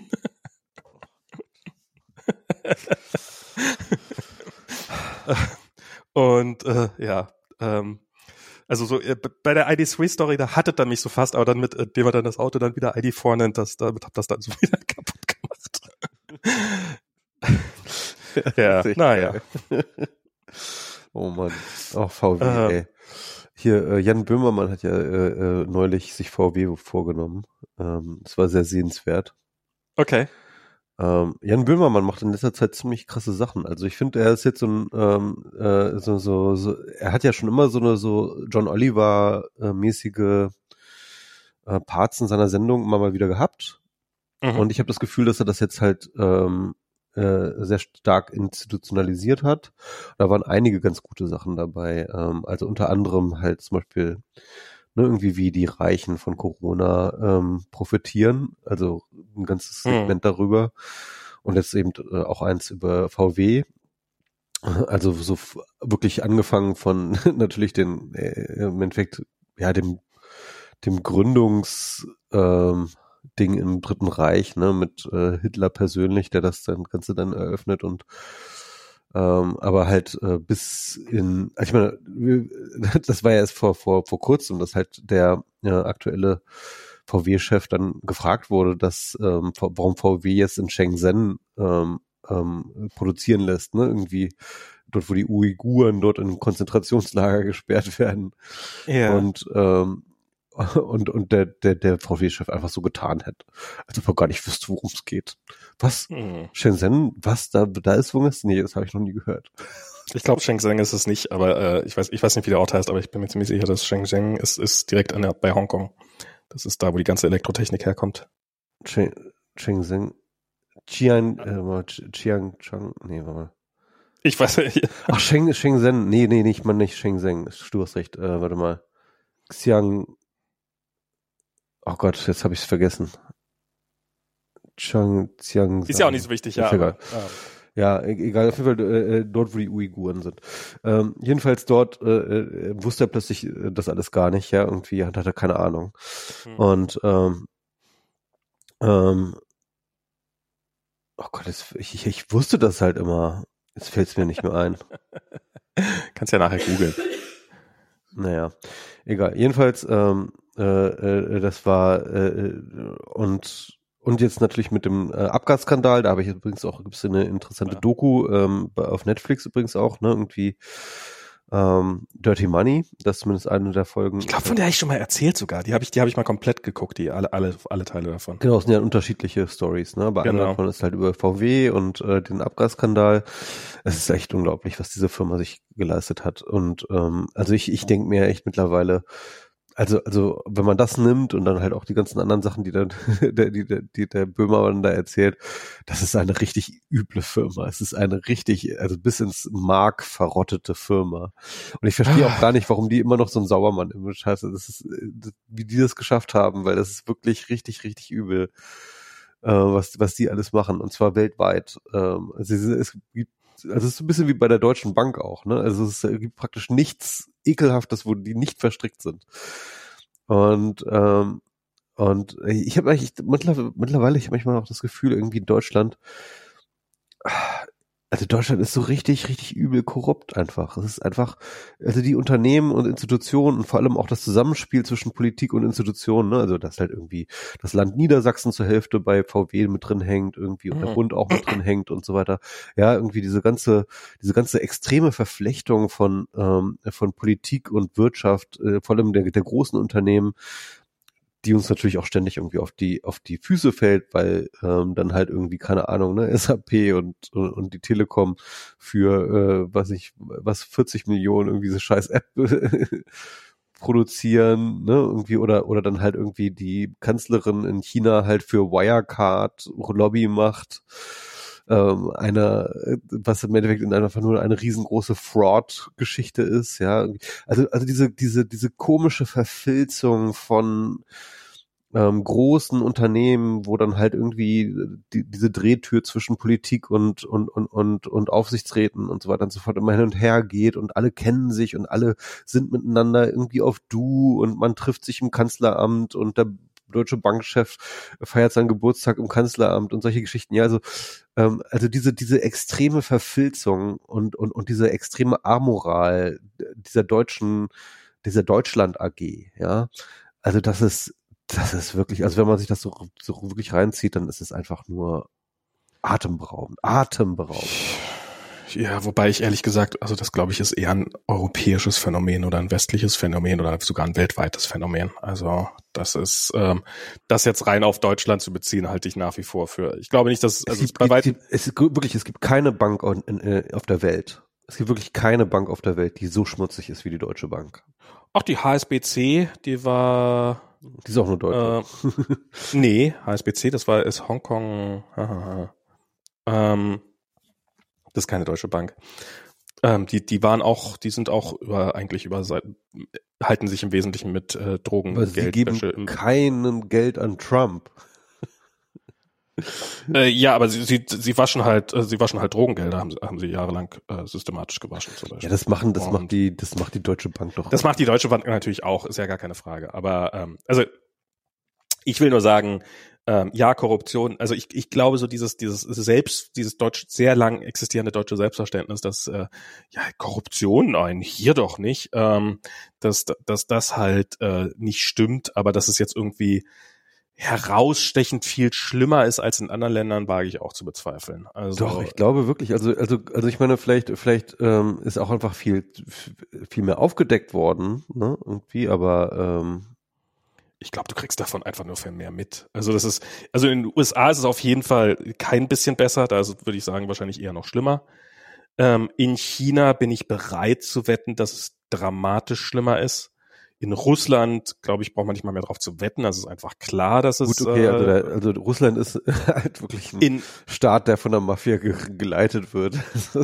Und äh, ja, ähm, also so äh, bei der I D drei Story, da hattet er mich so fast, aber dann mit, äh, dem er dann das Auto dann wieder I D vier nennt, das, damit hab das dann so wieder kaputt gemacht. Ja, naja. Oh Mann, auch V W, Ähm. ey. Hier, äh, Jan Böhmermann hat ja äh, äh, neulich sich V W vorgenommen. Ähm, das war sehr sehenswert. Okay. Ähm, Jan Böhmermann macht in letzter Zeit ziemlich krasse Sachen. Also ich finde, er ist jetzt so ein, ähm, äh, so, so, so, er hat ja schon immer so eine so John Oliver-mäßige äh, Parts in seiner Sendung immer mal wieder gehabt. Mhm. Und ich habe das Gefühl, dass er das jetzt halt ähm, äh, sehr stark institutionalisiert hat. Da waren einige ganz gute Sachen dabei. Ähm, also unter anderem halt zum Beispiel ne, irgendwie wie die Reichen von Corona ähm, profitieren. Also ein ganzes Segment mhm. darüber. Und jetzt eben äh, auch eins über V W. Also so f- wirklich angefangen von natürlich den äh, im Endeffekt ja dem dem Gründungs ähm, Ding im Dritten Reich, ne, mit äh, Hitler persönlich, der das dann Ganze dann eröffnet und ähm, aber halt äh, bis in, ich meine, das war ja erst vor vor vor kurzem, dass halt der äh, aktuelle V W-Chef dann gefragt wurde, dass ähm, warum V W jetzt in Shenzhen ähm, ähm, produzieren lässt, ne, irgendwie dort, wo die Uiguren dort in Konzentrationslager gesperrt werden. Ja. Und ähm, und und der der der V W-Chef einfach so getan hätte, als ob er gar nicht wüsste, worum es geht. Was? Mhm. Shenzhen? Was? Da da ist irgendwas? Nee, das habe ich noch nie gehört. Ich glaube, Shenzhen ist es nicht, aber äh, ich weiß ich weiß nicht, wie der Ort heißt, aber ich bin mir ziemlich sicher, dass Shenzhen ist ist direkt an der bei Hongkong. Das ist da, wo die ganze Elektrotechnik herkommt. Shenzhen. Chiang, äh, Chiang, nee, warte mal. Ich weiß nicht. Ach, Sheng, Shenzhen. Nee, nee, nicht, man nicht Shenzhen. Du hast recht. Äh, warte mal. Xiang. Oh Gott, jetzt habe ich es vergessen. Chang, Xiang. Ist ja auch nicht so wichtig, ja. Egal. Aber, ah. Ja, egal, auf jeden Fall äh, dort, wo die Uiguren sind. Ähm, jedenfalls dort äh, wusste er plötzlich das alles gar nicht, ja, irgendwie hat, hat er keine Ahnung. Hm. Und ähm, ähm, oh Gott, jetzt, ich, ich wusste das halt immer. Jetzt fällt es mir nicht mehr ein. Kannst ja nachher googeln. Naja, egal. Jedenfalls, ähm, äh, äh, das war äh, und Und jetzt natürlich mit dem äh, Abgasskandal, da habe ich übrigens auch, gibt es eine interessante ja. Doku, ähm, auf Netflix übrigens auch, ne, irgendwie ähm, Dirty Money, das ist zumindest eine der Folgen. Ich glaube, von der habe ich schon mal erzählt sogar, die habe ich, die habe ich mal komplett geguckt, die alle, alle, alle Teile davon. Genau, es sind ja unterschiedliche Stories, ne, aber genau. Eine davon ist halt über V W und äh, den Abgasskandal. Es ist echt unglaublich, was diese Firma sich geleistet hat und ähm, also ich, ich denke mir echt mittlerweile, Also, also, wenn man das nimmt und dann halt auch die ganzen anderen Sachen, die dann, der, die, die der Böhmermann da erzählt, das ist eine richtig üble Firma. Es ist eine richtig, also bis ins Mark verrottete Firma. Und ich verstehe auch gar nicht, warum die immer noch so ein Sauermann-Image heißt. Das ist, wie die das geschafft haben, weil das ist wirklich richtig, richtig übel, äh, was, was die alles machen. Und zwar weltweit. Ähm, also es gibt Also es ist ein bisschen wie bei der Deutschen Bank auch, ne? Also es gibt praktisch nichts Ekelhaftes, wo die nicht verstrickt sind. Und ähm, und ich habe eigentlich mittlerweile, mittlerweile ich habe manchmal auch das Gefühl, irgendwie in Deutschland, also Deutschland ist so richtig, richtig übel korrupt einfach. Es ist einfach, also die Unternehmen und Institutionen und vor allem auch das Zusammenspiel zwischen Politik und Institutionen, ne? Also dass halt irgendwie das Land Niedersachsen zur Hälfte bei V W mit drin hängt irgendwie und der Bund auch mit drin hängt und so weiter. Ja, irgendwie diese ganze, diese ganze extreme Verflechtung von ähm, von Politik und Wirtschaft, äh, vor allem der, der großen Unternehmen, die uns natürlich auch ständig irgendwie auf die auf die Füße fällt, weil ähm, dann halt irgendwie, keine Ahnung, ne, S A P und und, und die Telekom für äh, was ich was vierzig Millionen irgendwie diese scheiß App produzieren, ne, irgendwie oder oder dann halt irgendwie die Kanzlerin in China halt für Wirecard Lobby macht. Ähm, eine, was im Endeffekt in einfach nur eine riesengroße Fraud-Geschichte ist, ja. Also, also diese, diese, diese komische Verfilzung von ähm, großen Unternehmen, wo dann halt irgendwie die, diese Drehtür zwischen Politik und, und, und, und, und Aufsichtsräten und so weiter und so fort immer hin und her geht und alle kennen sich und alle sind miteinander irgendwie auf Du und man trifft sich im Kanzleramt und der Deutsche Bankchef feiert seinen Geburtstag im Kanzleramt und solche Geschichten. Ja, also ähm, also diese diese extreme Verfilzung und und und diese extreme Amoral dieser deutschen dieser Deutschland A G. Ja, also das ist das ist wirklich, also wenn man sich das so so wirklich reinzieht, dann ist es einfach nur atemberaubend, atemberaubend. Ja, wobei ich ehrlich gesagt, also das glaube ich ist eher ein europäisches Phänomen oder ein westliches Phänomen oder sogar ein weltweites Phänomen. Also das ist, ähm, das jetzt rein auf Deutschland zu beziehen, halte ich nach wie vor für. Ich glaube nicht, dass also es gibt, bei weitem, es ist wirklich, es gibt keine Bank in, in, auf der Welt. Es gibt wirklich keine Bank auf der Welt, die so schmutzig ist wie die Deutsche Bank. Auch die H S B C, die war. Die ist auch nur deutsch. Äh, nee, H S B C, das war ist Hongkong. ähm, Das ist keine deutsche Bank. Ähm, die, die waren auch, die sind auch über, eigentlich über, halten sich im Wesentlichen mit äh, Drogen. Aber sie geben keinem Geld an Trump. äh, ja, aber sie, sie, sie waschen halt, äh, sie waschen halt Drogengelder, haben, haben sie jahrelang äh, systematisch gewaschen zum Beispiel. Ja, das machen, das Und macht die, das macht die Deutsche Bank doch. Das macht die Deutsche Bank natürlich auch, ist ja gar keine Frage. Aber ähm, also ich will nur sagen, Ähm, ja, Korruption. Also ich, ich glaube so dieses, dieses selbst, dieses deutsch sehr lang existierende deutsche Selbstverständnis, dass äh, ja Korruption, nein, hier doch nicht, ähm, dass, dass das halt äh, nicht stimmt, aber dass es jetzt irgendwie herausstechend viel schlimmer ist als in anderen Ländern, wage ich auch zu bezweifeln. Also doch, ich glaube wirklich. Also, also, also ich meine, vielleicht, vielleicht ähm, ist auch einfach viel, viel mehr aufgedeckt worden, ne, irgendwie, aber ähm ich glaube, du kriegst davon einfach nur viel mehr mit. Also das ist, also in den U S A ist es auf jeden Fall kein bisschen besser, da ist, würde ich sagen, wahrscheinlich eher noch schlimmer. Ähm, in China bin ich bereit zu wetten, dass es dramatisch schlimmer ist. In Russland, glaube ich, braucht man nicht mal mehr drauf zu wetten. Das ist einfach klar, dass es... Gut, okay, äh, also, der, also Russland ist halt wirklich ein in Staat, der von der Mafia ge geleitet wird.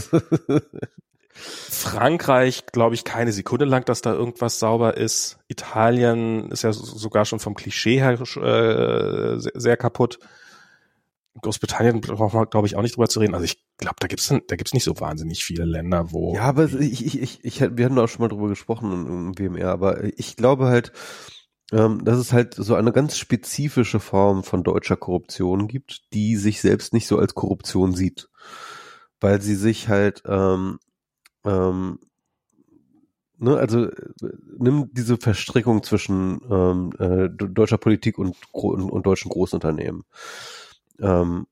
Frankreich, glaube ich, keine Sekunde lang, dass da irgendwas sauber ist. Italien ist ja sogar schon vom Klischee her äh, sehr, sehr kaputt. Großbritannien braucht man, glaube ich, auch nicht drüber zu reden. Also ich glaube, da gibt's da gibt's nicht so wahnsinnig viele Länder, wo... Ja, aber ich, ich, ich, ich, wir hatten auch schon mal drüber gesprochen im W M R, aber ich glaube halt, ähm, dass es halt so eine ganz spezifische Form von deutscher Korruption gibt, die sich selbst nicht so als Korruption sieht. Weil sie sich halt, ähm, ähm, ne, also nimm diese Verstrickung zwischen ähm, äh, deutscher Politik und, und, und deutschen Großunternehmen. Ähm,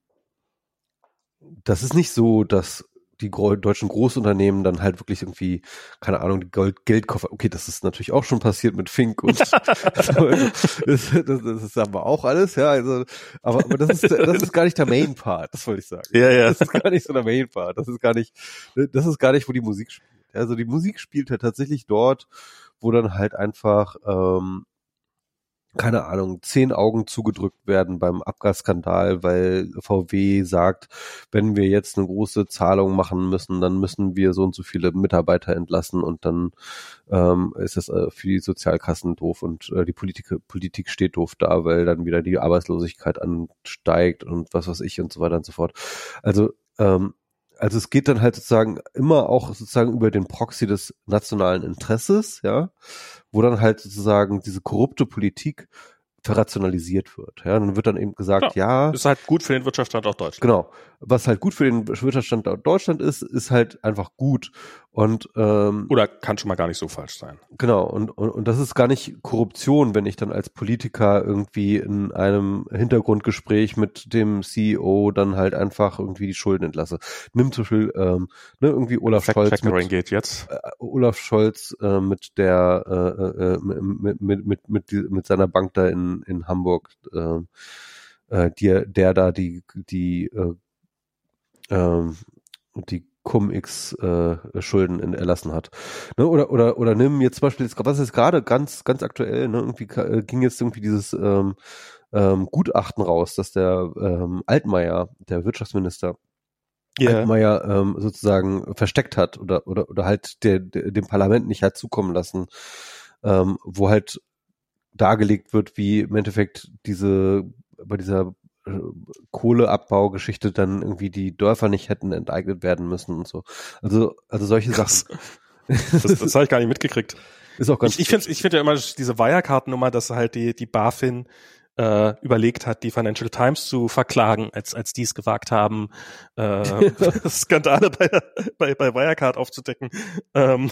das ist nicht so, dass die gro- deutschen Großunternehmen dann halt wirklich irgendwie, keine Ahnung, die Gold Geldkoffer, okay, das ist natürlich auch schon passiert mit Fink und so, das, das, das ist aber auch alles, ja, also, aber, aber das ist, das ist gar nicht der Main Part, das wollte ich sagen. Ja, ja. Das ist gar nicht so der Main Part, das ist gar nicht, das ist gar nicht, wo die Musik spielt. Also die Musik spielt halt tatsächlich dort, wo dann halt einfach, ähm, keine Ahnung, zehn Augen zugedrückt werden beim Abgasskandal, weil V W sagt, wenn wir jetzt eine große Zahlung machen müssen, dann müssen wir so und so viele Mitarbeiter entlassen und dann ähm, ist das äh, für die Sozialkassen doof und äh, die Politik, Politik steht doof da, weil dann wieder die Arbeitslosigkeit ansteigt und was weiß ich und so weiter und so fort. Also ähm, Also es geht dann halt sozusagen immer auch sozusagen über den Proxy des nationalen Interesses, ja, wo dann halt sozusagen diese korrupte Politik verrationalisiert wird. Ja, dann wird dann eben gesagt, ja, ja ist halt gut für den Wirtschaftsstandort Deutschland. Genau. Was halt gut für den Wirtschaftsstandort Deutschland ist, ist halt einfach gut. Und ähm, Oder kann schon mal gar nicht so falsch sein. Genau, und, und, und das ist gar nicht Korruption, wenn ich dann als Politiker irgendwie in einem Hintergrundgespräch mit dem C E O dann halt einfach irgendwie die Schulden entlasse. Nimm zum Beispiel ähm, ne, irgendwie Olaf Fact Scholz Factoring mit, geht jetzt. Äh, Olaf Scholz äh, mit der äh, äh, mit, mit, mit, mit, die, mit seiner Bank da in, in Hamburg, äh, äh, die, der da die die äh, ähm, die Cum-Ex äh, Schulden in, erlassen hat. Ne? Oder oder oder nimm jetzt zum Beispiel, jetzt, was ist gerade ganz ganz aktuell, ne? Irgendwie äh, ging jetzt irgendwie dieses ähm, ähm, Gutachten raus, dass der ähm, Altmaier, der Wirtschaftsminister, Yeah. Altmaier ähm, sozusagen versteckt hat oder oder oder halt der, der, dem Parlament nicht hat zukommen lassen, ähm, wo halt dargelegt wird, wie im Endeffekt diese bei dieser Kohleabbaugeschichte dann irgendwie die Dörfer nicht hätten enteignet werden müssen und so. Also, also solche Krass. Sachen. Das, das habe ich gar nicht mitgekriegt. Ist auch ganz Ich, ich finde ich finde ja immer diese Wirecard-Nummer, dass halt die, die BaFin äh, überlegt hat, die Financial Times zu verklagen, als, als die es gewagt haben, äh, Skandale bei, bei, bei Wirecard aufzudecken. Ähm,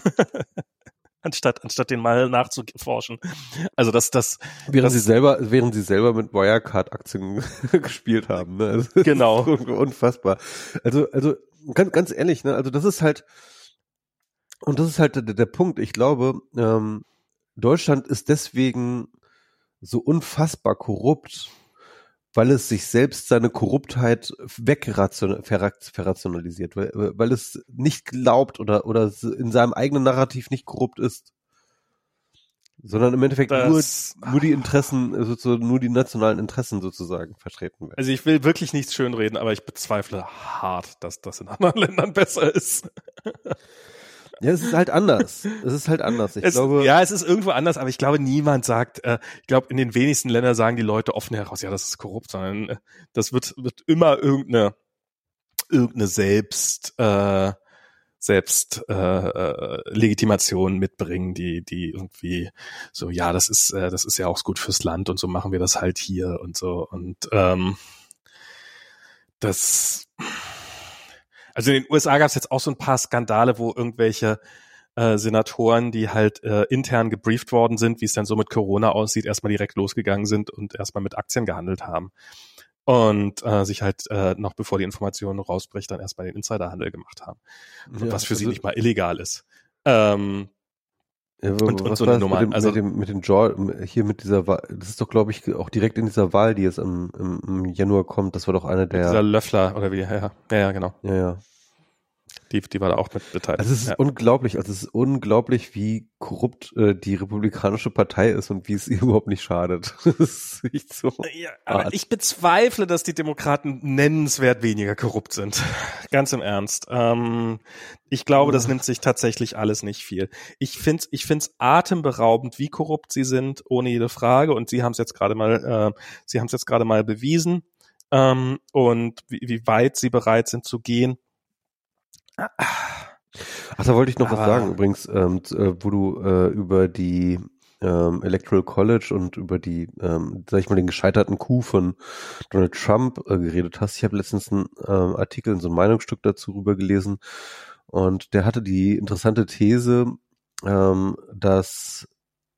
anstatt anstatt den mal nachzuforschen. Also das das während das, sie selber während sie selber mit Wirecard Aktien gespielt haben, ne? Also, genau. das ist unfassbar. Also also ganz ganz ehrlich, ne? Also das ist halt und das ist halt der, der Punkt. Ich glaube, ähm, Deutschland ist deswegen so unfassbar korrupt, weil es sich selbst seine Korruptheit wegverrationalisiert, weil, weil es nicht glaubt oder oder in seinem eigenen Narrativ nicht korrupt ist, sondern im Endeffekt das, nur nur die Interessen, sozusagen nur die nationalen Interessen sozusagen vertreten werden. Also ich will wirklich nichts schönreden, aber ich bezweifle hart, dass das in anderen Ländern besser ist. Ja, es ist halt anders. Es ist halt anders. Ich es, glaube, ja, es ist irgendwo anders, aber ich glaube, niemand sagt, äh, ich glaube, in den wenigsten Ländern sagen die Leute offen heraus, ja, das ist korrupt, sondern äh, das wird, wird immer irgendeine, irgendeine Selbst, äh, Selbst äh, äh, Legitimation mitbringen, die, die irgendwie so, ja, das ist, äh, das ist ja auch gut fürs Land und so machen wir das halt hier und so und ähm, das Also in den U S A gab es jetzt auch so ein paar Skandale, wo irgendwelche äh, Senatoren, die halt äh, intern gebrieft worden sind, wie es dann so mit Corona aussieht, erstmal direkt losgegangen sind und erstmal mit Aktien gehandelt haben. Und äh, sich halt äh, noch bevor die Information rausbricht, dann erstmal den Insiderhandel gemacht haben. Ja, was für also, sie nicht mal illegal ist. Ähm, ja, und, und so eine Nummer. Mit dem, also mit dem, mit dem George, hier mit dieser Wahl, das ist doch, glaube ich, auch direkt in dieser Wahl, die jetzt im, im, im Januar kommt, das war doch eine der... Dieser Löffler, oder wie, ja, ja, ja, genau. Ja, ja. Die, die war da auch mit beteiligt. Also es ist ja. unglaublich, also es ist unglaublich, wie korrupt äh, die Republikanische Partei ist und wie es ihr überhaupt nicht schadet. Das ist nicht so. Ja, aber ich bezweifle, dass die Demokraten nennenswert weniger korrupt sind. Ganz im Ernst. Ähm, ich glaube, das nimmt sich tatsächlich alles nicht viel. Ich finde ich find's atemberaubend, wie korrupt sie sind, ohne jede Frage. Und sie haben es jetzt gerade mal, äh, sie haben es jetzt gerade mal bewiesen. Ähm, und wie, wie weit sie bereit sind zu gehen. Ach, da wollte ich noch Aber, was sagen, übrigens, ähm, wo du äh, über die ähm, Electoral College und über die, ähm, sag ich mal, den gescheiterten Coup von Donald Trump äh, geredet hast. Ich habe letztens einen ähm, Artikel, so ein Meinungsstück dazu rübergelesen und der hatte die interessante These, ähm, dass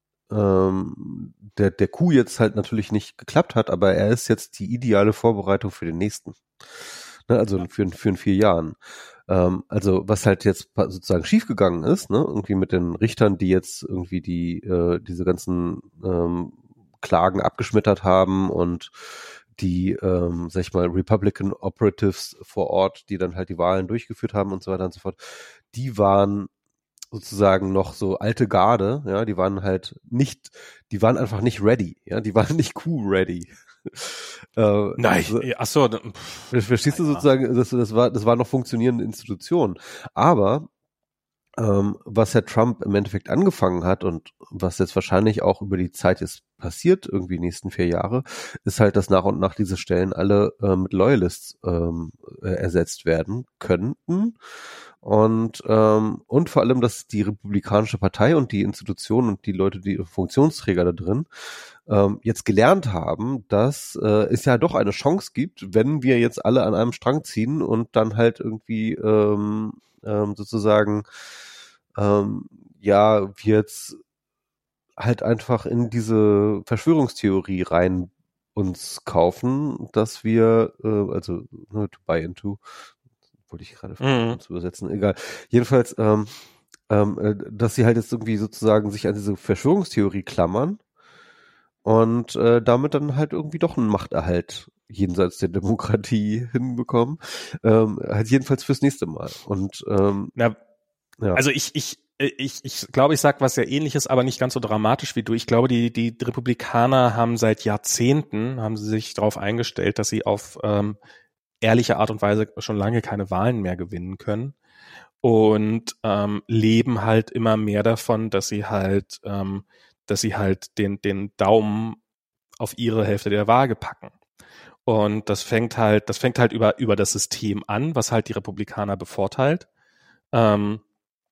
ähm, der, der Coup jetzt halt natürlich nicht geklappt hat, aber er ist jetzt die ideale Vorbereitung für den nächsten. Ne, also für, für in vier Jahren. Ähm, also was halt jetzt sozusagen schiefgegangen ist, ne, irgendwie mit den Richtern, die jetzt irgendwie die äh, diese ganzen ähm, Klagen abgeschmettert haben und die, ähm, sag ich mal, Republican Operatives vor Ort, die dann halt die Wahlen durchgeführt haben und so weiter und so fort, die waren sozusagen noch so alte Garde, ja, die waren halt nicht, die waren einfach nicht ready, ja, die waren nicht coup-ready. Äh, Nein, also, ach so. Verstehst du sozusagen, das, das war, das war noch funktionierende Institutionen. Aber ähm, was Herr Trump im Endeffekt angefangen hat und was jetzt wahrscheinlich auch über die Zeit jetzt passiert, irgendwie die nächsten vier Jahre, ist halt, dass nach und nach diese Stellen alle äh, mit Loyalists ähm, äh, ersetzt werden könnten. Und ähm, und vor allem, dass die Republikanische Partei und die Institutionen und die Leute, die Funktionsträger da drin, ähm, jetzt gelernt haben, dass äh, es ja doch eine Chance gibt, wenn wir jetzt alle an einem Strang ziehen und dann halt irgendwie ähm, ähm, sozusagen ähm, ja, wir jetzt halt einfach in diese Verschwörungstheorie rein uns kaufen, dass wir, äh, also ne, to buy into, wollte ich gerade versuchen mhm. zu übersetzen, egal. Jedenfalls, ähm, ähm, äh, dass sie halt jetzt irgendwie sozusagen sich an diese Verschwörungstheorie klammern und äh, damit dann halt irgendwie doch einen Machterhalt jenseits der Demokratie hinbekommen. Ähm, halt jedenfalls fürs nächste Mal. Und ähm, ja, ja. Also ich, ich, ich, ich glaube, ich sag was sehr Ähnliches, aber nicht ganz so dramatisch wie du. Ich glaube, die, die Republikaner haben seit Jahrzehnten, haben sie sich darauf eingestellt, dass sie auf ähm, ehrliche Art und Weise schon lange keine Wahlen mehr gewinnen können und ähm, leben halt immer mehr davon, dass sie halt, ähm, dass sie halt den den Daumen auf ihre Hälfte der Waage packen. Und das fängt halt, das fängt halt über über das System an, was halt die Republikaner bevorteilt. Ähm,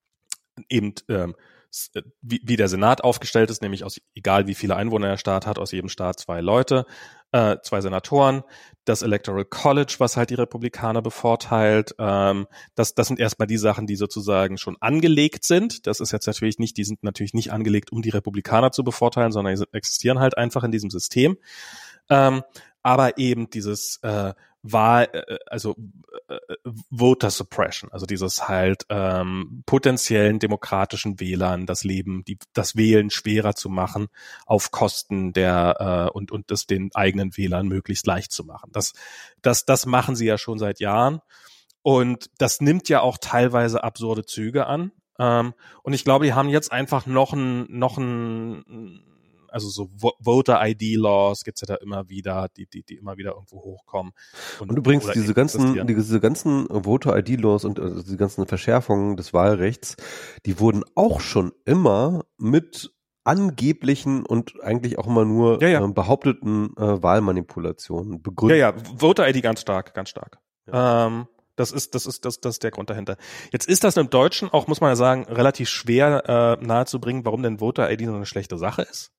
eben ähm, wie, wie der Senat aufgestellt ist, nämlich aus, egal wie viele Einwohner der Staat hat, aus jedem Staat zwei Leute, äh, zwei Senatoren, das Electoral College, was halt die Republikaner bevorteilt, ähm, das, das sind erstmal die Sachen, die sozusagen schon angelegt sind. Das ist jetzt natürlich nicht, die sind natürlich nicht angelegt, um die Republikaner zu bevorteilen, sondern die existieren halt einfach in diesem System. Ähm, aber eben dieses äh, Wahl, äh, also äh, Voter Suppression, also dieses halt ähm, potenziellen demokratischen Wählern das Leben, die, das Wählen schwerer zu machen auf Kosten der äh, und und das den eigenen Wählern möglichst leicht zu machen. Das das das machen sie ja schon seit Jahren und das nimmt ja auch teilweise absurde Züge an. Ähm, und ich glaube, die haben jetzt einfach noch ein noch ein also so Voter-I D-Laws gibt's ja da immer wieder, die, die, die immer wieder irgendwo hochkommen. Und, und übrigens diese ganzen, diese ganzen Voter-I D-Laws und also die ganzen Verschärfungen des Wahlrechts, die wurden auch schon immer mit angeblichen und eigentlich auch immer nur ja, ja. Äh, behaupteten äh, Wahlmanipulationen begründet. Ja, ja, Voter-I D ganz stark, ganz stark. Ja. Ähm, Das ist, das ist, das, das ist der Grund dahinter. Jetzt ist das im Deutschen auch, muss man ja sagen, relativ schwer äh, nahezubringen, warum denn Voter-I D so eine schlechte Sache ist.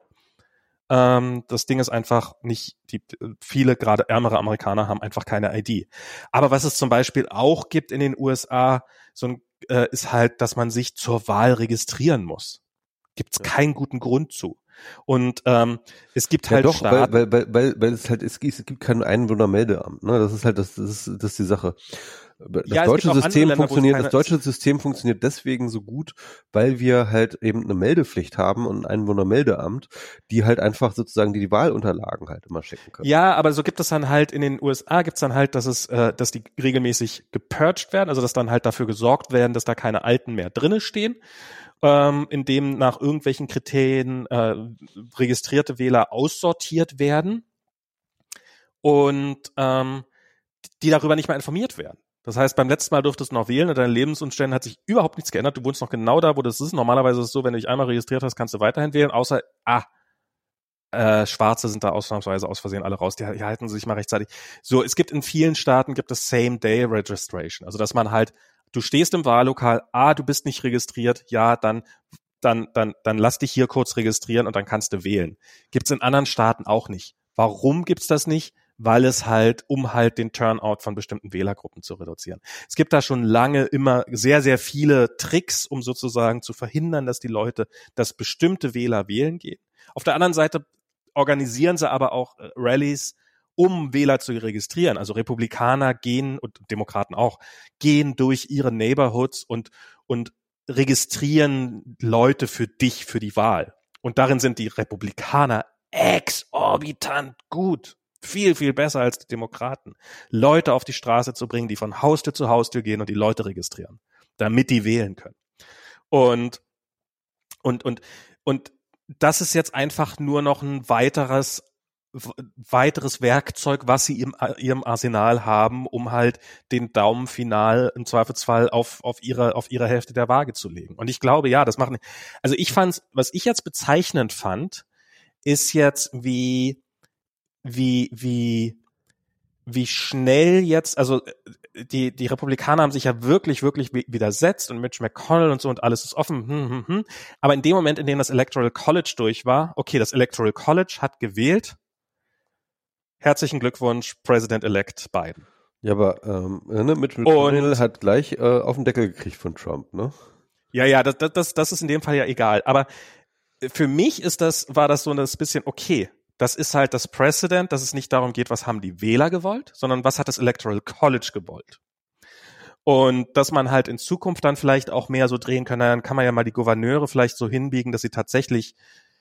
Ähm, das Ding ist einfach nicht, die, viele gerade ärmere Amerikaner haben einfach keine I D. Aber was es zum Beispiel auch gibt in den U S A, so ein, äh, ist halt, dass man sich zur Wahl registrieren muss. Gibt's ja. keinen guten Grund zu. Und ähm, es gibt ja halt doch, Staaten, weil, weil, weil, weil es halt, es gibt, es gibt kein Einwohnermeldeamt, ne? Das ist halt das, das ist, das ist die Sache. Das Ja, deutsche System Länder, funktioniert, keine, das deutsche System funktioniert deswegen so gut, weil wir halt eben eine Meldepflicht haben und ein Einwohnermeldeamt, die halt einfach sozusagen die, die Wahlunterlagen halt immer schicken können. Ja, aber so gibt es dann halt in den U S A gibt's dann halt, dass es, äh, dass die regelmäßig gepurged werden, also dass dann halt dafür gesorgt werden, dass da keine Alten mehr drinne stehen, ähm, indem nach irgendwelchen Kriterien äh, registrierte Wähler aussortiert werden und ähm, die darüber nicht mehr informiert werden. Das heißt, beim letzten Mal durftest du noch wählen und deine Lebensumstände hat sich überhaupt nichts geändert. Du wohnst noch genau da, wo das ist. Normalerweise ist es so, wenn du dich einmal registriert hast, kannst du weiterhin wählen, außer, ah, äh, Schwarze sind da ausnahmsweise aus Versehen alle raus. Die, die halten sich mal rechtzeitig. So, es gibt in vielen Staaten gibt es Same-Day-Registration. Also, dass man halt, du stehst im Wahllokal, ah, du bist nicht registriert, ja, dann dann dann dann lass dich hier kurz registrieren und dann kannst du wählen. Gibt's in anderen Staaten auch nicht. Warum gibt's das nicht? Weil es halt, um halt den Turnout von bestimmten Wählergruppen zu reduzieren. Es gibt da schon lange immer sehr, sehr viele Tricks, um sozusagen zu verhindern, dass die Leute, dass bestimmte Wähler wählen gehen. Auf der anderen Seite organisieren sie aber auch Rallyes, um Wähler zu registrieren. Also Republikaner gehen, und Demokraten auch, gehen durch ihre Neighborhoods und, und registrieren Leute für dich, für die Wahl. Und darin sind die Republikaner exorbitant gut. Viel, viel besser als die Demokraten. Leute auf die Straße zu bringen, die von Haustür zu Haustür gehen und die Leute registrieren, damit die wählen können. Und, und, und, und das ist jetzt einfach nur noch ein weiteres, weiteres Werkzeug, was sie in ihrem Arsenal haben, um halt den Daumen final im Zweifelsfall auf, auf ihre, auf ihre Hälfte der Waage zu legen. Und ich glaube, ja, das machen, also ich fand's, was ich jetzt bezeichnend fand, ist jetzt wie, wie, wie, wie schnell jetzt, also die, die Republikaner haben sich ja wirklich, wirklich widersetzt und Mitch McConnell und so und alles ist offen, hm, hm, hm. Aber in dem Moment, in dem das Electoral College durch war, okay, das Electoral College hat gewählt, herzlichen Glückwunsch, President-elect Biden. Ja, aber ähm, ne, Mitch McConnell und, hat gleich äh, auf den Deckel gekriegt von Trump, ne? Ja, ja, das, das, das ist in dem Fall ja egal. Aber für mich ist das, war das so ein bisschen okay. Das ist halt das Precedent, dass es nicht darum geht, was haben die Wähler gewollt, sondern was hat das Electoral College gewollt. Und dass man halt in Zukunft dann vielleicht auch mehr so drehen kann, dann kann man ja mal die Gouverneure vielleicht so hinbiegen, dass sie tatsächlich,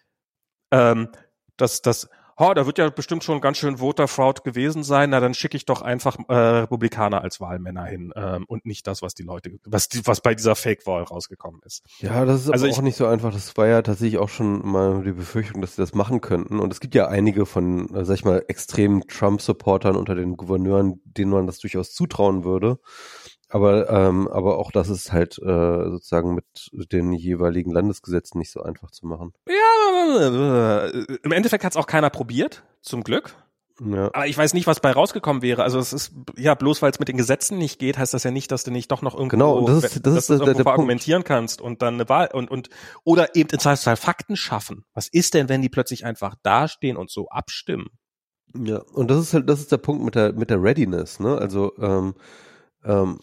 ähm, dass das, oh, da wird ja bestimmt schon ganz schön Voter Fraud gewesen sein, na dann schicke ich doch einfach äh, Republikaner als Wahlmänner hin ähm, und nicht das, was die Leute, was die, was bei dieser Fake-Wahl rausgekommen ist. Ja, das ist also aber ich, auch nicht so einfach. Das war ja tatsächlich auch schon mal die Befürchtung, dass sie das machen könnten. Und es gibt ja einige von, sag ich mal, extremen Trump-Supportern unter den Gouverneuren, denen man das durchaus zutrauen würde. Aber ähm, aber auch das ist halt äh, sozusagen mit den jeweiligen Landesgesetzen nicht so einfach zu machen. Ja, im Endeffekt hat es auch keiner probiert, zum Glück. Ja. Aber ich weiß nicht, was bei rausgekommen wäre. Also es ist, ja, bloß weil es mit den Gesetzen nicht geht, heißt das ja nicht, dass du nicht doch noch irgendwo, genau, und das ist, das ist dass du der, der argumentieren kannst und dann eine Wahl und, und, oder eben in Zweifelsfall Fakten schaffen. Was ist denn, wenn die plötzlich einfach dastehen und so abstimmen? Ja, und das ist halt, das ist der Punkt mit der, mit der Readiness, ne? Also, ähm, ähm,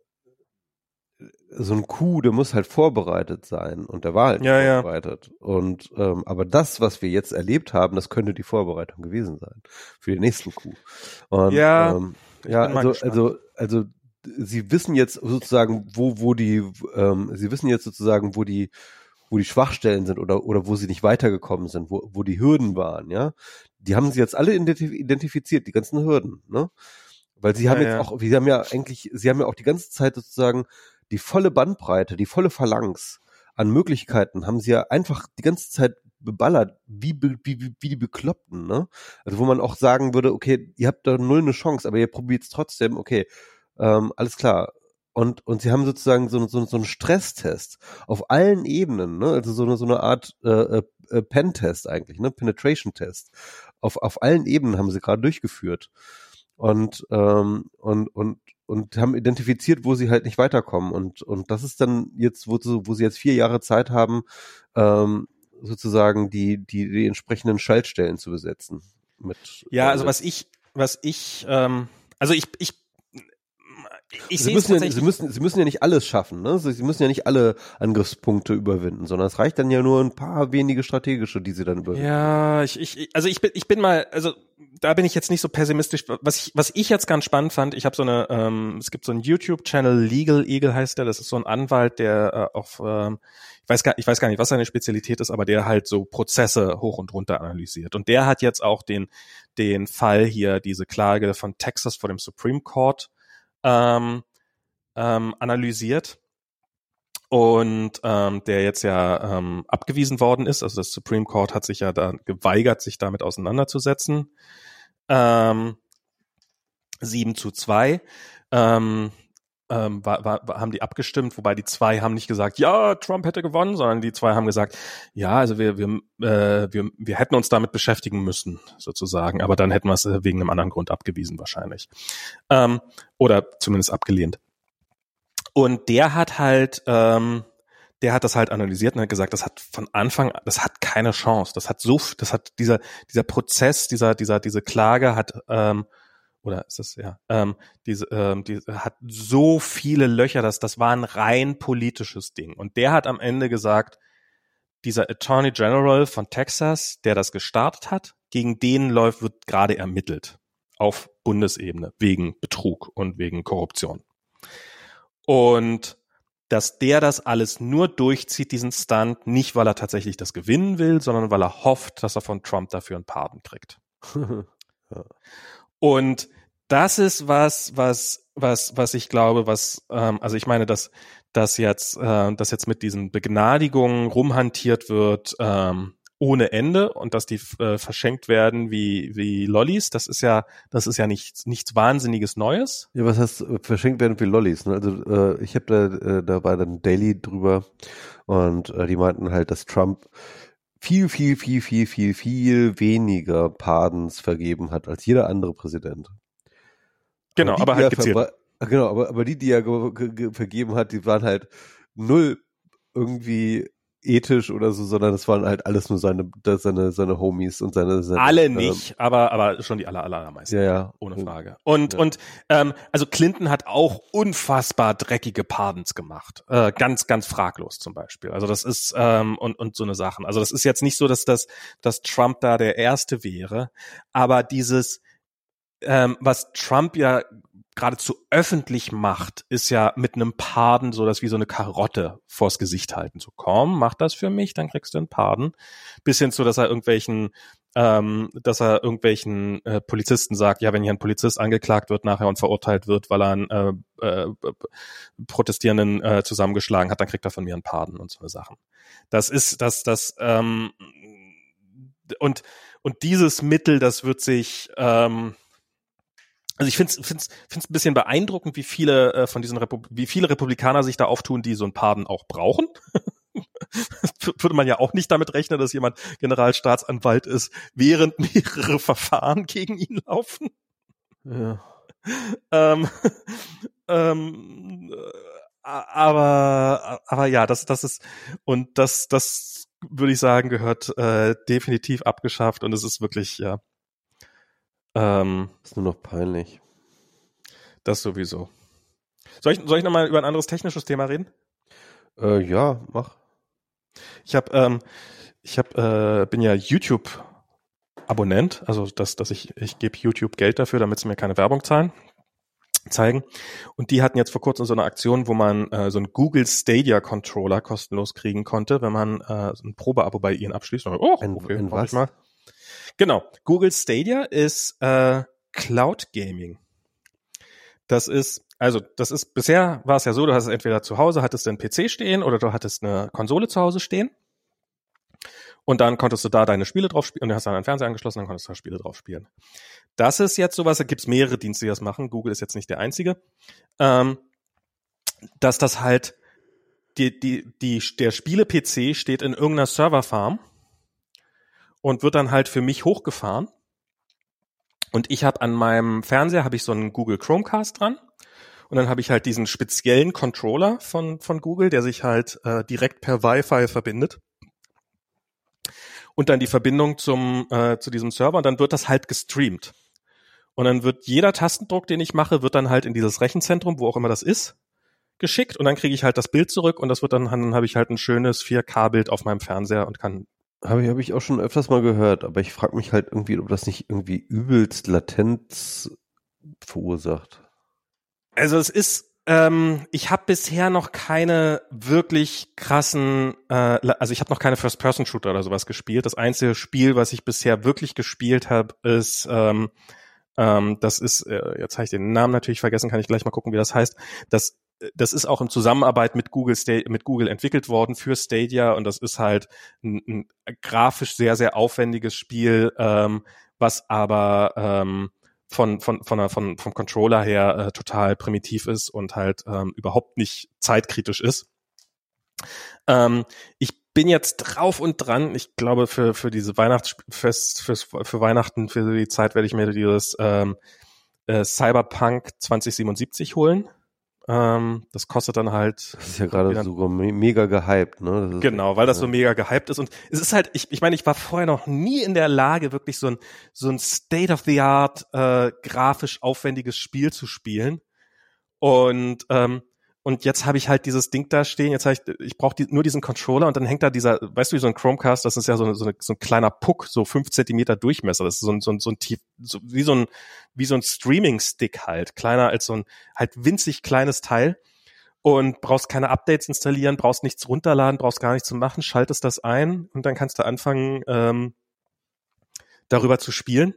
so ein Coup, der muss halt vorbereitet sein und der war halt ja, vorbereitet. Ja. Und ähm, aber das, was wir jetzt erlebt haben, das könnte die Vorbereitung gewesen sein für den nächsten Coup. Und, ja, ähm, ja, also, also, also sie wissen jetzt sozusagen, wo, wo die, ähm, sie wissen jetzt sozusagen, wo die, wo die Schwachstellen sind oder oder wo sie nicht weitergekommen sind, wo, wo die Hürden waren, ja. Die haben sie jetzt alle identifiziert, die ganzen Hürden, ne? Weil sie haben ja, jetzt ja. auch, sie haben ja eigentlich, sie haben ja auch die ganze Zeit sozusagen die volle Bandbreite, die volle Phalanx an Möglichkeiten haben sie ja einfach die ganze Zeit beballert, wie, wie, wie die Bekloppten, ne? Also wo man auch sagen würde, okay, ihr habt da null eine Chance, aber ihr probiert es trotzdem, okay, ähm, alles klar. Und und sie haben sozusagen so, so, so einen Stresstest auf allen Ebenen, ne? Also so eine, so eine Art äh, äh, Pen-Test eigentlich, ne? Penetration-Test. Auf, auf allen Ebenen haben sie gerade durchgeführt. Und ähm, und und und haben identifiziert, wo sie halt nicht weiterkommen und und das ist dann jetzt, wo sie, wo sie jetzt vier Jahre Zeit haben, ähm, sozusagen die die die entsprechenden Schaltstellen zu besetzen. Mit ja, also was ich was ich ähm, also ich ich ich Sie müssen, ja, Sie, müssen, Sie müssen ja nicht alles schaffen, ne? Sie müssen ja nicht alle Angriffspunkte überwinden, sondern es reicht dann ja nur ein paar wenige strategische, die Sie dann überwinden. Ja, ich, ich, also ich bin, ich bin mal, also da bin ich jetzt nicht so pessimistisch. Was ich, was ich jetzt ganz spannend fand, ich habe so eine, ähm, es gibt so einen YouTube-Channel, Legal Eagle heißt der, das ist so ein Anwalt, der äh, auf, ähm, ich weiß gar, ich weiß gar nicht, was seine Spezialität ist, aber der halt so Prozesse hoch und runter analysiert. Und der hat jetzt auch den, den Fall hier, diese Klage von Texas vor dem Supreme Court ähm, ähm, analysiert und ähm, der jetzt ja ähm, abgewiesen worden ist. Also das Supreme Court hat sich ja da geweigert, sich damit auseinanderzusetzen. Ähm, sieben zu zwei ähm, ähm, war, war, haben die abgestimmt, wobei die zwei haben nicht gesagt, ja, Trump hätte gewonnen, sondern die zwei haben gesagt, ja, also wir wir äh, wir, wir hätten uns damit beschäftigen müssen, sozusagen, aber dann hätten wir es wegen einem anderen Grund abgewiesen wahrscheinlich. Ähm, oder zumindest abgelehnt. Und der hat halt, ähm, der hat das halt analysiert und hat gesagt, das hat von Anfang, das hat keine Chance. Das hat so, das hat dieser dieser Prozess, dieser dieser diese Klage hat ähm, oder ist das ja ähm, diese ähm, die hat so viele Löcher, dass das war ein rein politisches Ding. Und der hat am Ende gesagt, dieser Attorney General von Texas, der das gestartet hat, gegen den läuft wird gerade ermittelt auf Bundesebene wegen Betrug und wegen Korruption. Und dass der das alles nur durchzieht, diesen Stunt, nicht weil er tatsächlich das gewinnen will, sondern weil er hofft, dass er von Trump dafür einen Pardon kriegt. Ja. Und das ist was, was, was, was ich glaube, was, ähm, also ich meine, dass, dass jetzt, äh, dass jetzt mit diesen Begnadigungen rumhantiert wird, ähm, ohne Ende und dass die äh, verschenkt werden wie wie Lollis, das ist ja das ist ja nichts nichts wahnsinniges Neues. Ja, was heißt verschenkt werden wie Lollis? Ne? Also äh, ich habe da äh, da war dann Daily drüber und äh, die meinten halt, dass Trump viel viel viel viel viel viel weniger Pardons vergeben hat als jeder andere Präsident. Genau, aber, die, aber halt gezielt. Genau, aber aber die, die er ge- ge- vergeben hat, die waren halt null irgendwie ethisch oder so, sondern das waren halt alles nur seine seine seine Homies und seine, seine alle nicht, ähm, aber aber schon die aller allermeisten. Ja, ja, ohne Frage. Und ja. und ähm, also Clinton hat auch unfassbar dreckige Pardons gemacht, äh, ganz ganz fraglos zum Beispiel. Also das ist ähm, und und so eine Sachen. Also das ist jetzt nicht so, dass das dass Trump da der Erste wäre, aber dieses ähm, was Trump ja geradezu öffentlich macht, ist ja mit einem Pardon so das wie so eine Karotte vors Gesicht halten. So, komm, mach das für mich, dann kriegst du einen Pardon. Bis hin zu, dass er irgendwelchen, ähm, dass er irgendwelchen äh, Polizisten sagt, ja, wenn hier ein Polizist angeklagt wird nachher und verurteilt wird, weil er einen äh, äh, Protestierenden äh, zusammengeschlagen hat, dann kriegt er von mir einen Pardon und so eine Sachen. Das ist, das, das, ähm, und, und dieses Mittel, das wird sich, ähm, Also ich finde es find's, find's ein bisschen beeindruckend, wie viele äh, von diesen Repub- wie viele Republikaner sich da auftun, die so einen Pardon auch brauchen. Würde man ja auch nicht damit rechnen, dass jemand Generalstaatsanwalt ist, während mehrere Verfahren gegen ihn laufen. Ja. ähm, ähm, aber aber ja, das das ist und das das würde ich sagen gehört äh, definitiv abgeschafft und es ist wirklich ja. Ähm, ist nur noch peinlich. Das sowieso. Soll ich, soll ich nochmal über ein anderes technisches Thema reden? Äh, ja, mach. Ich habe, ähm, ich hab, äh, bin ja YouTube-Abonnent, also dass, dass ich, ich gebe YouTube Geld dafür, damit sie mir keine Werbung zahlen, zeigen. Und die hatten jetzt vor kurzem so eine Aktion, wo man äh, so einen Google Stadia Controller kostenlos kriegen konnte, wenn man äh, ein Probeabo bei ihnen abschließt. Und, oh, ein, okay, ein mach was? ich mal. Genau, Google Stadia ist äh, Cloud Gaming. Das ist, also das ist, bisher war es ja so, du hast es entweder zu Hause, hattest du einen P C stehen oder du hattest eine Konsole zu Hause stehen und dann konntest du da deine Spiele drauf spielen und du hast dann einen Fernseher angeschlossen, dann konntest du da Spiele drauf spielen. Das ist jetzt sowas, da gibt's mehrere Dienste, die das machen, Google ist jetzt nicht der einzige, ähm, dass das halt, die, die, die, der Spiele-P C steht in irgendeiner Serverfarm und wird dann halt für mich hochgefahren. Und ich habe an meinem Fernseher habe ich so einen Google Chromecast dran und dann habe ich halt diesen speziellen Controller von von Google, der sich halt äh, direkt per Wi-Fi verbindet und dann die Verbindung zum äh, zu diesem Server und dann wird das halt gestreamt. Und dann wird jeder Tastendruck, den ich mache, wird dann halt in dieses Rechenzentrum, wo auch immer das ist, geschickt und dann kriege ich halt das Bild zurück und das wird dann, dann habe ich halt ein schönes vier K-Bild auf meinem Fernseher und kann. Habe ich, hab ich auch schon öfters mal gehört, aber ich frage mich halt irgendwie, ob das nicht irgendwie übelst Latenz verursacht. Also es ist, ähm, ich habe bisher noch keine wirklich krassen, äh, also ich habe noch keine First-Person-Shooter oder sowas gespielt. Das einzige Spiel, was ich bisher wirklich gespielt habe, ist, ähm, ähm, das ist, äh, jetzt habe ich den Namen natürlich vergessen, kann ich gleich mal gucken, wie das heißt. Das Das ist auch in Zusammenarbeit mit Google Sta- mit Google entwickelt worden für Stadia und das ist halt ein, ein grafisch sehr, sehr aufwendiges Spiel, ähm, was aber ähm, von von von, der, von vom Controller her äh, total primitiv ist und halt ähm, überhaupt nicht zeitkritisch ist. Ähm, ich bin jetzt drauf und dran. Ich glaube für für diese Weihnachtsfest fürs, für Weihnachten für die Zeit werde ich mir dieses ähm, äh, Cyberpunk zwanzig siebenundsiebzig holen. Ähm, das kostet dann halt. Das ist ja gerade sogar me- mega gehypt, ne? Das genau, weil das ja. so mega gehypt ist und es ist halt, ich, ich meine, ich war vorher noch nie in der Lage, wirklich so ein so ein State-of-the-Art äh, grafisch aufwendiges Spiel zu spielen und ähm, und jetzt habe ich halt dieses Ding da stehen, jetzt habe ich, ich brauche die, nur diesen Controller und dann hängt da dieser, weißt du, wie so ein Chromecast, das ist ja so, eine, so, eine, so ein kleiner Puck, so fünf Zentimeter Durchmesser, das ist so ein, so ein, so ein tief, so, wie so ein, wie so ein Streaming-Stick halt, kleiner als so ein, halt winzig kleines Teil und brauchst keine Updates installieren, brauchst nichts runterladen, brauchst gar nichts zu machen, schaltest das ein und dann kannst du anfangen, ähm, darüber zu spielen.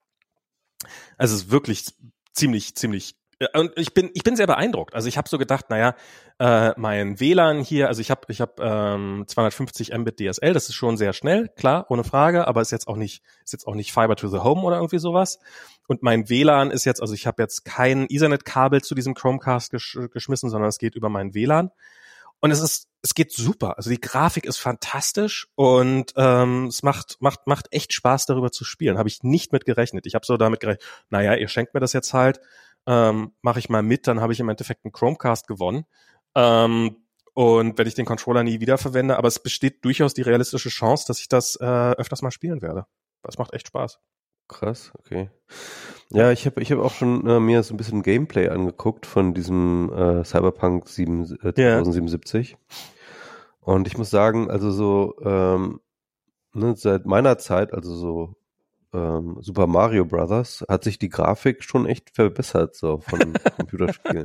Also es ist wirklich ziemlich, ziemlich und ich bin ich bin sehr beeindruckt. Also ich habe so gedacht, naja, äh, mein W L A N hier, also ich habe ich habe ähm, zweihundertfünfzig Mbit D S L, das ist schon sehr schnell, klar, ohne Frage, aber ist jetzt auch nicht ist jetzt auch nicht Fiber to the Home oder irgendwie sowas. Und mein W L A N ist jetzt, also ich habe jetzt kein Ethernet-Kabel zu diesem Chromecast gesch- geschmissen, sondern es geht über mein W L A N. Und es ist es geht super. Also die Grafik ist fantastisch und ähm, es macht macht macht echt Spaß, darüber zu spielen. Habe ich nicht mit gerechnet. Ich habe so damit gerechnet, naja, ihr schenkt mir das jetzt halt. Ähm, mache ich mal mit, dann habe ich im Endeffekt einen Chromecast gewonnen. Ähm, und wenn ich den Controller nie wieder verwende, aber es besteht durchaus die realistische Chance, dass ich das äh, öfters mal spielen werde. Das macht echt Spaß. Krass, okay. Ja, ich habe ich hab auch schon äh, mir so ein bisschen Gameplay angeguckt von diesem äh, Cyberpunk sieben, äh, zwanzig siebenundsiebzig. Yeah. Und ich muss sagen, also so ähm, ne, seit meiner Zeit, also so ähm, Super Mario Brothers, hat sich die Grafik schon echt verbessert, so von Computerspielen.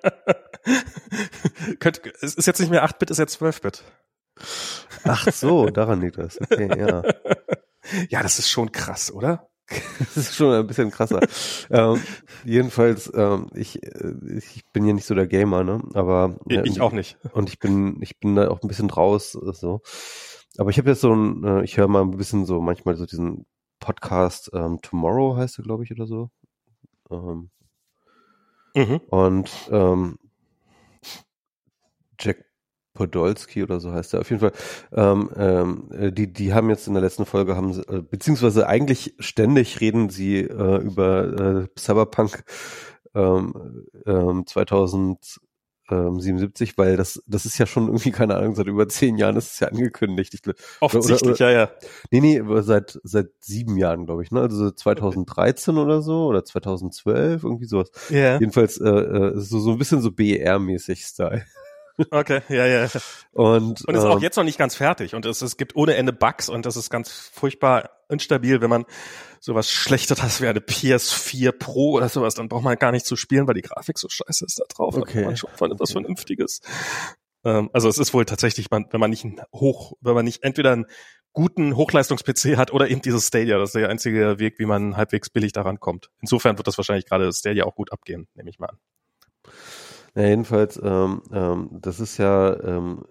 Könnt, es ist jetzt nicht mehr acht Bit, ist jetzt zwölf Bit. Ach so, daran liegt das. Okay, ja. Ja, das ist schon krass, oder? Das ist schon ein bisschen krasser. ähm, jedenfalls, ähm, ich, ich bin ja nicht so der Gamer, ne? Aber ich, ja, ich auch nicht. Und ich bin, ich bin da auch ein bisschen raus, so. Aber ich habe jetzt so ein, äh, ich höre mal ein bisschen so manchmal so diesen Podcast ähm, Tomorrow heißt er, glaube ich, oder so. Ähm, mhm. Und ähm, Jack Podolsky oder so heißt er. Auf jeden Fall, ähm, ähm, die, die haben jetzt in der letzten Folge, haben sie, äh, beziehungsweise eigentlich ständig reden sie äh, über äh, Cyberpunk ähm, ähm, zwanzig siebenundsiebzig, weil das das ist ja schon irgendwie, keine Ahnung, seit über zehn Jahren ist es ja angekündigt. Ich, Offensichtlich, oder, oder, ja, ja. Nee, nee, seit seit sieben Jahren, glaube ich, ne? Also zwanzig dreizehn okay. oder so, oder zwanzig zwölf, irgendwie sowas. Yeah. Jedenfalls äh, äh, so, so ein bisschen so B R-mäßig Style. Okay, ja, ja. Und, und ist ähm, auch jetzt noch nicht ganz fertig und es, es gibt ohne Ende Bugs und das ist ganz furchtbar instabil, wenn man sowas Schlechtes hat wie eine P S vier Pro oder sowas, dann braucht man gar nicht zu spielen, weil die Grafik so scheiße ist da drauf. Okay. Man schon von etwas Vernünftiges. Ähm, also es ist wohl tatsächlich, man, wenn man nicht ein hoch, wenn man nicht entweder einen guten Hochleistungs-P C hat oder eben dieses Stadia, das ist der einzige Weg, wie man halbwegs billig daran kommt. Insofern wird das wahrscheinlich gerade Stadia auch gut abgehen, nehme ich mal an. Ja, jedenfalls, ähm, ähm, das ist ja ähm,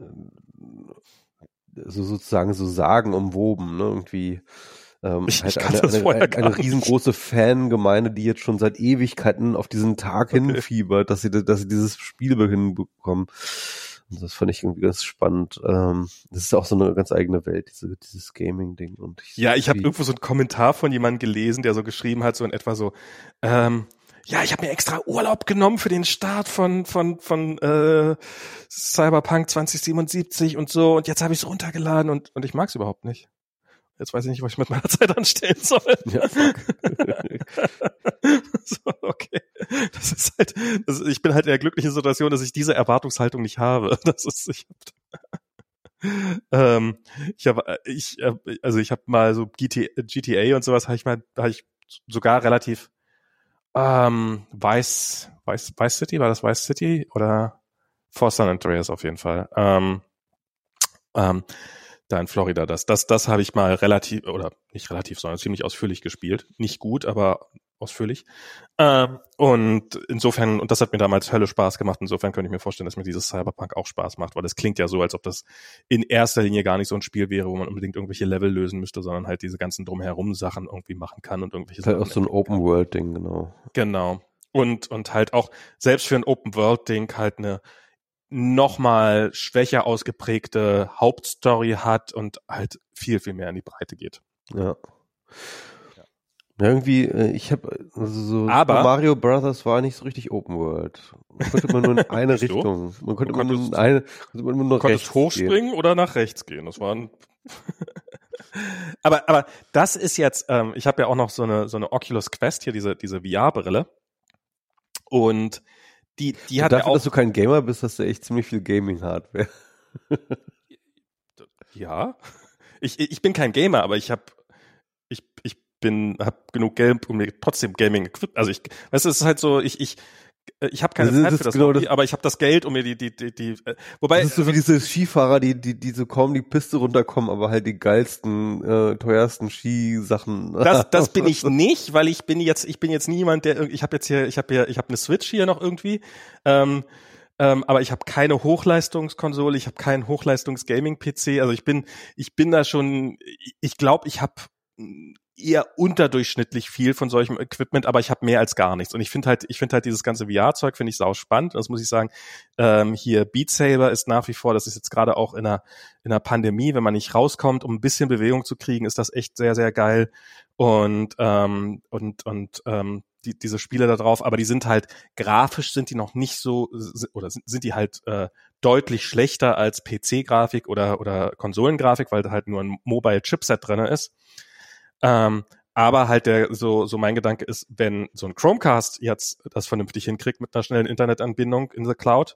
so sozusagen so sagenumwoben, ne? Irgendwie ähm, ich, halt ich eine, eine, eine, eine riesengroße Fangemeinde, die jetzt schon seit Ewigkeiten auf diesen Tag okay. hinfiebert, dass sie, dass sie dieses Spiel hinbekommen. Und das fand ich irgendwie ganz spannend. Ähm, das ist auch so eine ganz eigene Welt, diese, dieses Gaming-Ding. Und ich, ja, ich habe irgendwo so einen Kommentar von jemandem gelesen, der so geschrieben hat, so in etwa so, ähm, ja, ich habe mir extra Urlaub genommen für den Start von von von äh, Cyberpunk zwanzig siebenundsiebzig und so und jetzt habe ich es runtergeladen und und ich mag es überhaupt nicht. Jetzt weiß ich nicht, was ich mit meiner Zeit anstellen soll. Ja, so, okay. Das ist halt, das, ich bin halt in der glücklichen Situation, dass ich diese Erwartungshaltung nicht habe. Das ist, ich hab, ähm, ich habe, ich, also ich habe mal so G T A und sowas, habe ich mal, habe ich sogar relativ, ähm, Vice, Vice, Vice City, war das Vice City oder vor San Andreas auf jeden Fall. Ähm, ähm, da in Florida, das, das, das habe ich mal relativ, oder nicht relativ, sondern ziemlich ausführlich gespielt. Nicht gut, aber ausführlich. Ähm, und insofern, und das hat mir damals Hölle Spaß gemacht, insofern könnte ich mir vorstellen, dass mir dieses Cyberpunk auch Spaß macht, weil das klingt ja so, als ob das in erster Linie gar nicht so ein Spiel wäre, wo man unbedingt irgendwelche Level lösen müsste, sondern halt diese ganzen drumherum Sachen irgendwie machen kann und irgendwelche Ist halt Sachen auch so ein Open-World-Ding, genau. Genau. Und, und halt auch, selbst für ein Open-World-Ding halt eine nochmal schwächer ausgeprägte Hauptstory hat und halt viel, viel mehr in die Breite geht. Ja. Ja, irgendwie, ich habe also so Aber Super Mario Brothers war nicht so richtig Open World. Man konnte immer nur in eine Richtung. Man konnte immer nur in eine, konnte man nur nach rechts hochspringen gehen. oder nach rechts gehen. Das waren aber, aber das ist jetzt, ähm, ich habe ja auch noch so eine, so eine Oculus Quest hier, diese, diese V R-Brille. Und die, die und hat dafür, ja auch, dass du kein Gamer bist, hast du echt ziemlich viel Gaming-Hardware. Ja, ich, ich bin kein Gamer, aber ich habe, ich, ich bin, habe genug Geld, um mir trotzdem Gaming, also ich, weißt du, es ist halt so, ich, ich, ich habe keine das Zeit ist für das genau Hobby, das, aber ich habe das Geld, um mir die, die, die, die, wobei. Das ist so wie diese Skifahrer, die, die, die so kaum die Piste runterkommen, aber halt die geilsten, äh, teuersten Skisachen. Das, das bin ich nicht, weil ich bin jetzt, ich bin jetzt niemand, der, ich habe jetzt hier, ich habe hier, ich habe eine Switch hier noch irgendwie, ähm, ähm, aber ich habe keine Hochleistungskonsole, ich habe keinen Hochleistungs-Gaming-P C, also ich bin, ich bin da schon, ich glaube, ich habe eher unterdurchschnittlich viel von solchem Equipment, aber ich habe mehr als gar nichts. Und ich finde halt, ich finde halt dieses ganze V R-Zeug finde ich sau spannend. Das muss ich sagen. Ähm, hier Beat Saber ist nach wie vor, das ist jetzt gerade auch in einer in einer Pandemie, wenn man nicht rauskommt, um ein bisschen Bewegung zu kriegen, ist das echt sehr sehr geil. Und ähm, und und ähm, die, diese Spiele da drauf, aber die sind halt grafisch sind die noch nicht so oder sind, sind die halt äh, deutlich schlechter als P C-Grafik oder oder Konsolengrafik, weil da halt nur ein Mobile-Chipset drin ist. Ähm, aber halt der so so mein Gedanke ist, wenn so ein Chromecast jetzt das vernünftig hinkriegt mit einer schnellen Internetanbindung in the Cloud,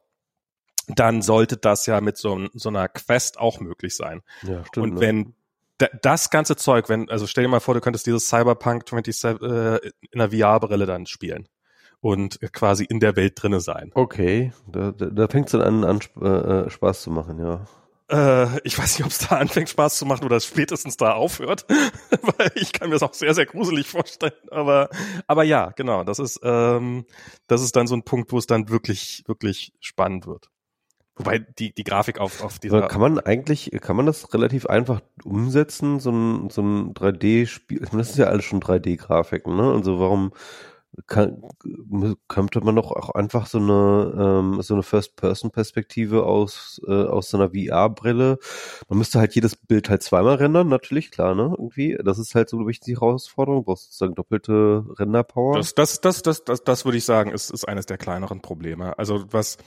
dann sollte das ja mit so, so einer Quest auch möglich sein. Ja, stimmt. Und wenn d- das ganze Zeug, wenn also stell dir mal vor, du könntest dieses Cyberpunk siebenundzwanzig äh, in einer V R-Brille dann spielen und quasi in der Welt drinne sein. Okay, da, da, da fängt es dann an, an äh, Spaß zu machen, ja. Äh, ich weiß nicht, ob es da anfängt Spaß zu machen oder spätestens da aufhört, weil ich kann mir das auch sehr, sehr gruselig vorstellen. Aber, aber ja, genau, das ist, ähm, das ist dann so ein Punkt, wo es dann wirklich, wirklich spannend wird. Wobei die, die Grafik auf, auf dieser. Aber kann man eigentlich, kann man das relativ einfach umsetzen, so ein, so ein drei D-Spiel? Ich meine, das ist ja alles schon drei D-Grafiken, ne? Also warum kann, könnte man doch auch einfach so eine ähm, so eine First-Person-Perspektive aus äh, aus so einer V R-Brille. Man müsste halt jedes Bild halt zweimal rendern, natürlich, klar, ne? Irgendwie. Das ist halt so, glaube ich, die Herausforderung. Du brauchst sozusagen doppelte Render-Power. Das, das, das, das, das, das würde ich sagen, ist, ist eines der kleineren Probleme. Also was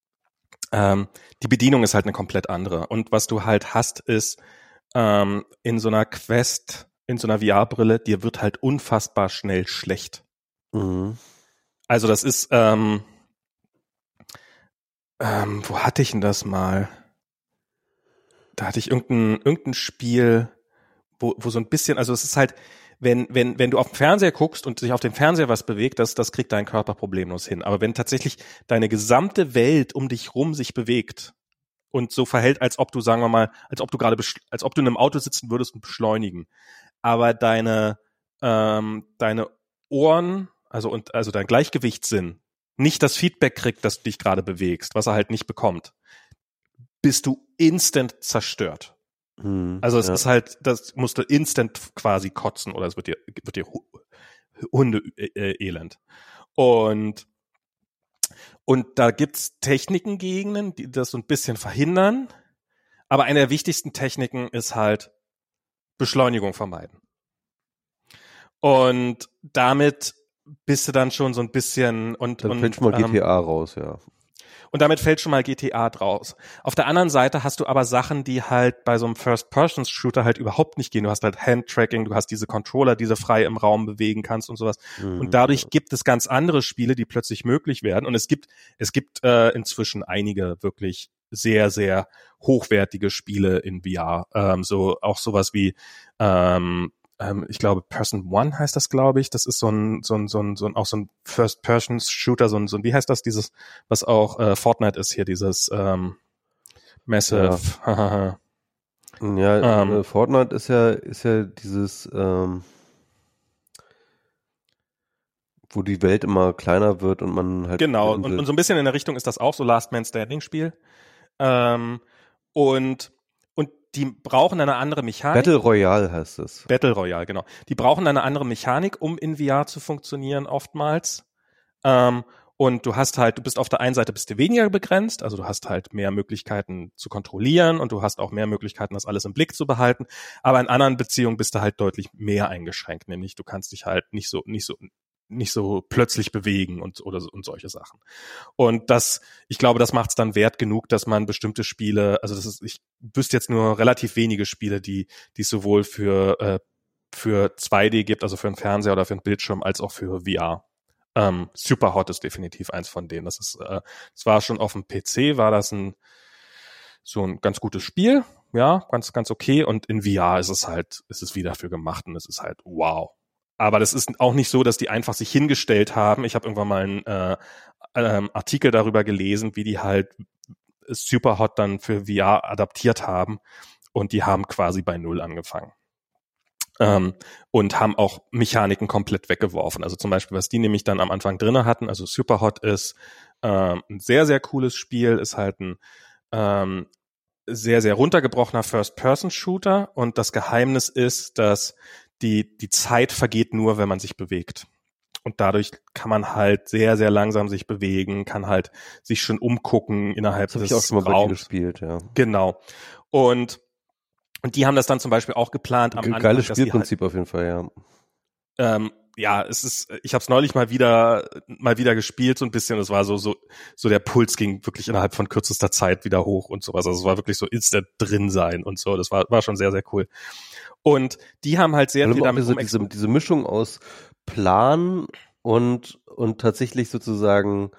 ähm, die Bedienung ist halt eine komplett andere. Und was du halt hast, ist ähm, in so einer Quest, in so einer V R-Brille, dir wird halt unfassbar schnell schlecht. Mhm. Also das ist, ähm, ähm, wo hatte ich denn das mal? Da hatte ich irgendein, irgendein Spiel, wo, wo so ein bisschen, also es ist halt, wenn, wenn, wenn du auf den Fernseher guckst und sich auf dem Fernseher was bewegt, das, das kriegt dein Körper problemlos hin. Aber wenn tatsächlich deine gesamte Welt um dich rum sich bewegt und so verhält, als ob du, sagen wir mal, als ob du gerade, als ob du in einem Auto sitzen würdest und beschleunigen, aber deine, ähm, deine Ohren, also und also dein Gleichgewichtssinn nicht das Feedback kriegt, dass du dich gerade bewegst, was er halt nicht bekommt, bist du instant zerstört. Hm, also es ja. ist halt, das musst du instant quasi kotzen oder es wird dir wird dir Hunde äh, elend. Und und da gibt's Techniken gegen, die das so ein bisschen verhindern, aber eine der wichtigsten Techniken ist halt Beschleunigung vermeiden. Und damit bist du dann schon so ein bisschen und dann und fällt schon mal ähm, G T A raus, ja. Und damit fällt schon mal G T A draus. Auf der anderen Seite hast du aber Sachen, die halt bei so einem First-Person-Shooter halt überhaupt nicht gehen. Du hast halt Hand-Tracking, du hast diese Controller, die du frei im Raum bewegen kannst und sowas. Mhm. Und dadurch gibt es ganz andere Spiele, die plötzlich möglich werden. Und es gibt, es gibt äh, inzwischen einige wirklich sehr, sehr hochwertige Spiele in V R. Ähm, so auch sowas wie ähm, ich glaube, Person One heißt das, glaube ich. Das ist so ein, so ein, so ein, so ein, auch so ein First-Person-Shooter, so ein, so ein, wie heißt das, dieses, was auch äh, Fortnite ist hier, dieses ähm, Massive. Ja, ja ähm, äh, Fortnite ist ja, ist ja dieses, ähm, wo die Welt immer kleiner wird und man halt. Genau, und, und so ein bisschen in der Richtung ist das auch so Last Man Standing Spiel. Ähm, und die brauchen eine andere Mechanik. Battle Royale heißt es. Battle Royale, genau. Die brauchen eine andere Mechanik, um in V R zu funktionieren oftmals. Ähm, und du hast halt, du bist auf der einen Seite bist du weniger begrenzt, also du hast halt mehr Möglichkeiten zu kontrollieren und du hast auch mehr Möglichkeiten, das alles im Blick zu behalten. Aber in anderen Beziehungen bist du halt deutlich mehr eingeschränkt, nämlich du kannst dich halt nicht so, nicht so, nicht so plötzlich bewegen und oder und solche Sachen. Und das, ich glaube, das macht es dann wert genug, dass man bestimmte Spiele, also das ist, ich wüsste jetzt nur relativ wenige Spiele, die die es sowohl für äh, für zwei D gibt, also für einen Fernseher oder für einen Bildschirm, als auch für V R. Ähm, Superhot ist definitiv eins von denen. Das ist, äh, es war schon auf dem P C, war das ein so ein ganz gutes Spiel, ja, ganz ganz okay. Und in V R ist es halt, ist es wie dafür gemacht und es ist halt wow. Aber das ist auch nicht so, dass die einfach sich hingestellt haben. Ich habe irgendwann mal einen äh, ähm, Artikel darüber gelesen, wie die halt Superhot dann für V R adaptiert haben. Und die haben quasi bei Null angefangen. Ähm, und haben auch Mechaniken komplett weggeworfen. Also zum Beispiel, was die nämlich dann am Anfang drinne hatten, also Superhot ist ähm, ein sehr, sehr cooles Spiel, ist halt ein ähm, sehr, sehr runtergebrochener First-Person-Shooter. Und das Geheimnis ist, dass die die Zeit vergeht nur, wenn man sich bewegt. Und dadurch kann man halt sehr, sehr langsam sich bewegen, kann halt sich schon umgucken innerhalb das des hab ich auch schon mal Raums. gespielt, ja. Genau. Und und die haben das dann zum Beispiel auch geplant am Ge- Anfang. Geiles Spielprinzip halt, auf jeden Fall, ja. Ähm, ja, es ist, ich habe es neulich mal wieder mal wieder gespielt so ein bisschen. Es war so so so der Puls ging wirklich innerhalb von kürzester Zeit wieder hoch und sowas. Also es war wirklich so instant drin sein und so. Das war war schon sehr sehr cool. Und die haben halt sehr Vor allem viel auch damit diese, diese, diese Mischung aus Plan und und tatsächlich sozusagen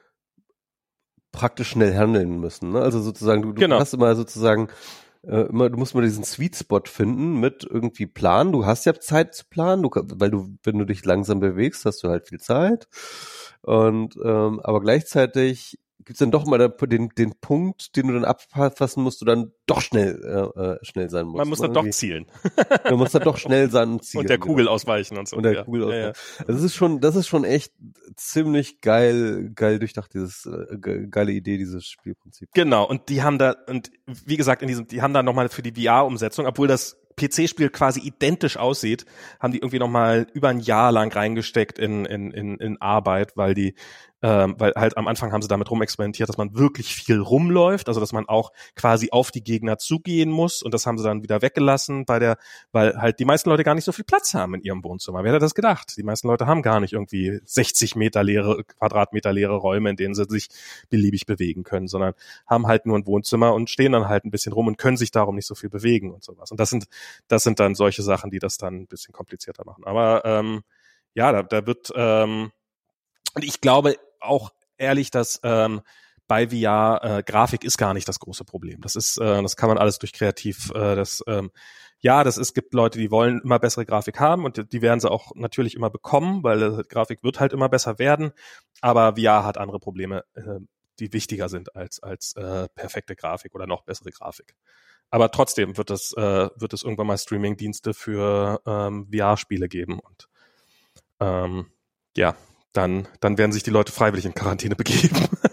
praktisch schnell handeln müssen. Ne? Also sozusagen du, du genau. hast immer sozusagen äh, immer, du musst mal diesen Sweet Spot finden mit irgendwie Plan. Du hast ja Zeit zu planen, du, weil du, wenn du dich langsam bewegst, hast du halt viel Zeit. Und ähm, aber gleichzeitig gibt's dann doch mal den, den Punkt, den du dann abfassen musst, du dann doch schnell äh, schnell sein musst. Man muss dann doch zielen. Man muss dann doch schnell sein und zielen. Und der Kugel genau. ausweichen und so. Und der ja. Kugel ausweichen. Ja, ja. Das ist schon, das ist schon echt ziemlich geil, geil durchdacht, dieses äh, geile Idee, dieses Spielprinzip. Genau. Und die haben da, und wie gesagt, in diesem, die haben da nochmal für die V R-Umsetzung, obwohl das P C-Spiel quasi identisch aussieht, haben die irgendwie nochmal über ein Jahr lang reingesteckt in, in, in, in Arbeit, weil die, ähm, weil halt am Anfang haben sie damit rumexperimentiert, dass man wirklich viel rumläuft, also dass man auch quasi auf die Gegner zugehen muss und das haben sie dann wieder weggelassen bei der, weil halt die meisten Leute gar nicht so viel Platz haben in ihrem Wohnzimmer. Wer hätte das gedacht? Die meisten Leute haben gar nicht irgendwie sechzig Meter leere, Quadratmeter leere Räume, in denen sie sich beliebig bewegen können, sondern haben halt nur ein Wohnzimmer und stehen dann halt ein bisschen rum und können sich darum nicht so viel bewegen und sowas. Und das sind, das sind dann solche Sachen, die das dann ein bisschen komplizierter machen. Aber ähm, ja, da, da wird ähm, und ich glaube auch ehrlich, dass ähm, bei V R äh, Grafik ist gar nicht das große Problem. Das ist, äh, das kann man alles durch kreativ. Äh, das ähm, ja, das ist, gibt Leute, die wollen immer bessere Grafik haben und die, die werden sie auch natürlich immer bekommen, weil äh, Grafik wird halt immer besser werden. Aber V R hat andere Probleme, äh, die wichtiger sind als als äh, perfekte Grafik oder noch bessere Grafik. Aber trotzdem wird es äh, wird es irgendwann mal Streaming-Dienste für ähm, V R-Spiele geben und ähm, ja. Dann, dann werden sich die Leute freiwillig in Quarantäne begeben.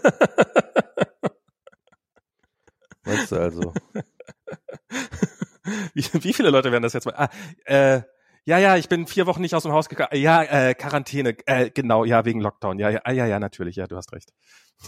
Weißt du also? Wie, wie viele Leute werden das jetzt mal? Ah, äh, ja, ja, ich bin vier Wochen nicht aus dem Haus gegangen. Ja, äh, Quarantäne, äh, genau, ja, wegen Lockdown. Ja, ja, ja, ja, natürlich, ja, du hast recht.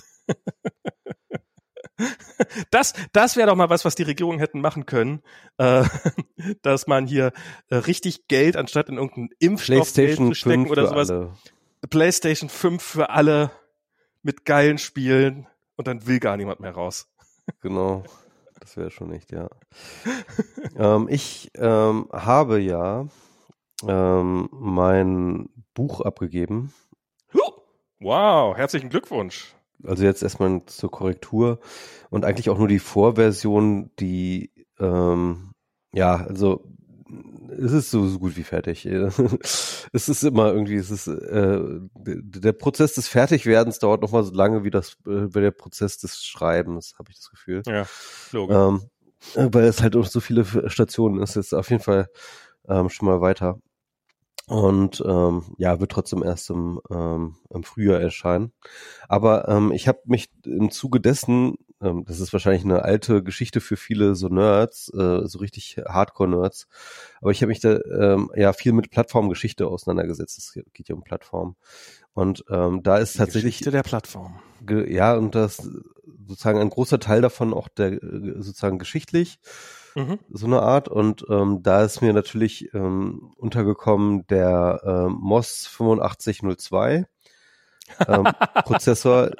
Das, das wäre doch mal was, was die Regierungen hätten machen können, äh, dass man hier äh, richtig Geld anstatt in irgendeinen Impfstoff Geld zu stecken oder sowas. Alle. PlayStation fünf für alle mit geilen Spielen und dann will gar niemand mehr raus. Genau, das wäre schon echt, ja. ähm, ich ähm, habe ja ähm, mein Buch abgegeben. Wow, herzlichen Glückwunsch. Also jetzt erstmal zur Korrektur und eigentlich auch nur die Vorversion, die, ähm, ja, also es ist so, so gut wie fertig. Es ist immer irgendwie, es ist äh, der Prozess des Fertigwerdens dauert nochmal so lange wie das, äh, wie der Prozess des Schreibens, habe ich das Gefühl. Ja, logisch. Ähm, weil es halt auch so viele Stationen ist, ist auf jeden Fall ähm, schon mal weiter. Und ähm, ja, wird trotzdem erst im, ähm, im Frühjahr erscheinen. Aber ähm, ich habe mich im Zuge dessen, ähm, das ist wahrscheinlich eine alte Geschichte für viele so Nerds, äh, so richtig Hardcore-Nerds, aber ich habe mich da ähm, ja viel mit Plattformgeschichte auseinandergesetzt. Es geht ja um Plattform. Und ähm, da ist Die tatsächlich Geschichte der Plattform. Ge- ja, und das sozusagen ein großer Teil davon auch der äh, sozusagen geschichtlich, Mhm. so eine Art. Und ähm, da ist mir natürlich ähm, untergekommen der ähm, M O S fünfundachtzig null zwei ähm, Prozessor.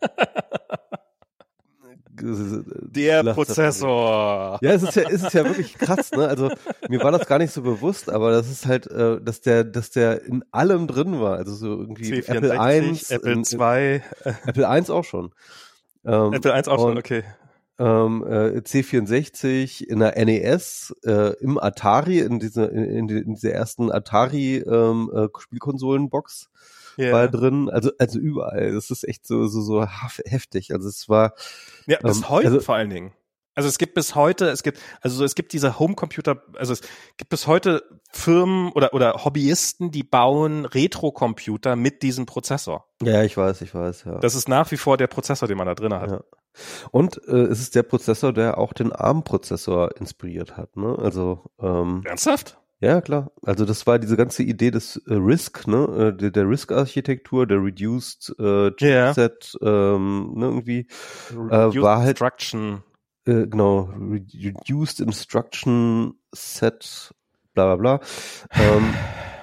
Der Prozessor. Ja, es ist ja, es ist ja wirklich krass, ne? Also mir war das gar nicht so bewusst, aber das ist halt, äh, dass der, dass der in allem drin war. Also so irgendwie C Apple vierundsechzig, eins, Apple in, zwei, in, Apple eins auch schon. Ähm, Apple eins auch schon, und, okay. Ähm, äh, C vierundsechzig in der N E S, äh, im Atari, in diese, in, in, die, in dieser ersten Atari ähm, äh, Spielkonsolenbox Yeah. war er drin, also also überall. Das ist echt so so so heftig. Also es war ja bis ähm, heute also, vor allen Dingen. Also es gibt bis heute, es gibt also es gibt diese Homecomputer, also es gibt bis heute Firmen oder oder Hobbyisten, die bauen Retro-Computer mit diesem Prozessor. Ja, ich weiß, ich weiß, ja. Das ist nach wie vor der Prozessor, den man da drin hat. Ja. Und äh, es ist der Prozessor, der auch den ARM-Prozessor inspiriert hat, ne? Also ähm, Ernsthaft? ja, klar. Also das war diese ganze Idee des äh, RISC, ne, äh, der, der RISC-Architektur, der Reduced äh, Chipset, yeah. ähm, ne, irgendwie äh, war halt Instruction. Äh, genau, Reduced Instruction Set, bla bla bla. Ähm,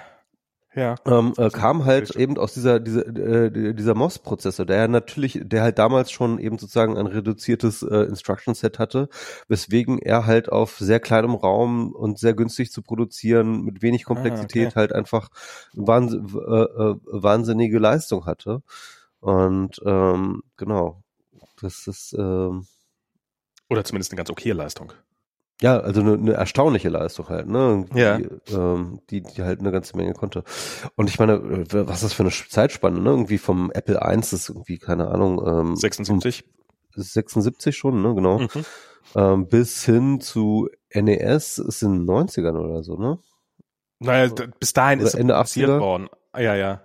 ja. ähm, äh, kam halt eben aus dieser dieser äh, dieser M O S-Prozessor, der ja natürlich, der halt damals schon eben sozusagen ein reduziertes äh, Instruction Set hatte, weswegen er halt auf sehr kleinem Raum und sehr günstig zu produzieren, mit wenig Komplexität ah, okay. halt einfach wahns äh, äh, wahnsinnige Leistung hatte. Und ähm, genau, das ist ähm, oder zumindest eine ganz okaye Leistung. Ja, also eine, eine erstaunliche Leistung halt, ne? Ja. Die, ähm, die, die halt eine ganze Menge konnte. Und ich meine, was ist das für eine Zeitspanne, ne? Irgendwie vom Apple eins ist irgendwie, keine Ahnung, ähm, sechsundsiebzig. sechsundsiebzig schon, ne? Genau. Mhm. Ähm, bis hin zu N E S ist in den neunzigern oder so, ne? Naja, bis dahin oder ist es produziert worden. Ja, ja.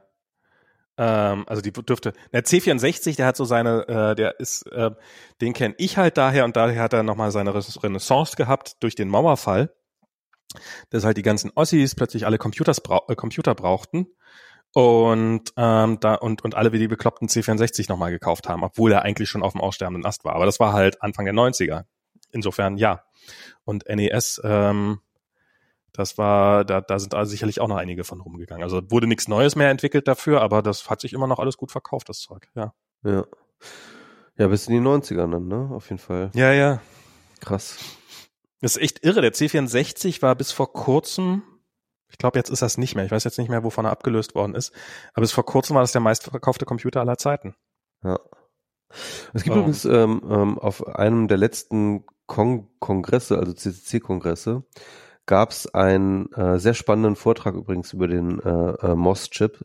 Ähm, also die dürfte, der C vierundsechzig, der hat so seine, äh, der ist, äh, den kenne ich halt daher und daher hat er nochmal seine Renaissance gehabt durch den Mauerfall, dass halt die ganzen Ossis plötzlich alle Computers brau- äh, Computer brauchten und ähm, da und und alle wie die bekloppten C vierundsechzig nochmal gekauft haben, obwohl er eigentlich schon auf dem aussterbenden Ast war. Aber das war halt Anfang der neunziger. Insofern ja. Und N E S, ähm, das war, da, da sind also sicherlich auch noch einige von rumgegangen. Also wurde nichts Neues mehr entwickelt dafür, aber das hat sich immer noch alles gut verkauft, das Zeug, ja. Ja. Ja, bis in die neunziger dann, ne? Auf jeden Fall. Ja, ja. Krass. Das ist echt irre. Der C vierundsechzig war bis vor kurzem, ich glaube, jetzt ist das nicht mehr. Ich weiß jetzt nicht mehr, wovon er abgelöst worden ist. Aber bis vor kurzem war das der meistverkaufte Computer aller Zeiten. Ja. Es gibt oh. übrigens ähm, ähm, auf einem der letzten Kon- Kongresse, also C C C-Kongresse, gab es einen äh, sehr spannenden Vortrag übrigens über den äh, äh, M O S-Chip,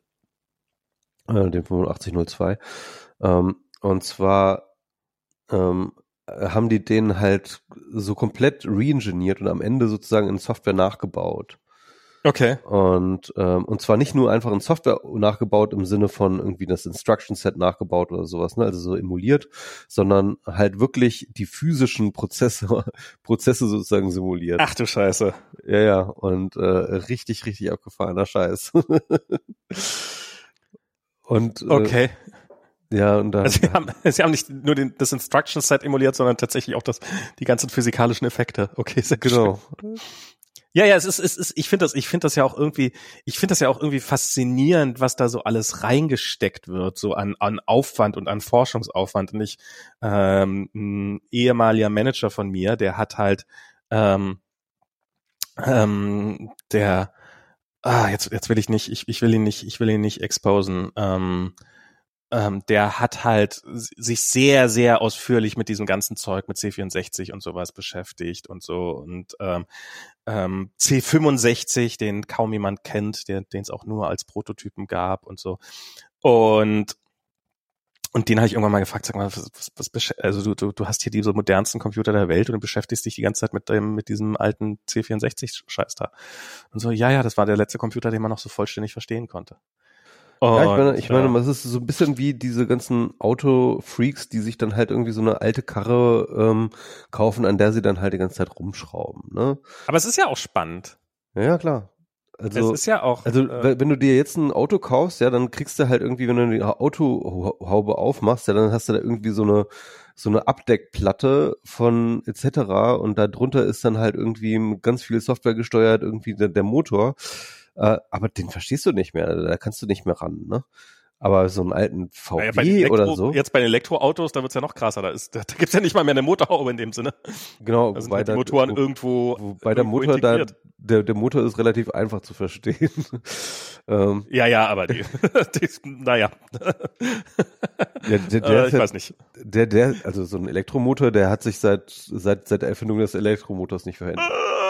äh, den fünfundachtzig null zwei. Ähm, und zwar ähm, haben die den halt so komplett reingeniert und am Ende sozusagen in Software nachgebaut. Okay. Und ähm, und zwar nicht nur einfach in Software nachgebaut im Sinne von irgendwie das Instruction Set nachgebaut oder sowas, ne, also so emuliert, sondern halt wirklich die physischen Prozesse Prozesse sozusagen simuliert. Ach du Scheiße. Ja, ja, und äh, richtig, richtig abgefahrener Scheiß. und äh, okay. Ja, und dann, also sie haben, sie haben nicht nur den, das Instruction Set emuliert, sondern tatsächlich auch das, die ganzen physikalischen Effekte. Okay, sehr genau. schön. Ja, ja, es ist, es ist, ich finde das, ich finde das ja auch irgendwie, ich finde das ja auch irgendwie faszinierend, was da so alles reingesteckt wird, so an, an Aufwand und an Forschungsaufwand. Und ich, ähm, ein ehemaliger Manager von mir, der hat halt, ähm, ähm, der, ah, jetzt, jetzt will ich nicht, ich, ich will ihn nicht, ich will ihn nicht exposen, ähm, Ähm, der hat halt sich sehr, sehr ausführlich mit diesem ganzen Zeug, mit C vierundsechzig und sowas beschäftigt und so. Und ähm, ähm, C fünfundsechzig, den kaum jemand kennt, der, den es auch nur als Prototypen gab und so. Und und den habe ich irgendwann mal gefragt, sag mal, was, was, was also du, du, du hast hier diese modernsten Computer der Welt und du beschäftigst dich die ganze Zeit mit dem, mit diesem alten C vierundsechzig-Scheiß da. Und so, ja, ja, das war der letzte Computer, den man noch so vollständig verstehen konnte. Und, ja, ich meine, ich meine, es ist so ein bisschen wie diese ganzen Auto-Freaks, die sich dann halt irgendwie so eine alte Karre ähm, kaufen, an der sie dann halt die ganze Zeit rumschrauben, ne? Aber es ist ja auch spannend. Ja, ja, klar. Also, es ist ja auch. Also, äh, wenn du dir jetzt ein Auto kaufst, ja, dann kriegst du halt irgendwie, wenn du die Autohaube aufmachst, ja, dann hast du da irgendwie so eine so eine Abdeckplatte von et cetera und da drunter ist dann halt irgendwie ganz viel Software gesteuert, irgendwie der, der Motor. Uh, aber den verstehst du nicht mehr, da kannst du nicht mehr ran, ne? Aber so einen alten V W ja, Elektro, oder so. Jetzt bei den Elektroautos, da wird's ja noch krasser, da ist, da, da gibt's ja nicht mal mehr eine Motorhaube in dem Sinne. Genau, da sind wobei halt die da, Motoren wo, irgendwo. Wobei der Motor da, der, der Motor ist relativ einfach zu verstehen. ähm, ja, ja, aber die, die naja. Ja, der, der äh, ich halt, weiß nicht. Der, der, also so ein Elektromotor, der hat sich seit, seit, seit der Erfindung des Elektromotors nicht verändert.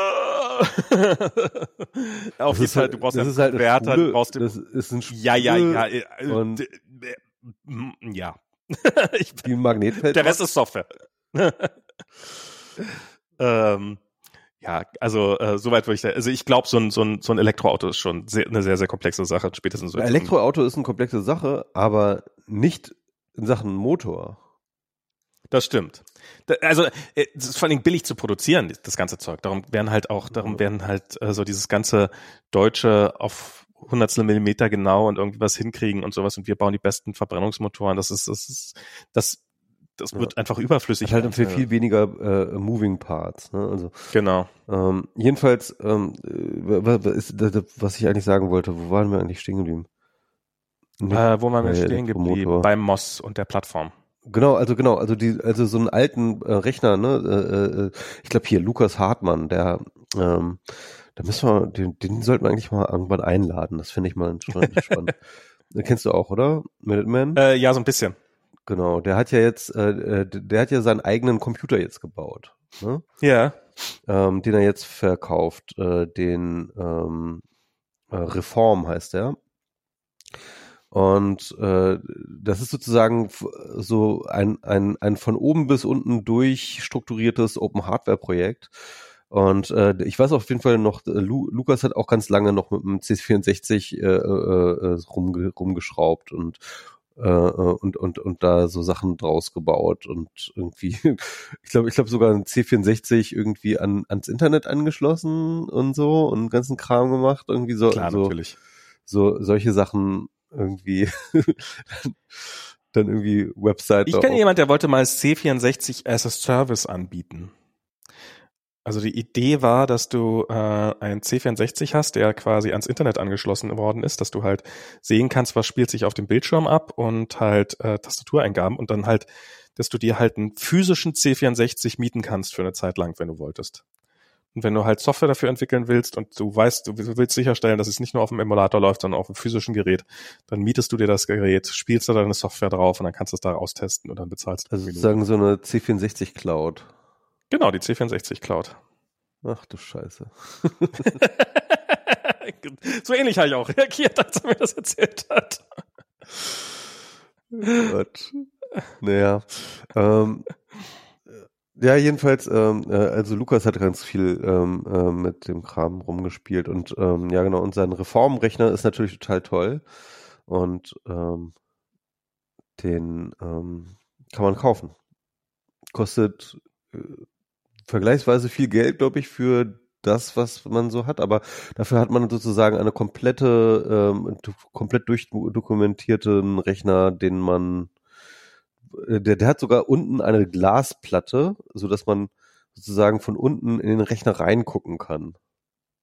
Auf jeden Fall, du brauchst das ja ist halt einen Wert, Spule, brauchst das ist ein Spule ja, ja, ja, und ja. ich, die Magnetfeld. Der Rest ist Software. ähm, ja, also äh, soweit würde ich da, also ich glaube, so ein, so ein, so ein Elektroauto ist schon sehr, eine sehr, sehr komplexe Sache, spätestens so. Ein Elektroauto ist eine komplexe Sache, aber nicht in Sachen Motor. Das stimmt. Also es ist vor allem billig zu produzieren, das ganze Zeug. Darum werden halt auch, darum werden halt äh, so dieses ganze Deutsche auf Hundertstel Millimeter genau und irgendwie was hinkriegen und sowas und wir bauen die besten Verbrennungsmotoren. Das ist, das ist, das, das wird ja. einfach überflüssig. Das halt für viel weniger äh, Moving Parts. Ne? Also genau. Ähm, jedenfalls, ähm, was, ist, was ich eigentlich sagen wollte, wo waren wir eigentlich stehen geblieben? Äh, wo waren wir stehen geblieben? Beim M O S und der Plattform. Genau, also genau, also die, also so einen alten äh, Rechner, ne, äh, ich glaube hier Lukas Hartmann, der, ähm, da müssen wir, den, den sollten wir eigentlich mal irgendwann einladen. Das finde ich mal spannend. Den kennst du auch, oder? Minuteman? Äh, ja, so ein bisschen. Genau, der hat ja jetzt, äh, der hat ja seinen eigenen Computer jetzt gebaut, ne? Ja. Ähm, den er jetzt verkauft, äh, den ähm, äh, Reform heißt der. Und äh, das ist sozusagen so ein, ein, ein von oben bis unten durchstrukturiertes Open-Hardware-Projekt. Und äh, ich weiß auf jeden Fall noch, Lu, Lukas hat auch ganz lange noch mit dem C vierundsechzig äh, äh, rumge, rumgeschraubt und äh, und und und da so Sachen draus gebaut und irgendwie, ich glaube, ich glaube sogar ein C vierundsechzig irgendwie an ans Internet angeschlossen und so und ganzen Kram gemacht, irgendwie so. Klar, so, natürlich. So solche Sachen irgendwie dann irgendwie Website. Ich kenne jemand, der wollte mal C vierundsechzig as a Service anbieten. Also die Idee war, dass du äh, einen C vierundsechzig hast, der quasi ans Internet angeschlossen worden ist, dass du halt sehen kannst, was spielt sich auf dem Bildschirm ab und halt äh, Tastatureingaben und dann halt, dass du dir halt einen physischen C vierundsechzig mieten kannst für eine Zeit lang, wenn du wolltest. Und wenn du halt Software dafür entwickeln willst und du weißt, du willst sicherstellen, dass es nicht nur auf dem Emulator läuft, sondern auf dem physischen Gerät, dann mietest du dir das Gerät, spielst da deine Software drauf und dann kannst du es da austesten und dann bezahlst du. Also sozusagen so eine C vierundsechzig Cloud. Genau, die C vierundsechzig Cloud. Ach du Scheiße. So ähnlich habe ich auch reagiert, als er mir das erzählt hat. Gott. Naja. Ähm, ja, jedenfalls, ähm, äh, also Lukas hat ganz viel ähm, äh, mit dem Kram rumgespielt und ähm, ja genau, und sein Reformrechner ist natürlich total toll und ähm, den ähm, kann man kaufen. Kostet äh, vergleichsweise viel Geld, glaube ich, für das, was man so hat, aber dafür hat man sozusagen eine komplette, ähm, komplett durchdokumentierten Rechner, den man, der, der hat sogar unten eine Glasplatte, so dass man sozusagen von unten in den Rechner reingucken kann.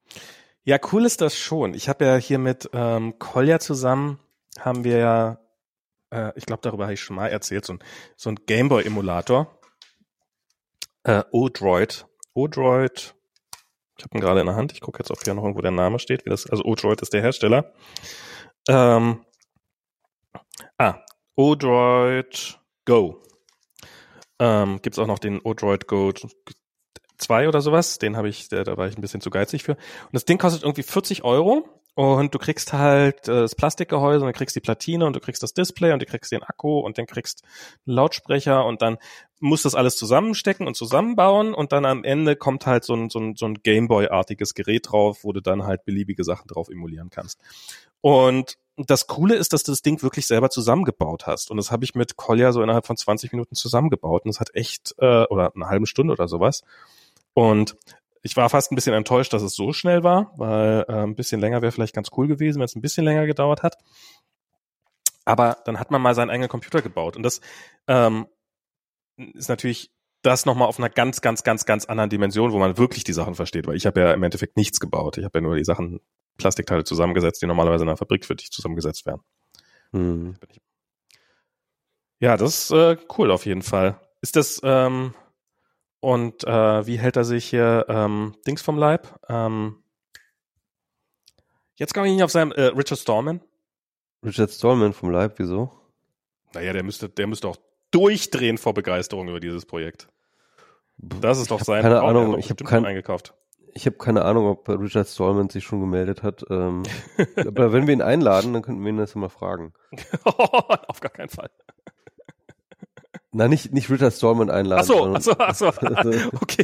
Ja, cool ist das schon. Ich habe ja hier mit ähm, Kolja zusammen, haben wir ja, äh, ich glaube, darüber habe ich schon mal erzählt, so ein, so ein Gameboy-Emulator. Äh, Odroid. Odroid, ich habe ihn gerade in der Hand. Ich gucke jetzt, ob hier noch irgendwo der Name steht. Wie das, also Odroid ist der Hersteller. Ähm, ah, Odroid Go. Ähm, gibt's auch noch den Odroid Go zwei oder sowas. Den habe ich, da, da war ich ein bisschen zu geizig für. Und das Ding kostet irgendwie vierzig Euro. Und du kriegst halt äh, das Plastikgehäuse und du kriegst die Platine und du kriegst das Display und du kriegst den Akku und dann kriegst einen Lautsprecher und dann musst das alles zusammenstecken und zusammenbauen und dann am Ende kommt halt so ein, so ein, so ein Gameboy-artiges Gerät drauf, wo du dann halt beliebige Sachen drauf emulieren kannst. Und das Coole ist, dass du das Ding wirklich selber zusammengebaut hast. Und das habe ich mit Kolja so innerhalb von zwanzig Minuten zusammengebaut. Und das hat echt, äh, oder eine halbe Stunde oder sowas. Und ich war fast ein bisschen enttäuscht, dass es so schnell war, weil äh, ein bisschen länger wäre vielleicht ganz cool gewesen, wenn es ein bisschen länger gedauert hat. Aber dann hat man mal seinen eigenen Computer gebaut. Und das ähm, ist natürlich das nochmal auf einer ganz, ganz, ganz, ganz anderen Dimension, wo man wirklich die Sachen versteht. Weil ich habe ja im Endeffekt nichts gebaut. Ich habe ja nur die Sachen, Plastikteile zusammengesetzt, die normalerweise in einer Fabrik für dich zusammengesetzt werden. Hm. Ja, das ist äh, cool auf jeden Fall. Ist das... Ähm, Und äh, wie hält er sich hier ähm, Dings vom Leib? Ähm, jetzt komme ich nicht auf seinem äh, Richard Stallman. Richard Stallman vom Leib, wieso? Naja, der müsste, der müsste auch durchdrehen vor Begeisterung über dieses Projekt. Das ist doch sein. Keine Traum. Ahnung, Er hat ich habe kein, kein, eingekauft. ich habe keine Ahnung, ob Richard Stallman sich schon gemeldet hat. Ähm, aber wenn wir ihn einladen, dann könnten wir ihn das mal fragen. Auf gar keinen Fall. Na, nicht, nicht Richard Stallman einladen. Ach so, ach so, ach so. Okay.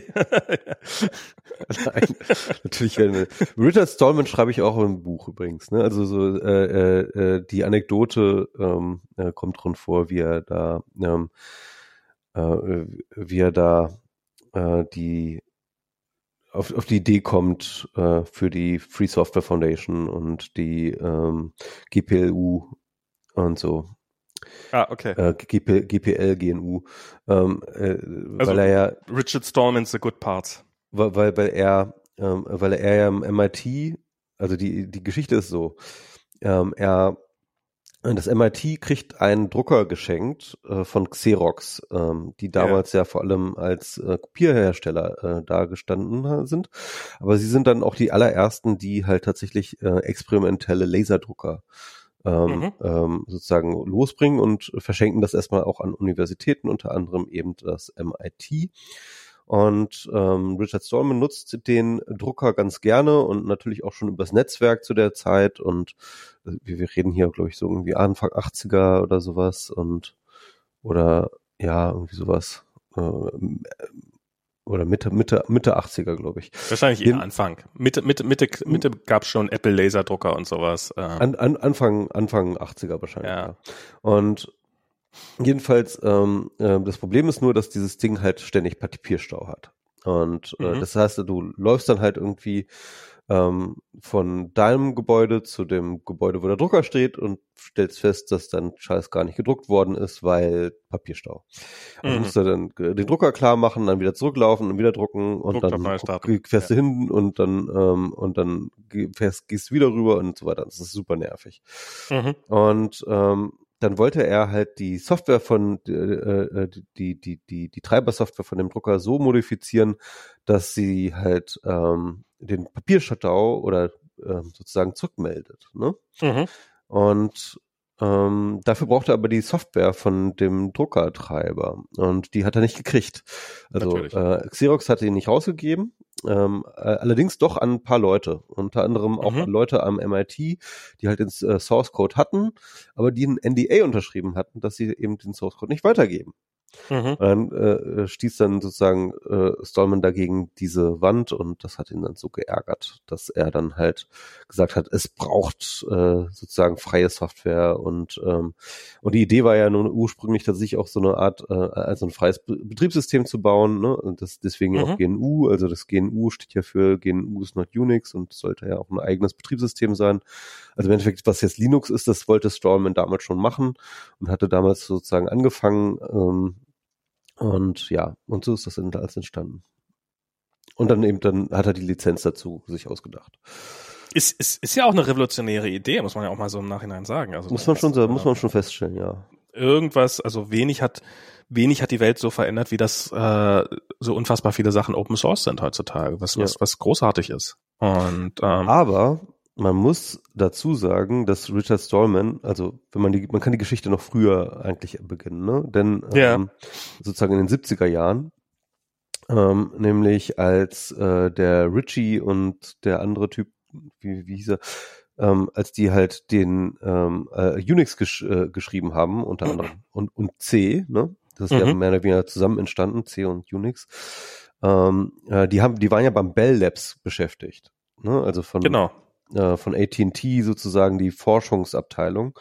Nein, natürlich. Wenn, Richard Stallman schreibe ich auch im Buch übrigens. Ne? Also so äh, äh, die Anekdote ähm, äh, kommt drin vor, wie er da, ähm, äh, wie er da äh, die auf, auf die Idee kommt äh, für die Free Software Foundation und die ähm, G P L U und so. Ah, okay. Äh, G P, G P L, G N U. Ähm, äh, also weil er ja Richard Stallman's the good part. Weil, weil, weil er, ähm, weil er ja im M I T, also die, die Geschichte ist so, ähm, er, das M I T kriegt einen Drucker geschenkt äh, von Xerox, ähm, die damals ja. ja vor allem als äh, Kopierhersteller äh, dagestanden sind. Aber sie sind dann auch die allerersten, die halt tatsächlich äh, experimentelle Laserdrucker ähm, mhm. ähm, sozusagen losbringen und verschenken das erstmal auch an Universitäten, unter anderem eben das M I T. Und ähm, Richard Stallman nutzt den Drucker ganz gerne und natürlich auch schon übers Netzwerk zu der Zeit. Und wir, wir reden hier, glaube ich, so irgendwie Anfang achtziger oder sowas und oder ja, irgendwie sowas. Äh, oder Mitte, Mitte, Mitte achtziger, glaube ich. Wahrscheinlich eher Anfang. Mitte, Mitte, Mitte, Mitte gab es schon Apple Laserdrucker und sowas. Äh. An, an, Anfang, Anfang achtziger wahrscheinlich. Ja. Ja. Und jedenfalls, ähm, äh, das Problem ist nur, dass dieses Ding halt ständig Papierstau hat. Und äh, mhm. das heißt, du läufst dann halt irgendwie ähm, von deinem Gebäude zu dem Gebäude, wo der Drucker steht und stellst fest, dass dann Scheiß gar nicht gedruckt worden ist, weil Papierstau. Also mhm. musst du dann den Drucker klar machen, dann wieder zurücklaufen und wieder drucken und Druck dann fährst ja. du hin und dann ähm, und dann fährst, gehst wieder rüber und so weiter. Das ist super nervig. Mhm. Und ähm, dann wollte er halt die Software von äh, die die die die Treibersoftware von dem Drucker so modifizieren, dass sie halt ähm, den Papierstau oder äh, sozusagen zurückmeldet. Ne? Mhm. Und ähm, dafür brauchte er aber die Software von dem Druckertreiber und die hat er nicht gekriegt. Also äh, Xerox hatte ihn nicht rausgegeben. Ähm, äh, allerdings doch an ein paar Leute, unter anderem auch mhm. an Leute am M I T, die halt den äh, Source Code hatten, aber die einen N D A unterschrieben hatten, dass sie eben den Source Code nicht weitergeben. Mhm. Und dann äh, stieß dann sozusagen äh, Stallman dagegen diese Wand und das hat ihn dann so geärgert, dass er dann halt gesagt hat, es braucht äh, sozusagen freie Software und ähm, und die Idee war ja nun ursprünglich tatsächlich auch so eine Art, äh, also ein freies Be- Betriebssystem zu bauen, ne? Und das deswegen mhm. auch G N U, also das G N U steht ja für G N U is not Unix und sollte ja auch ein eigenes Betriebssystem sein. Also im Endeffekt, was jetzt Linux ist, das wollte Stallman damals schon machen und hatte damals sozusagen angefangen, ähm, und ja, und so ist das alles entstanden. und dann eben, dann hat er die Lizenz dazu sich ausgedacht. Ist, ist, ist ja auch eine revolutionäre Idee, muss man ja auch mal so im Nachhinein sagen. Also muss man schon, ist, muss man schon feststellen, ja. Irgendwas, also wenig hat, wenig hat die Welt so verändert, wie das äh, so unfassbar viele Sachen Open Source sind heutzutage, was, was, ja. was großartig ist. Und ähm, aber man muss dazu sagen, dass Richard Stallman, also wenn man die, man kann die Geschichte noch früher eigentlich beginnen, ne? Denn ja. ähm, sozusagen in den siebziger Jahren, ähm, nämlich als äh, der Richie und der andere Typ, wie, wie hieß er, ähm, als die halt den ähm, äh, Unix gesch äh, geschrieben haben, unter anderem, und, und C, ne? Das ist mhm. ja mehr oder weniger zusammen entstanden, C und Unix. Ähm, äh, die haben, die waren ja beim Bell Labs beschäftigt, ne? Also von genau. äh, von A T and T sozusagen die Forschungsabteilung.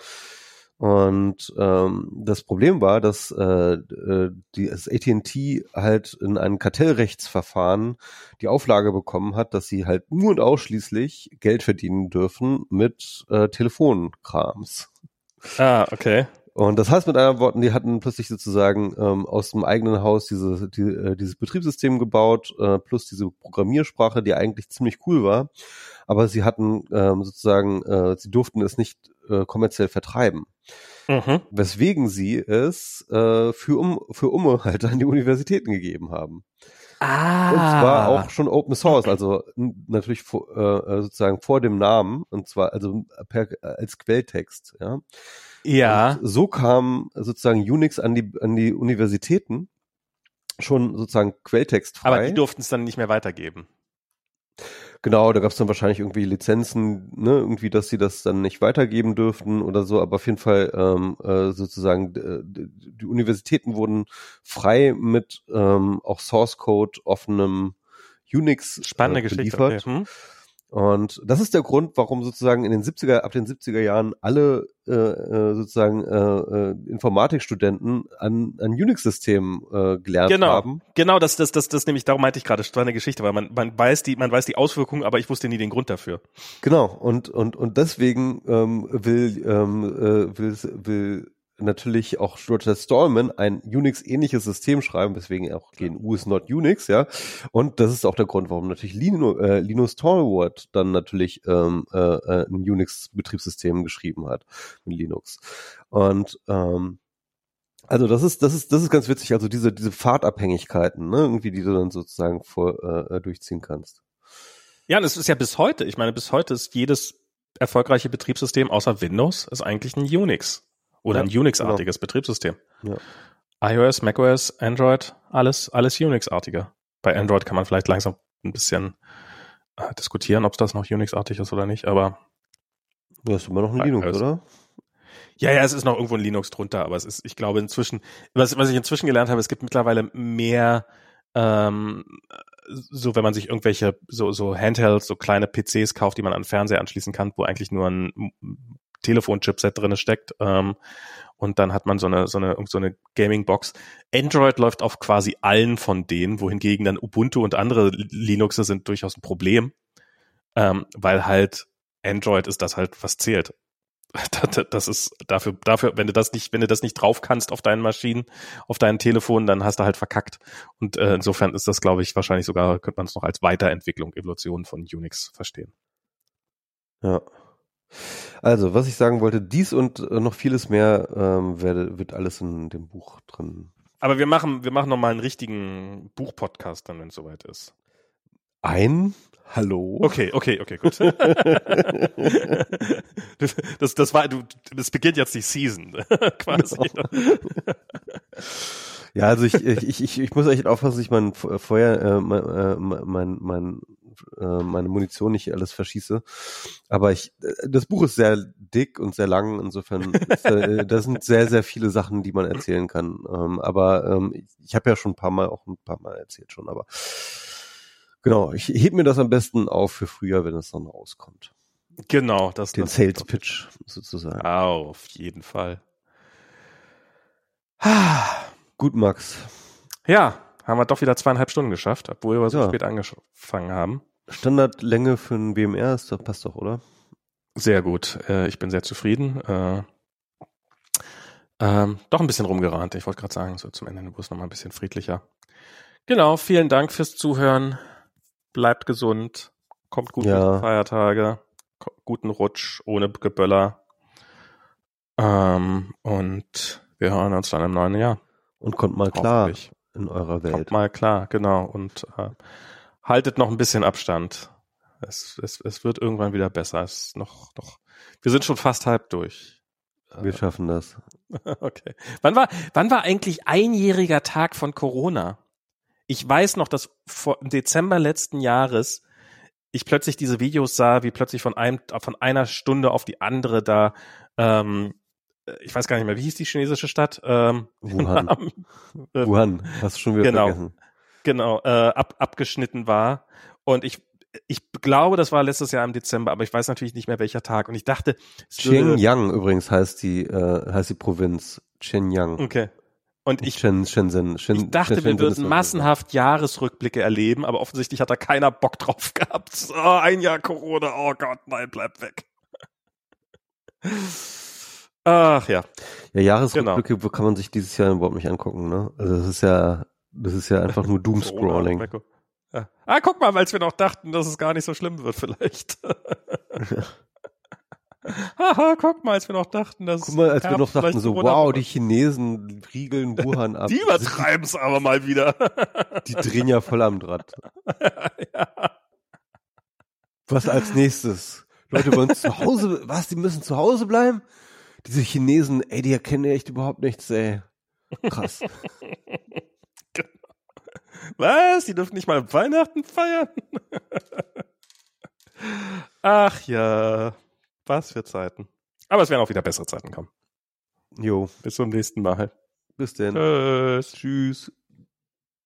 Und ähm, das Problem war, dass äh, die, das A T and T halt in einem Kartellrechtsverfahren die Auflage bekommen hat, dass sie halt nur und ausschließlich Geld verdienen dürfen mit äh, Telefonkrams. Ah, okay. Und das heißt mit anderen Worten, die hatten plötzlich sozusagen ähm, aus dem eigenen Haus diese, die, äh, dieses Betriebssystem gebaut, äh, plus diese Programmiersprache, die eigentlich ziemlich cool war. Aber sie hatten ähm, sozusagen, äh, sie durften es nicht äh, kommerziell vertreiben. Mhm. Weswegen sie es äh, für, um, für Umme halt an die Universitäten gegeben haben. Ah. Und zwar auch schon Open Source, also n- natürlich vor, äh, sozusagen vor dem Namen, und zwar also per, als Quelltext, ja. Ja. Und so kam sozusagen Unix an die an die Universitäten schon sozusagen quelltextfrei. Aber die durften es dann nicht mehr weitergeben. Genau, da gab es dann wahrscheinlich irgendwie Lizenzen, ne, irgendwie, dass sie das dann nicht weitergeben dürften oder so, aber auf jeden Fall ähm, äh, sozusagen äh, die Universitäten wurden frei mit ähm, auch Source Code offenem Unix Spannende äh, Geschichte. beliefert. Okay. Hm? Und das ist der Grund, warum sozusagen in den siebziger, ab den siebziger Jahren alle äh, äh, sozusagen äh, äh, Informatikstudenten an, an Unix-Systemen äh, gelernt genau. haben. Genau, das, das, das, das nämlich, darum meinte ich gerade, das war eine Geschichte, weil man, man weiß die, man weiß die Auswirkungen, aber ich wusste nie den Grund dafür. Genau. Und und und deswegen ähm, will ähm, äh, will will natürlich auch Richard Stallman ein Unix-ähnliches System schreiben, weswegen auch G N U ist not Unix, ja. Und das ist auch der Grund, warum natürlich Linus, äh, Linus Torvald dann natürlich ähm, äh, ein Unix-Betriebssystem geschrieben hat mit Linux. Und ähm, also das ist das ist das ist ganz witzig. Also diese diese Pfadabhängigkeiten, ne, irgendwie, die du dann sozusagen vor äh, durchziehen kannst. Ja, und es ist ja bis heute. Ich meine, bis heute ist jedes erfolgreiche Betriebssystem außer Windows ist eigentlich ein Unix. Oder ja, ein Unix-artiges genau. Betriebssystem. Ja. iOS, macOS, Android, alles, alles Unix-artiger. Bei Android kann man vielleicht langsam ein bisschen äh, diskutieren, ob es das noch Unix-artig ist oder nicht, aber ja, ist immer noch ein Linux, iOS. Oder? Ja, ja, es ist noch irgendwo ein Linux drunter, aber es ist, ich glaube inzwischen, was, was ich inzwischen gelernt habe, es gibt mittlerweile mehr, ähm, so wenn man sich irgendwelche so, so Handhelds, so kleine P Cs kauft, die man an den Fernseher anschließen kann, wo eigentlich nur ein Telefon-Chipset drin steckt, ähm, und dann hat man so eine so eine so eine Gaming-Box. Android läuft auf quasi allen von denen, wohingegen dann Ubuntu und andere Linuxe sind durchaus ein Problem, ähm, weil halt Android ist das halt, was zählt. Das ist dafür, dafür, wenn du das nicht, wenn du das nicht drauf kannst auf deinen Maschinen, auf deinen Telefonen, dann hast du halt verkackt. Und äh, insofern ist das, glaube ich, wahrscheinlich sogar, könnte man es noch als Weiterentwicklung, Evolution von Unix verstehen. Ja. Also, was ich sagen wollte, dies und äh, noch vieles mehr ähm, werde, wird alles in dem Buch drin. Aber wir machen, wir machen nochmal einen richtigen Buch-Podcast dann, wenn es soweit ist. Ein? Hallo? Okay, okay, okay, gut. das, das, das war, du, das beginnt jetzt die Season, quasi. Genau. Ja, also ich, ich, ich, ich muss echt aufpassen, dass ich mein Feuer, äh, mein, mein, mein, äh, meine Munition nicht alles verschieße. Aber ich, das Buch ist sehr dick und sehr lang, insofern, ist, äh, da sind sehr, sehr viele Sachen, die man erzählen kann. Ähm, aber ähm, ich, ich habe ja schon ein paar Mal, auch ein paar Mal erzählt schon, aber genau, ich heb mir das am besten auf für früher, wenn es dann rauskommt. Genau, das Den das Sales Pitch sozusagen. Auf jeden Fall. Gut, Max. Ja, haben wir doch wieder zweieinhalb Stunden geschafft, obwohl wir so ja. spät angefangen haben. Standardlänge für ein B M R ist doch, passt doch, oder? Sehr gut. Äh, ich bin sehr zufrieden. Äh, ähm, doch ein bisschen rumgerannt. Ich wollte gerade sagen, so zum Ende des Bus noch mal ein bisschen friedlicher. Genau, vielen Dank fürs Zuhören. bleibt gesund, kommt gut Ja. durch die Feiertage, ko- guten Rutsch, ohne Geböller. Ähm, und wir hören uns dann im neuen Jahr. Und kommt mal klar Hoffentlich. in eurer Welt. Kommt mal klar, genau. Und äh, haltet noch ein bisschen Abstand. Es, es, es wird irgendwann wieder besser. Es ist noch, noch, wir sind schon fast halb durch. Wir schaffen das. Okay. Wann war, wann war eigentlich einjähriger Tag von Corona? Ich weiß noch, dass vor, im Dezember letzten Jahres ich plötzlich diese Videos sah, wie plötzlich von einem, von einer Stunde auf die andere da, ähm, ich weiß gar nicht mehr, wie hieß die chinesische Stadt? Ähm, Wuhan. Namen, äh, Wuhan, hast du schon wieder genau. vergessen. Genau, äh, ab, abgeschnitten war. Und ich, ich glaube, das war letztes Jahr im Dezember, aber ich weiß natürlich nicht mehr, welcher Tag. Und ich dachte, es würde, Xinjiang übrigens heißt die, äh, heißt die Provinz. Xinjiang. okay. Und Nicht ich, Shen, Shenzhen. Shen, ich dachte, Shenzhen wir ist würden was massenhaft Jahresrückblicke erleben, aber offensichtlich hat da keiner Bock drauf gehabt. Oh, ein Jahr Corona, oh Gott, nein, bleib weg. Ach ja. Ja, Jahresrückblicke genau. Kann man sich dieses Jahr überhaupt nicht angucken, ne? Also das ist ja, das ist ja einfach nur Doomscrolling. Ja. Ah, guck mal, weil wir noch dachten, dass es gar nicht so schlimm wird vielleicht. Haha, guck mal, als wir noch dachten, dass Guck mal, als wir noch dachten so, wow, wird. die Chinesen riegeln Wuhan ab. Die übertreiben es aber mal wieder. Die drehen ja voll am Draht. Ja. Was als nächstes? Leute wollen zu Hause, was, die müssen zu Hause bleiben? Diese Chinesen, ey, die erkennen echt überhaupt nichts, ey. Krass. Was? Die dürfen nicht mal Weihnachten feiern? Ach ja, was für Zeiten. Aber es werden auch wieder bessere Zeiten kommen. Jo. Bis zum nächsten Mal. Bis denn. Tschüss. Tschüss.